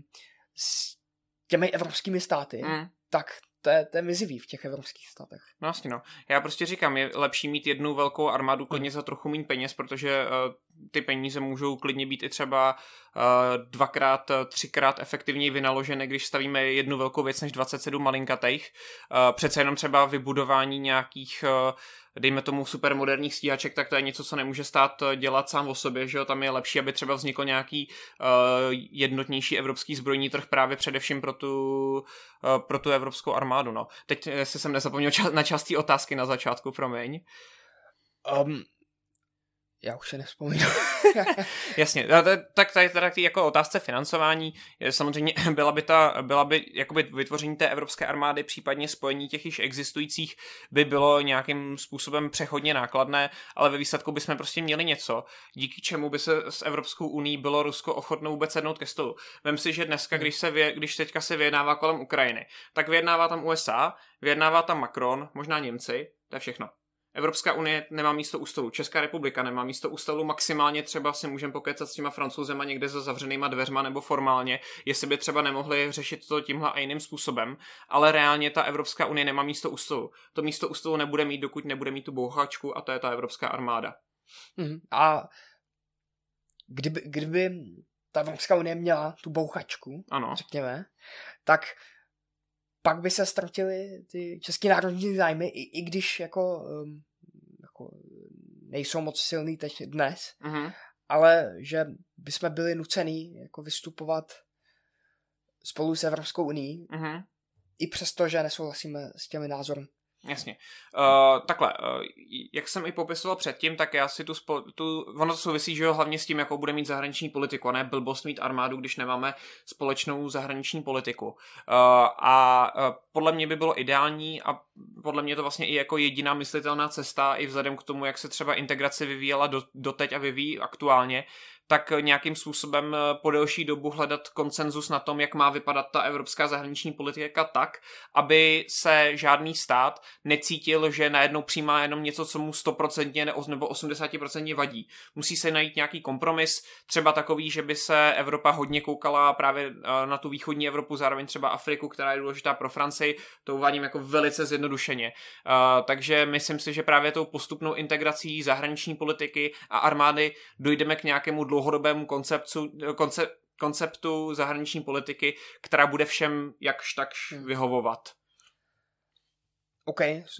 Speaker 1: s těmi evropskými státy, mm. tak to je, to je mizivý v těch evropských státech.
Speaker 2: No jasně, no. Já prostě říkám, je lepší mít jednu velkou armádu klidně za trochu méně peněz, protože uh, ty peníze můžou klidně být i třeba uh, dvakrát, třikrát efektivněji vynaložené, když stavíme jednu velkou věc než dvacet sedm malinkatejch. Uh, přece jenom třeba vybudování nějakých uh, dejme tomu supermoderních stíhaček, tak to je něco, co nemůže stát dělat sám o sobě, že jo, tam je lepší, aby třeba vznikl nějaký uh, jednotnější evropský zbrojní trh právě především pro tu, uh, pro tu evropskou armádu, no. Teď, jestli jsem nezapomněl ča- na část té otázky na začátku, promiň.
Speaker 1: Um, já už se nevzpomínám.
Speaker 2: Jasně, tak tady teda k té jako otázce financování, samozřejmě byla by ta, byla by jakoby vytvoření té evropské armády, případně spojení těch již existujících by bylo nějakým způsobem přechodně nákladné, ale ve výsledku bychom prostě měli něco, díky čemu by se s Evropskou unií bylo Rusko ochotno vůbec sednout ke stolu. Vem si, že dneska, když, se vě, když teďka se vyjednává kolem Ukrajiny, tak vyjednává tam U S A, vyjednává tam Macron, možná Němci, to je všechno. Evropská unie nemá místo u stolu, Česká republika nemá místo u stolu, maximálně třeba si můžeme pokecat s těma Francouzema někde za zavřenýma dveřma nebo formálně, jestli by třeba nemohli řešit to tímhle a jiným způsobem, ale reálně ta Evropská unie nemá místo u stolu. To místo u stolu nebude mít, dokud nebude mít tu bouchačku a to je ta Evropská armáda.
Speaker 1: Mm, a kdyby, kdyby ta Evropská unie měla tu bouchačku, ano. řekněme, tak pak by se ztratily ty české národní zájmy, i, i když jako, um, jako nejsou moc silný teď dnes, mm-hmm. ale že bychom byli nucený jako vystupovat spolu s Evropskou unií, mm-hmm. i přesto, že nesouhlasíme s těmi názory
Speaker 2: Jasně. Uh, takhle, uh, jak jsem i popisoval předtím, tak já si tu, spo, tu ono to souvisí, že jo, hlavně s tím, jakou bude mít zahraniční politiku, a ne blbost mít armádu, když nemáme společnou zahraniční politiku. Uh, a uh, podle mě by bylo ideální a podle mě to vlastně i jako jediná myslitelná cesta, i vzhledem k tomu, jak se třeba integrace vyvíjela do, doteď a vyvíjí aktuálně, tak nějakým způsobem po delší dobu hledat konsenzus na tom, jak má vypadat ta evropská zahraniční politika tak, aby se žádný stát necítil, že najednou přijímá jenom něco, co mu sto procent nebo osmdesát procent vadí. Musí se najít nějaký kompromis, třeba takový, že by se Evropa hodně koukala právě na tu východní Evropu, zároveň třeba Afriku, která je důležitá pro Francii, to uvádím jako velice zjednodušeně. Takže myslím si, že právě tou postupnou integrací zahraniční politiky a armády dojdeme k nějakému dlouhodobému konceptu, konce, konceptu zahraniční politiky, která bude všem jakž takž vyhovovat.
Speaker 1: OK.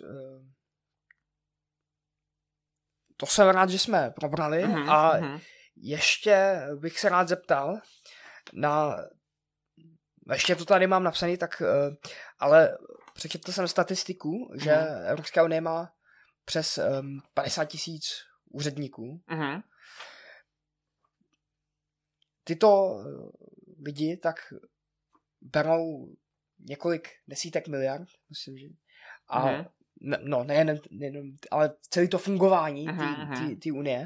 Speaker 1: To jsem rád, že jsme probrali mm-hmm, a mm-hmm. ještě bych se rád zeptal na... Ještě to tady mám napsaný, tak ale přečetl jsem statistiku, že mm-hmm. Evropská unie má přes um, padesát tisíc úředníků. Mm-hmm. Tyto lidi tak berou několik desítek miliard, myslím, že. A mm-hmm. ne, no, nejen, nejen, ale celé to fungování mm-hmm. té unie.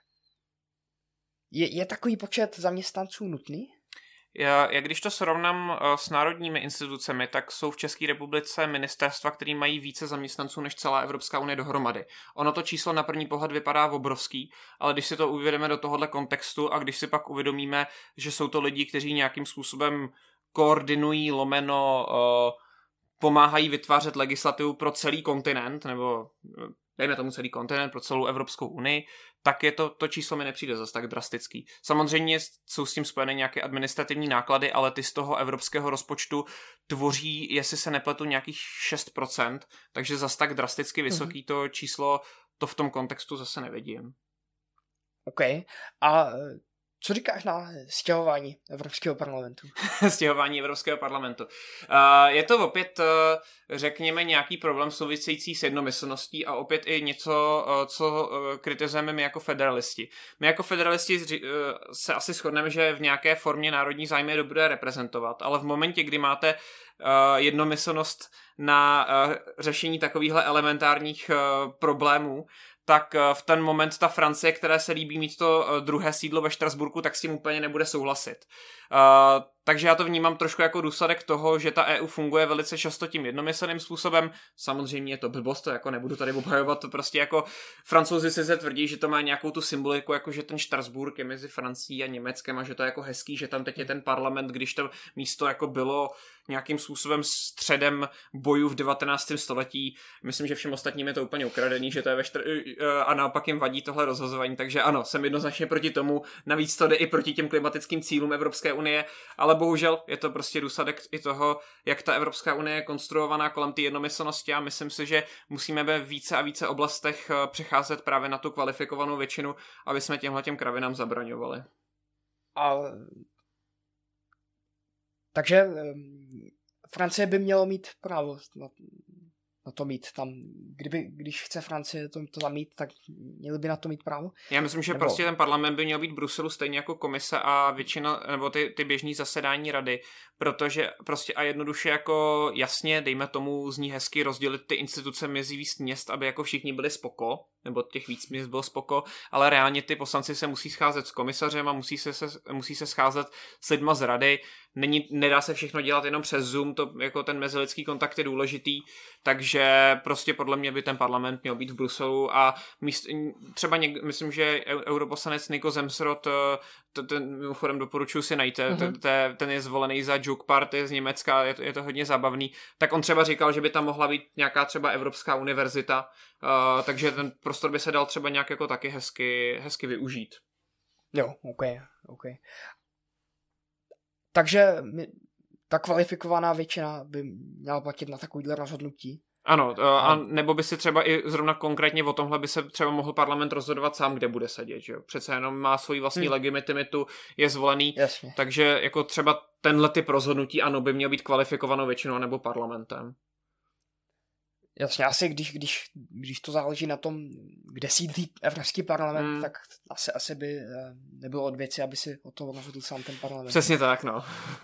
Speaker 1: Je, je takový počet zaměstnanců nutný?
Speaker 2: Já, já když to srovnám uh, s národními institucemi, tak jsou v České republice ministerstva, které mají více zaměstnanců než celá Evropská unie dohromady. Ono to číslo na první pohled vypadá obrovský, ale když si to uvědomíme do tohohle kontextu a když si pak uvědomíme, že jsou to lidi, kteří nějakým způsobem koordinují, lomeno, uh, pomáhají vytvářet legislativu pro celý kontinent, nebo dejme tomu celý kontinent, pro celou Evropskou unii, tak je to, to číslo mi nepřijde zase tak drastický. Samozřejmě jsou s tím spojené nějaké administrativní náklady, ale ty z toho evropského rozpočtu tvoří, jestli se nepletu, nějakých šest procent, takže zase tak drasticky vysoký to číslo, to v tom kontextu zase nevidím.
Speaker 1: OK. A co říkáš na stěhování Evropského parlamentu?
Speaker 2: Stěhování Evropského parlamentu. Uh, je to opět, uh, řekněme, nějaký problém související s jednomyslností a opět i něco, uh, co uh, kritizujeme my jako federalisti. My jako federalisti uh, se asi shodneme, že v nějaké formě národní zájmy je dobré reprezentovat, ale v momentě, kdy máte uh, jednomyslnost na uh, řešení takovýchhle elementárních uh, problémů, tak v ten moment ta Francie, které se líbí mít to druhé sídlo ve Štrasburku, tak s tím úplně nebude souhlasit. Uh, takže já to vnímám trošku jako důsledek toho, že ta E U funguje velice často tím jednomyslným způsobem. Samozřejmě je to blbost, to jako nebudu tady obhajovat, to prostě jako Francouzi si se tvrdí, že to má nějakou tu symboliku, jako že ten Štrasburk je mezi Francií a Německem a že to je jako hezký, že tam teď je ten parlament, když to místo jako bylo nějakým způsobem středem bojů v devatenáctém století. Myslím, že všem ostatním je to úplně ukradený, že to je ve štr... a naopak jim vadí tohle rozhazování, takže ano, jsem jednoznačně proti tomu, navíc to jde i proti těm klimatickým cílům Evropské unie, ale bohužel je to prostě důsledek i toho, jak ta Evropská unie je konstruovaná kolem té jednomyslnosti a myslím si, že musíme ve více a více oblastech přecházet právě na tu kvalifikovanou většinu, aby jsme těmhle těm kravinám zabraňovali.
Speaker 1: A... Takže Francie by mělo mít právo na, na to mít tam. Kdyby, když chce Francie to, to tam mít, tak měli by na to mít právo?
Speaker 2: Já myslím, že nebo... prostě ten parlament by měl být v Bruselu stejně jako komise a většina, nebo ty, ty běžný zasedání rady, protože prostě a jednoduše jako jasně, dejme tomu, zní hezky rozdělit ty instituce mezi víc měst, aby jako všichni byli spoko, nebo těch víc měst bylo spoko, ale reálně ty poslanci se musí scházet s komisařem a musí se, se, musí se scházet s lidma z rady. Není, nedá se všechno dělat jenom přes Zoom, to jako ten mezilidský kontakt je důležitý, takže prostě podle mě by ten parlament měl být v Bruselu a míst, třeba něk, myslím, že europoslanec Niko Zemsrod, ten mimochodem doporučuji si najít, mm-hmm. ten je zvolený za Juke Party z Německa, je to, je to hodně zábavný, tak on třeba říkal, že by tam mohla být nějaká třeba Evropská univerzita, uh, takže ten prostor by se dal třeba nějak jako taky hezky, hezky využít.
Speaker 1: Jo, ok, ok. Takže ta kvalifikovaná většina by měla platit na takovýhle rozhodnutí.
Speaker 2: Ano, a nebo by si třeba i zrovna konkrétně o tomhle by se třeba mohl parlament rozhodovat sám, kde bude sedět, že jo? Přece jenom má svoji vlastní hmm. legitimitu, je zvolený,
Speaker 1: jasně. Takže
Speaker 2: jako třeba tenhle typ rozhodnutí, ano, by měl být kvalifikovanou většinou nebo parlamentem.
Speaker 1: Jasně, asi když, když, když to záleží na tom, kde sídlí Evropský parlament, hmm. tak asi, asi by nebylo od věci, aby si o tom rozhodl sám ten parlament.
Speaker 2: Přesně tak, no.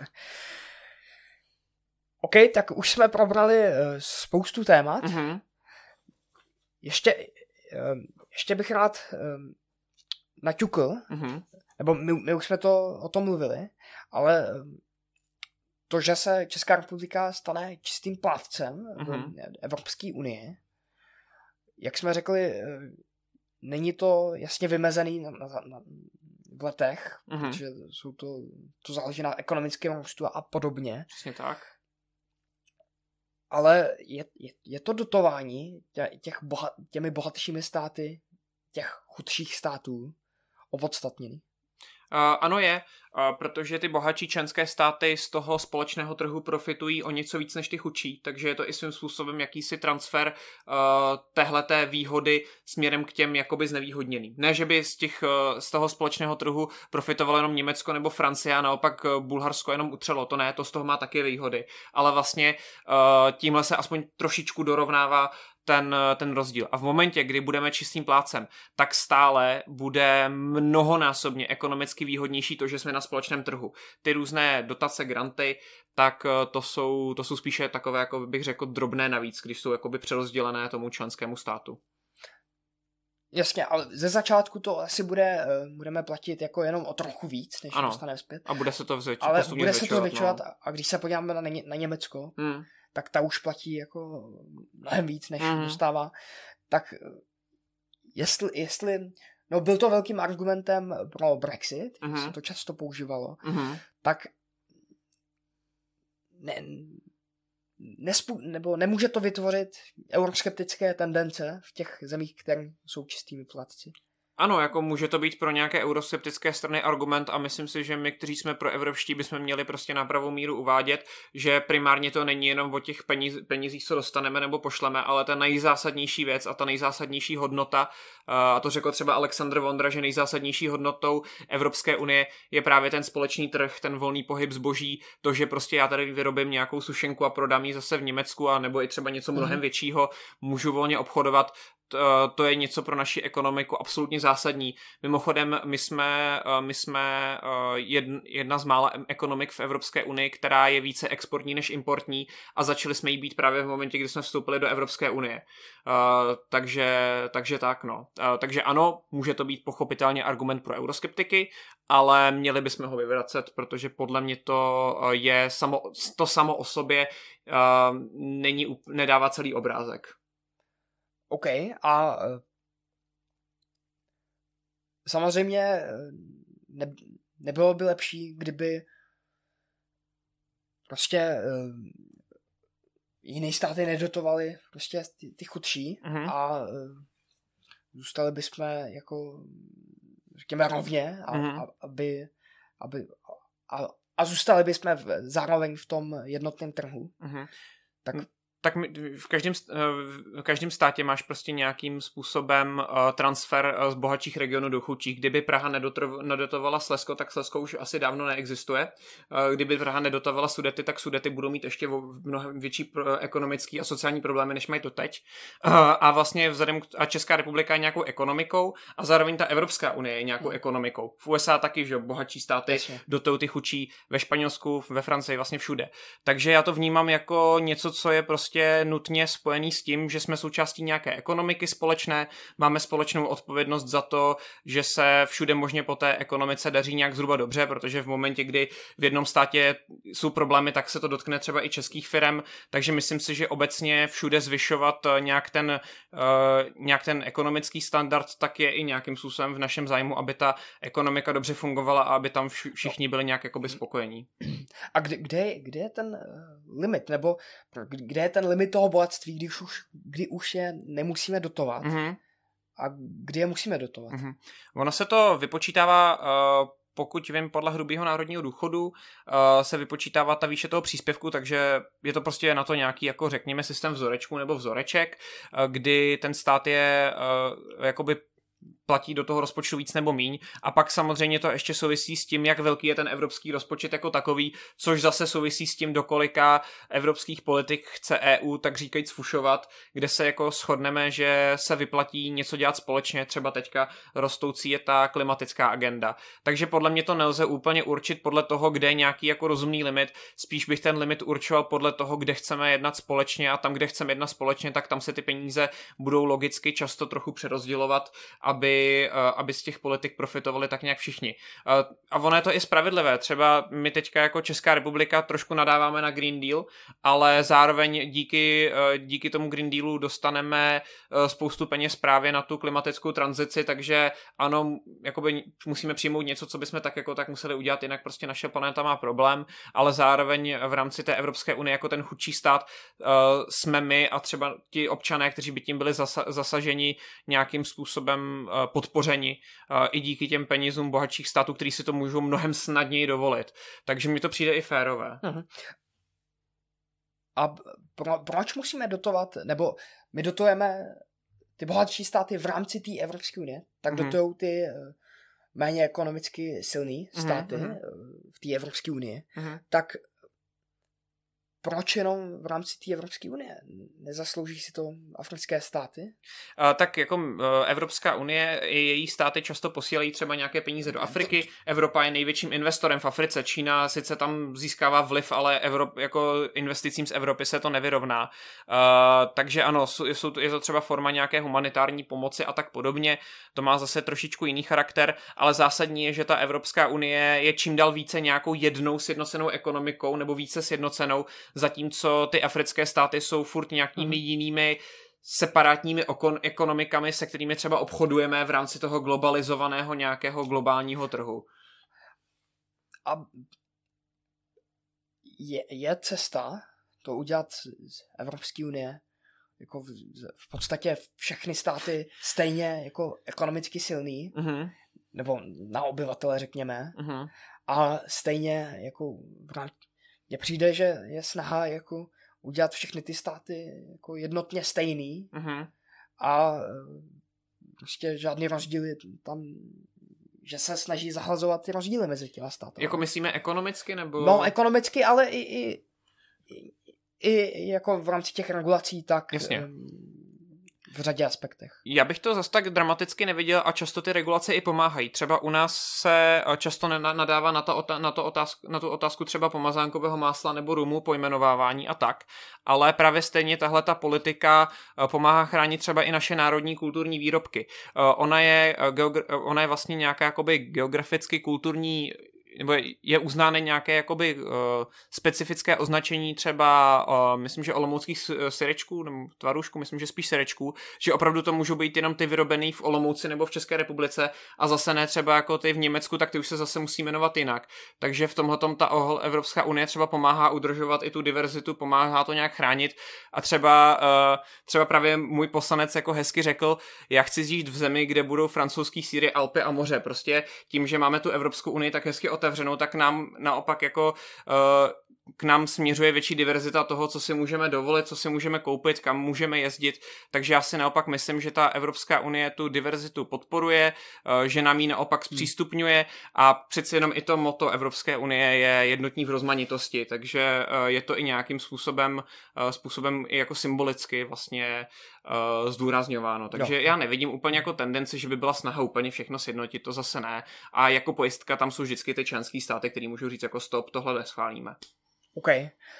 Speaker 1: OK, tak už jsme probrali spoustu témat. Mm-hmm. Ještě, ještě bych rád naťukl, mm-hmm. nebo my, my už jsme to o tom mluvili, ale to, že se Česká republika stane čistým plátcem mm-hmm. v Evropské unii, jak jsme řekli, není to jasně vymezený na, na, na, v letech, mm-hmm. protože jsou to, to záleží na ekonomickém růstu a podobně.
Speaker 2: Přesně tak.
Speaker 1: Ale je, je, je to dotování tě, těch boha, těmi bohatšími státy, těch chudších států opodstatněný?
Speaker 2: Uh, ano je, uh, protože ty bohatší členské státy z toho společného trhu profitují o něco víc než ty chudší, takže je to i svým způsobem jakýsi transfer uh, téhleté výhody směrem k těm jakoby znevýhodněným. Ne, že by z, těch, uh, z toho společného trhu profitovalo jenom Německo nebo Francie a naopak uh, Bulharsko jenom utřelo, to ne, to z toho má taky výhody, ale vlastně uh, tímhle se aspoň trošičku dorovnává ten, ten rozdíl. A v momentě, kdy budeme čistým plátcem, tak stále bude mnohonásobně ekonomicky výhodnější to, že jsme na společném trhu. Ty různé dotace, granty, tak to jsou, to jsou spíše takové, jako bych řekl, drobné navíc, když jsou jakoby přerozdělené tomu členskému státu.
Speaker 1: Jasně, ale ze začátku to asi bude, budeme platit jako jenom o trochu víc, než
Speaker 2: ano.
Speaker 1: dostaneme zpět.
Speaker 2: A bude se to vzvětšovat.
Speaker 1: Ale bude se to zvětšovat no. A když se podíváme na, ně, na Německo, hmm. tak ta už platí jako mnohem víc, než mm-hmm. dostává. Tak jestli, jestli, no byl to velkým argumentem pro Brexit, mm-hmm. se to často používalo, mm-hmm. tak ne, nespu, nebo nemůže to vytvořit euroskeptické tendence v těch zemích, které jsou čistými plátci.
Speaker 2: Ano, jako může to být pro nějaké euroskeptické strany argument a myslím si, že my, kteří jsme pro evropští, bychom měli prostě na pravou míru uvádět, že primárně to není jenom o těch peníz, penězích, co dostaneme nebo pošleme, ale ta nejzásadnější věc a ta nejzásadnější hodnota, a to řekl třeba Alexandr Vondra, že nejzásadnější hodnotou Evropské unie je právě ten společný trh, ten volný pohyb zboží, to, že prostě já tady vyrobím nějakou sušenku a prodám ji zase v Německu a nebo i třeba něco mnohem většího, můžu volně obchodovat. To je něco pro naši ekonomiku absolutně zásadní. Mimochodem, my jsme, my jsme jedna z mála ekonomik v Evropské unii, která je více exportní než importní a začali jsme jí být právě v momentě, kdy jsme vstoupili do Evropské unie. Takže, takže tak, no. Takže ano, může to být pochopitelně argument pro euroskeptiky, ale měli bychom ho vyvracet, protože podle mě to je samo, to samo o sobě není, nedává celý obrázek.
Speaker 1: OK, a samozřejmě ne, nebylo by lepší, kdyby prostě uh, jiné státy nedotovaly prostě ty, ty chudší mm-hmm. a uh, zůstali bychom jako řekněme rovně a, mm-hmm. a, aby, aby a, a zůstali bychom v, zároveň v tom jednotném trhu. Mm-hmm. Tak
Speaker 2: Tak v každém, v každém státě máš prostě nějakým způsobem transfer z bohatších regionů do chudších. Kdyby Praha nedotovala Slezsko, tak Slezsko už asi dávno neexistuje. Kdyby Praha nedotovala Sudety, tak Sudety budou mít ještě mnohem větší ekonomický a sociální problémy, než mají to teď. A vlastně vzhledem k, a Česká republika je nějakou ekonomikou a zároveň ta Evropská unie je nějakou hmm. ekonomikou. V U S A taky, že bohatší státy Jasně. dotují ty chudší, ve Španělsku, ve Francii, vlastně všude. Takže já to vnímám jako něco, co je prostě nutně spojený s tím, že jsme součástí nějaké ekonomiky společné, máme společnou odpovědnost za to, že se všude možně po té ekonomice daří nějak zhruba dobře, protože v momentě, kdy v jednom státě jsou problémy, tak se to dotkne třeba i českých firem, takže myslím si, že obecně všude zvyšovat nějak ten, uh, nějak ten ekonomický standard, tak je i nějakým způsobem v našem zájmu, aby ta ekonomika dobře fungovala a aby tam všichni byli nějak jakoby spokojení.
Speaker 1: A kde, kde, kde je ten limit, nebo kde je ten limit toho bohatství, když už, kdy už je nemusíme dotovat mm-hmm. a kdy je musíme dotovat?
Speaker 2: Mm-hmm. Ono se to vypočítává, uh, pokud vím, podle hrubého národního důchodu uh, se vypočítává ta výše toho příspěvku, takže je to prostě na to nějaký, jako řekněme, systém vzorečku nebo vzoreček, uh, kdy ten stát je uh, jakoby platí do toho rozpočtu víc nebo míň. A pak samozřejmě to ještě souvisí s tím, jak velký je ten evropský rozpočet jako takový, což zase souvisí s tím, do kolika evropských politik chce E U tak říkajíc fušovat, kde se jako shodneme, že se vyplatí něco dělat společně, třeba teďka rostoucí je ta klimatická agenda. Takže podle mě to nelze úplně určit podle toho, kde je nějaký jako rozumný limit, spíš bych ten limit určoval podle toho, kde chceme jednat společně a tam, kde chceme jednat společně, tak tam se ty peníze budou logicky často trochu přerozdělovat, aby, aby z těch politik profitovali tak nějak všichni. A ono je to i spravedlivé. Třeba my teďka jako Česká republika trošku nadáváme na Green Deal, ale zároveň díky, díky tomu Green Dealu dostaneme spoustu peněz právě na tu klimatickou tranzici, takže ano, jakoby musíme přijmout něco, co bychom tak jako tak museli udělat, jinak prostě naše planeta má problém, ale zároveň v rámci té Evropské unie jako ten chudší stát jsme my a třeba ti občané, kteří by tím byli zasa- zasaženi nějakým způsobem podpořeni i díky těm penězům bohatších států, kteří si to můžou mnohem snadněji dovolit. Takže mi to přijde i férové. Uh-huh.
Speaker 1: A pro, proč musíme dotovat, nebo my dotujeme ty bohatší státy v rámci té Evropské unie, tak uh-huh. dotujou ty méně ekonomicky silný státy uh-huh. v té Evropské unii, uh-huh. tak proč jenom v rámci té Evropské unie? Nezaslouží si to africké státy?
Speaker 2: Uh, tak jako uh, Evropská unie i její státy často posílají třeba nějaké peníze do Afriky. Evropa je největším investorem v Africe. Čína sice tam získává vliv, ale Evrop, jako investicím z Evropy se to nevyrovná. Uh, takže ano, jsou, jsou, je to třeba forma nějaké humanitární pomoci a tak podobně. To má zase trošičku jiný charakter, ale zásadní je, že ta Evropská unie je čím dál více nějakou jednou sjednocenou ekonomikou nebo více sjednocenou, zatímco ty africké státy jsou furt nějakými jinými separátními okon- ekonomikami, se kterými třeba obchodujeme v rámci toho globalizovaného nějakého globálního trhu.
Speaker 1: A je, je cesta to udělat z Evropské unie jako v, v podstatě všechny státy stejně jako ekonomicky silný, mm-hmm. nebo na obyvatele řekněme, mm-hmm. a stejně jako mně přijde, že je snaha jako udělat všechny ty státy jako jednotně stejný mm-hmm. a prostě žádný rozdíly tam, že se snaží zahlazovat ty rozdíly mezi těma státy.
Speaker 2: Jako myslíme ekonomicky nebo?
Speaker 1: No ekonomicky, ale i, i, i, i jako v rámci těch regulací, tak
Speaker 2: Jasně.
Speaker 1: v řadě aspektech.
Speaker 2: Já bych to zase tak dramaticky neviděl a často ty regulace i pomáhají. Třeba u nás se často nadává na, to, na, to otázku, na tu otázku třeba pomazánkového másla nebo rumu, pojmenovávání a tak, ale právě stejně tahle ta politika pomáhá chránit třeba i naše národní kulturní výrobky. Ona je, ona je vlastně nějaká jakoby geograficky kulturní, nebo je uznáno nějaké jakoby uh, specifické označení třeba, uh, myslím, že olomouckých syrečků, nebo tvarušků, myslím, že spíš syrečků, že opravdu to můžou být jenom ty vyrobený v Olomouci nebo v České republice a zase ne třeba jako ty v Německu, tak ty už se zase musí jmenovat jinak. Takže v tomhletom ta Evropská unie třeba pomáhá udržovat i tu diverzitu, pomáhá to nějak chránit a třeba, uh, třeba právě můj poslanec jako hezky řekl, já chci žít v zemi, kde budou francouzský sýry, Alpy a moře. Prostě tím, že máme tu Evropskou unii tak hezky otevřenou, tak nám naopak jako uh, k nám směřuje větší diverzita toho, co si můžeme dovolit, co si můžeme koupit, kam můžeme jezdit, takže já si naopak myslím, že ta Evropská unie tu diverzitu podporuje, uh, že nám ji naopak zpřístupňuje a přeci jenom i to motto Evropské unie je jednotní v rozmanitosti, takže uh, je to i nějakým způsobem, uh, způsobem i jako symbolicky vlastně uh, zdůrazňováno, takže jo. Já nevidím úplně jako tendenci, že by byla snaha úplně všechno sjednotit, to zase ne, a jako pojistka tam jsou vždycky ty členský státy, který můžou říct jako stop, tohle neschválíme.
Speaker 1: OK.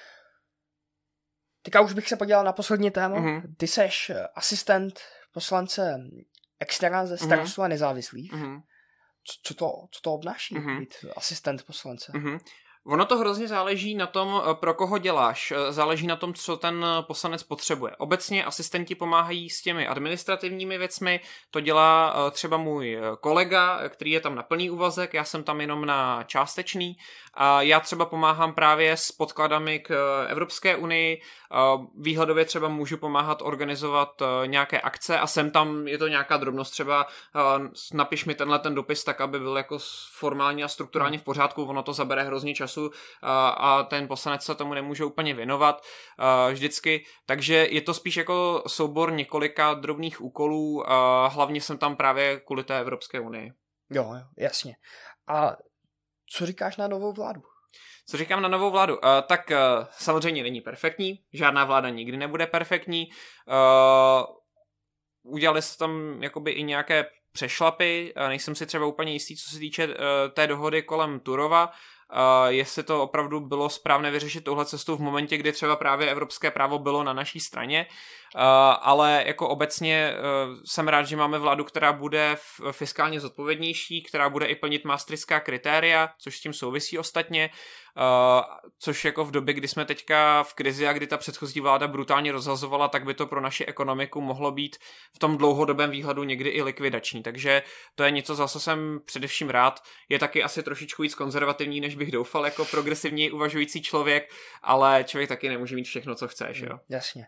Speaker 1: Teďka už bych se podíval na poslední téma. Mm-hmm. Ty seš asistent poslance Exnera ze Starostů mm-hmm. a nezávislých. Mm-hmm. Co, co, to, co to obnáší mm-hmm. být asistent poslance?
Speaker 2: Mm-hmm. Ono to hrozně záleží na tom, pro koho děláš. Záleží na tom, co ten poslanec potřebuje. Obecně asistenti pomáhají s těmi administrativními věcmi. To dělá třeba můj kolega, který je tam na plný úvazek, já jsem tam jenom na částečný. A já třeba pomáhám právě s podkladami k Evropské unii. Výhledově třeba můžu pomáhat organizovat nějaké akce a sem tam je to nějaká drobnost. Třeba napiš mi tenhle ten dopis tak, aby byl jako formálně a strukturálně v pořádku. Ono to zabere hrozně času. času a, a ten poslanec se tomu nemůže úplně věnovat a, vždycky, takže je to spíš jako soubor několika drobných úkolů a hlavně jsem tam právě kvůli té Evropské unii.
Speaker 1: Jo, jo, jasně. A co říkáš na novou vládu?
Speaker 2: Co říkám na novou vládu? Uh, tak uh, samozřejmě není perfektní, žádná vláda nikdy nebude perfektní. Uh, udělali se tam jakoby i nějaké přešlapy, uh, nejsem si třeba úplně jistý, co se týče uh, té dohody kolem Turova, uh, jestli to opravdu bylo správné vyřešit touhle cestou v momentě, kdy třeba právě evropské právo bylo na naší straně, uh, ale jako obecně uh, jsem rád, že máme vládu, která bude f- fiskálně zodpovědnější, která bude i plnit maastrichtská kritéria, což s tím souvisí ostatně, Uh, což jako v době, kdy jsme teďka v krizi a kdy ta předchozí vláda brutálně rozhazovala, tak by to pro naši ekonomiku mohlo být v tom dlouhodobém výhledu někdy i likvidační. Takže to je něco, za co jsem především rád. Je taky asi trošičku víc konzervativní, než bych doufal jako progresivně uvažující člověk, ale člověk taky nemůže mít všechno, co chceš. Jo?
Speaker 1: Jasně.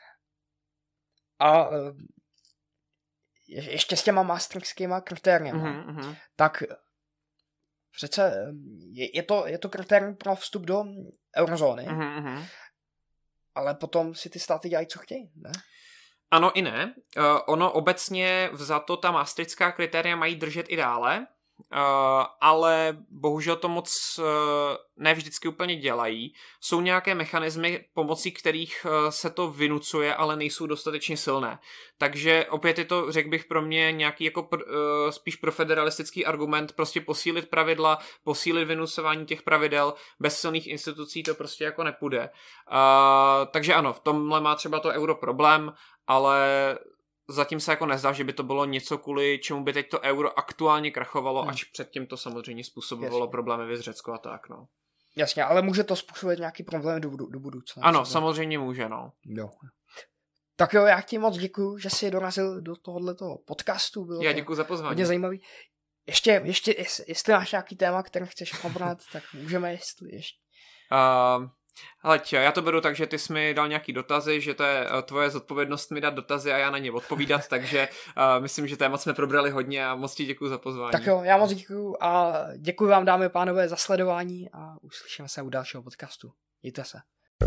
Speaker 1: A uh, ještě s těma maastrichtskýma kritériemi, mm-hmm. tak přece je, je, to, je to kritérium pro vstup do eurozóny, mm-hmm. ale potom si ty státy dělají, co chtějí, ne?
Speaker 2: Ano i ne. Uh, ono obecně vzato ta maastrichtská kritéria mají držet i dále, uh, ale bohužel to moc uh, ne vždycky úplně dělají. Jsou nějaké mechanismy, pomocí kterých uh, se to vynucuje, ale nejsou dostatečně silné. Takže opět je to, řekl bych, pro mě nějaký jako pr, uh, spíš pro federalistický argument, prostě posílit pravidla, posílit vynucování těch pravidel, bez silných institucí to prostě jako nepůjde. Uh, takže ano, v tomhle má třeba to euro problém, ale zatím se jako nezdá, že by to bylo něco, kvůli čemu by teď to euro aktuálně krachovalo, hmm. ač předtím to samozřejmě způsobovalo Jasně. problémy v Řecku a tak, no.
Speaker 1: Jasně, ale může to způsobit nějaký problém do, do budoucna.
Speaker 2: Ano, třeba. Samozřejmě může, no.
Speaker 1: Jo. Tak jo, já ti moc děkuju, že jsi dorazil do tohoto podcastu. Bylo
Speaker 2: já děkuju za pozvání.
Speaker 1: Hodně zajímavý. Ještě, ještě jestli, jestli máš nějaký téma, který chceš probrat, tak můžeme, jestli ještě.
Speaker 2: Uh... Hleď, já to beru tak, že ty jsi mi dal nějaký dotazy, že to je tvoje zodpovědnost mi dát dotazy a já na ně odpovídat, takže uh, myslím, že témat jsme probrali hodně a moc ti děkuju za pozvání.
Speaker 1: Tak jo, já moc děkuju a děkuju vám, dámy a pánové, za sledování a uslyšíme se u dalšího podcastu. Mějte se.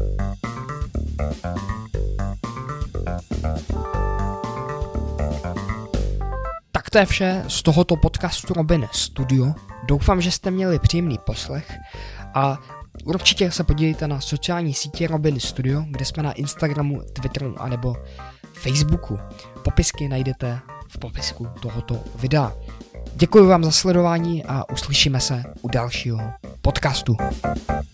Speaker 1: Tak to je vše z tohoto podcastu Robin Studio. Doufám, že jste měli příjemný poslech a určitě se podívejte na sociální sítě Robin Studio, kde jsme na Instagramu, Twitteru anebo Facebooku. Popisky najdete v popisku tohoto videa. Děkuji vám za sledování a uslyšíme se u dalšího podcastu.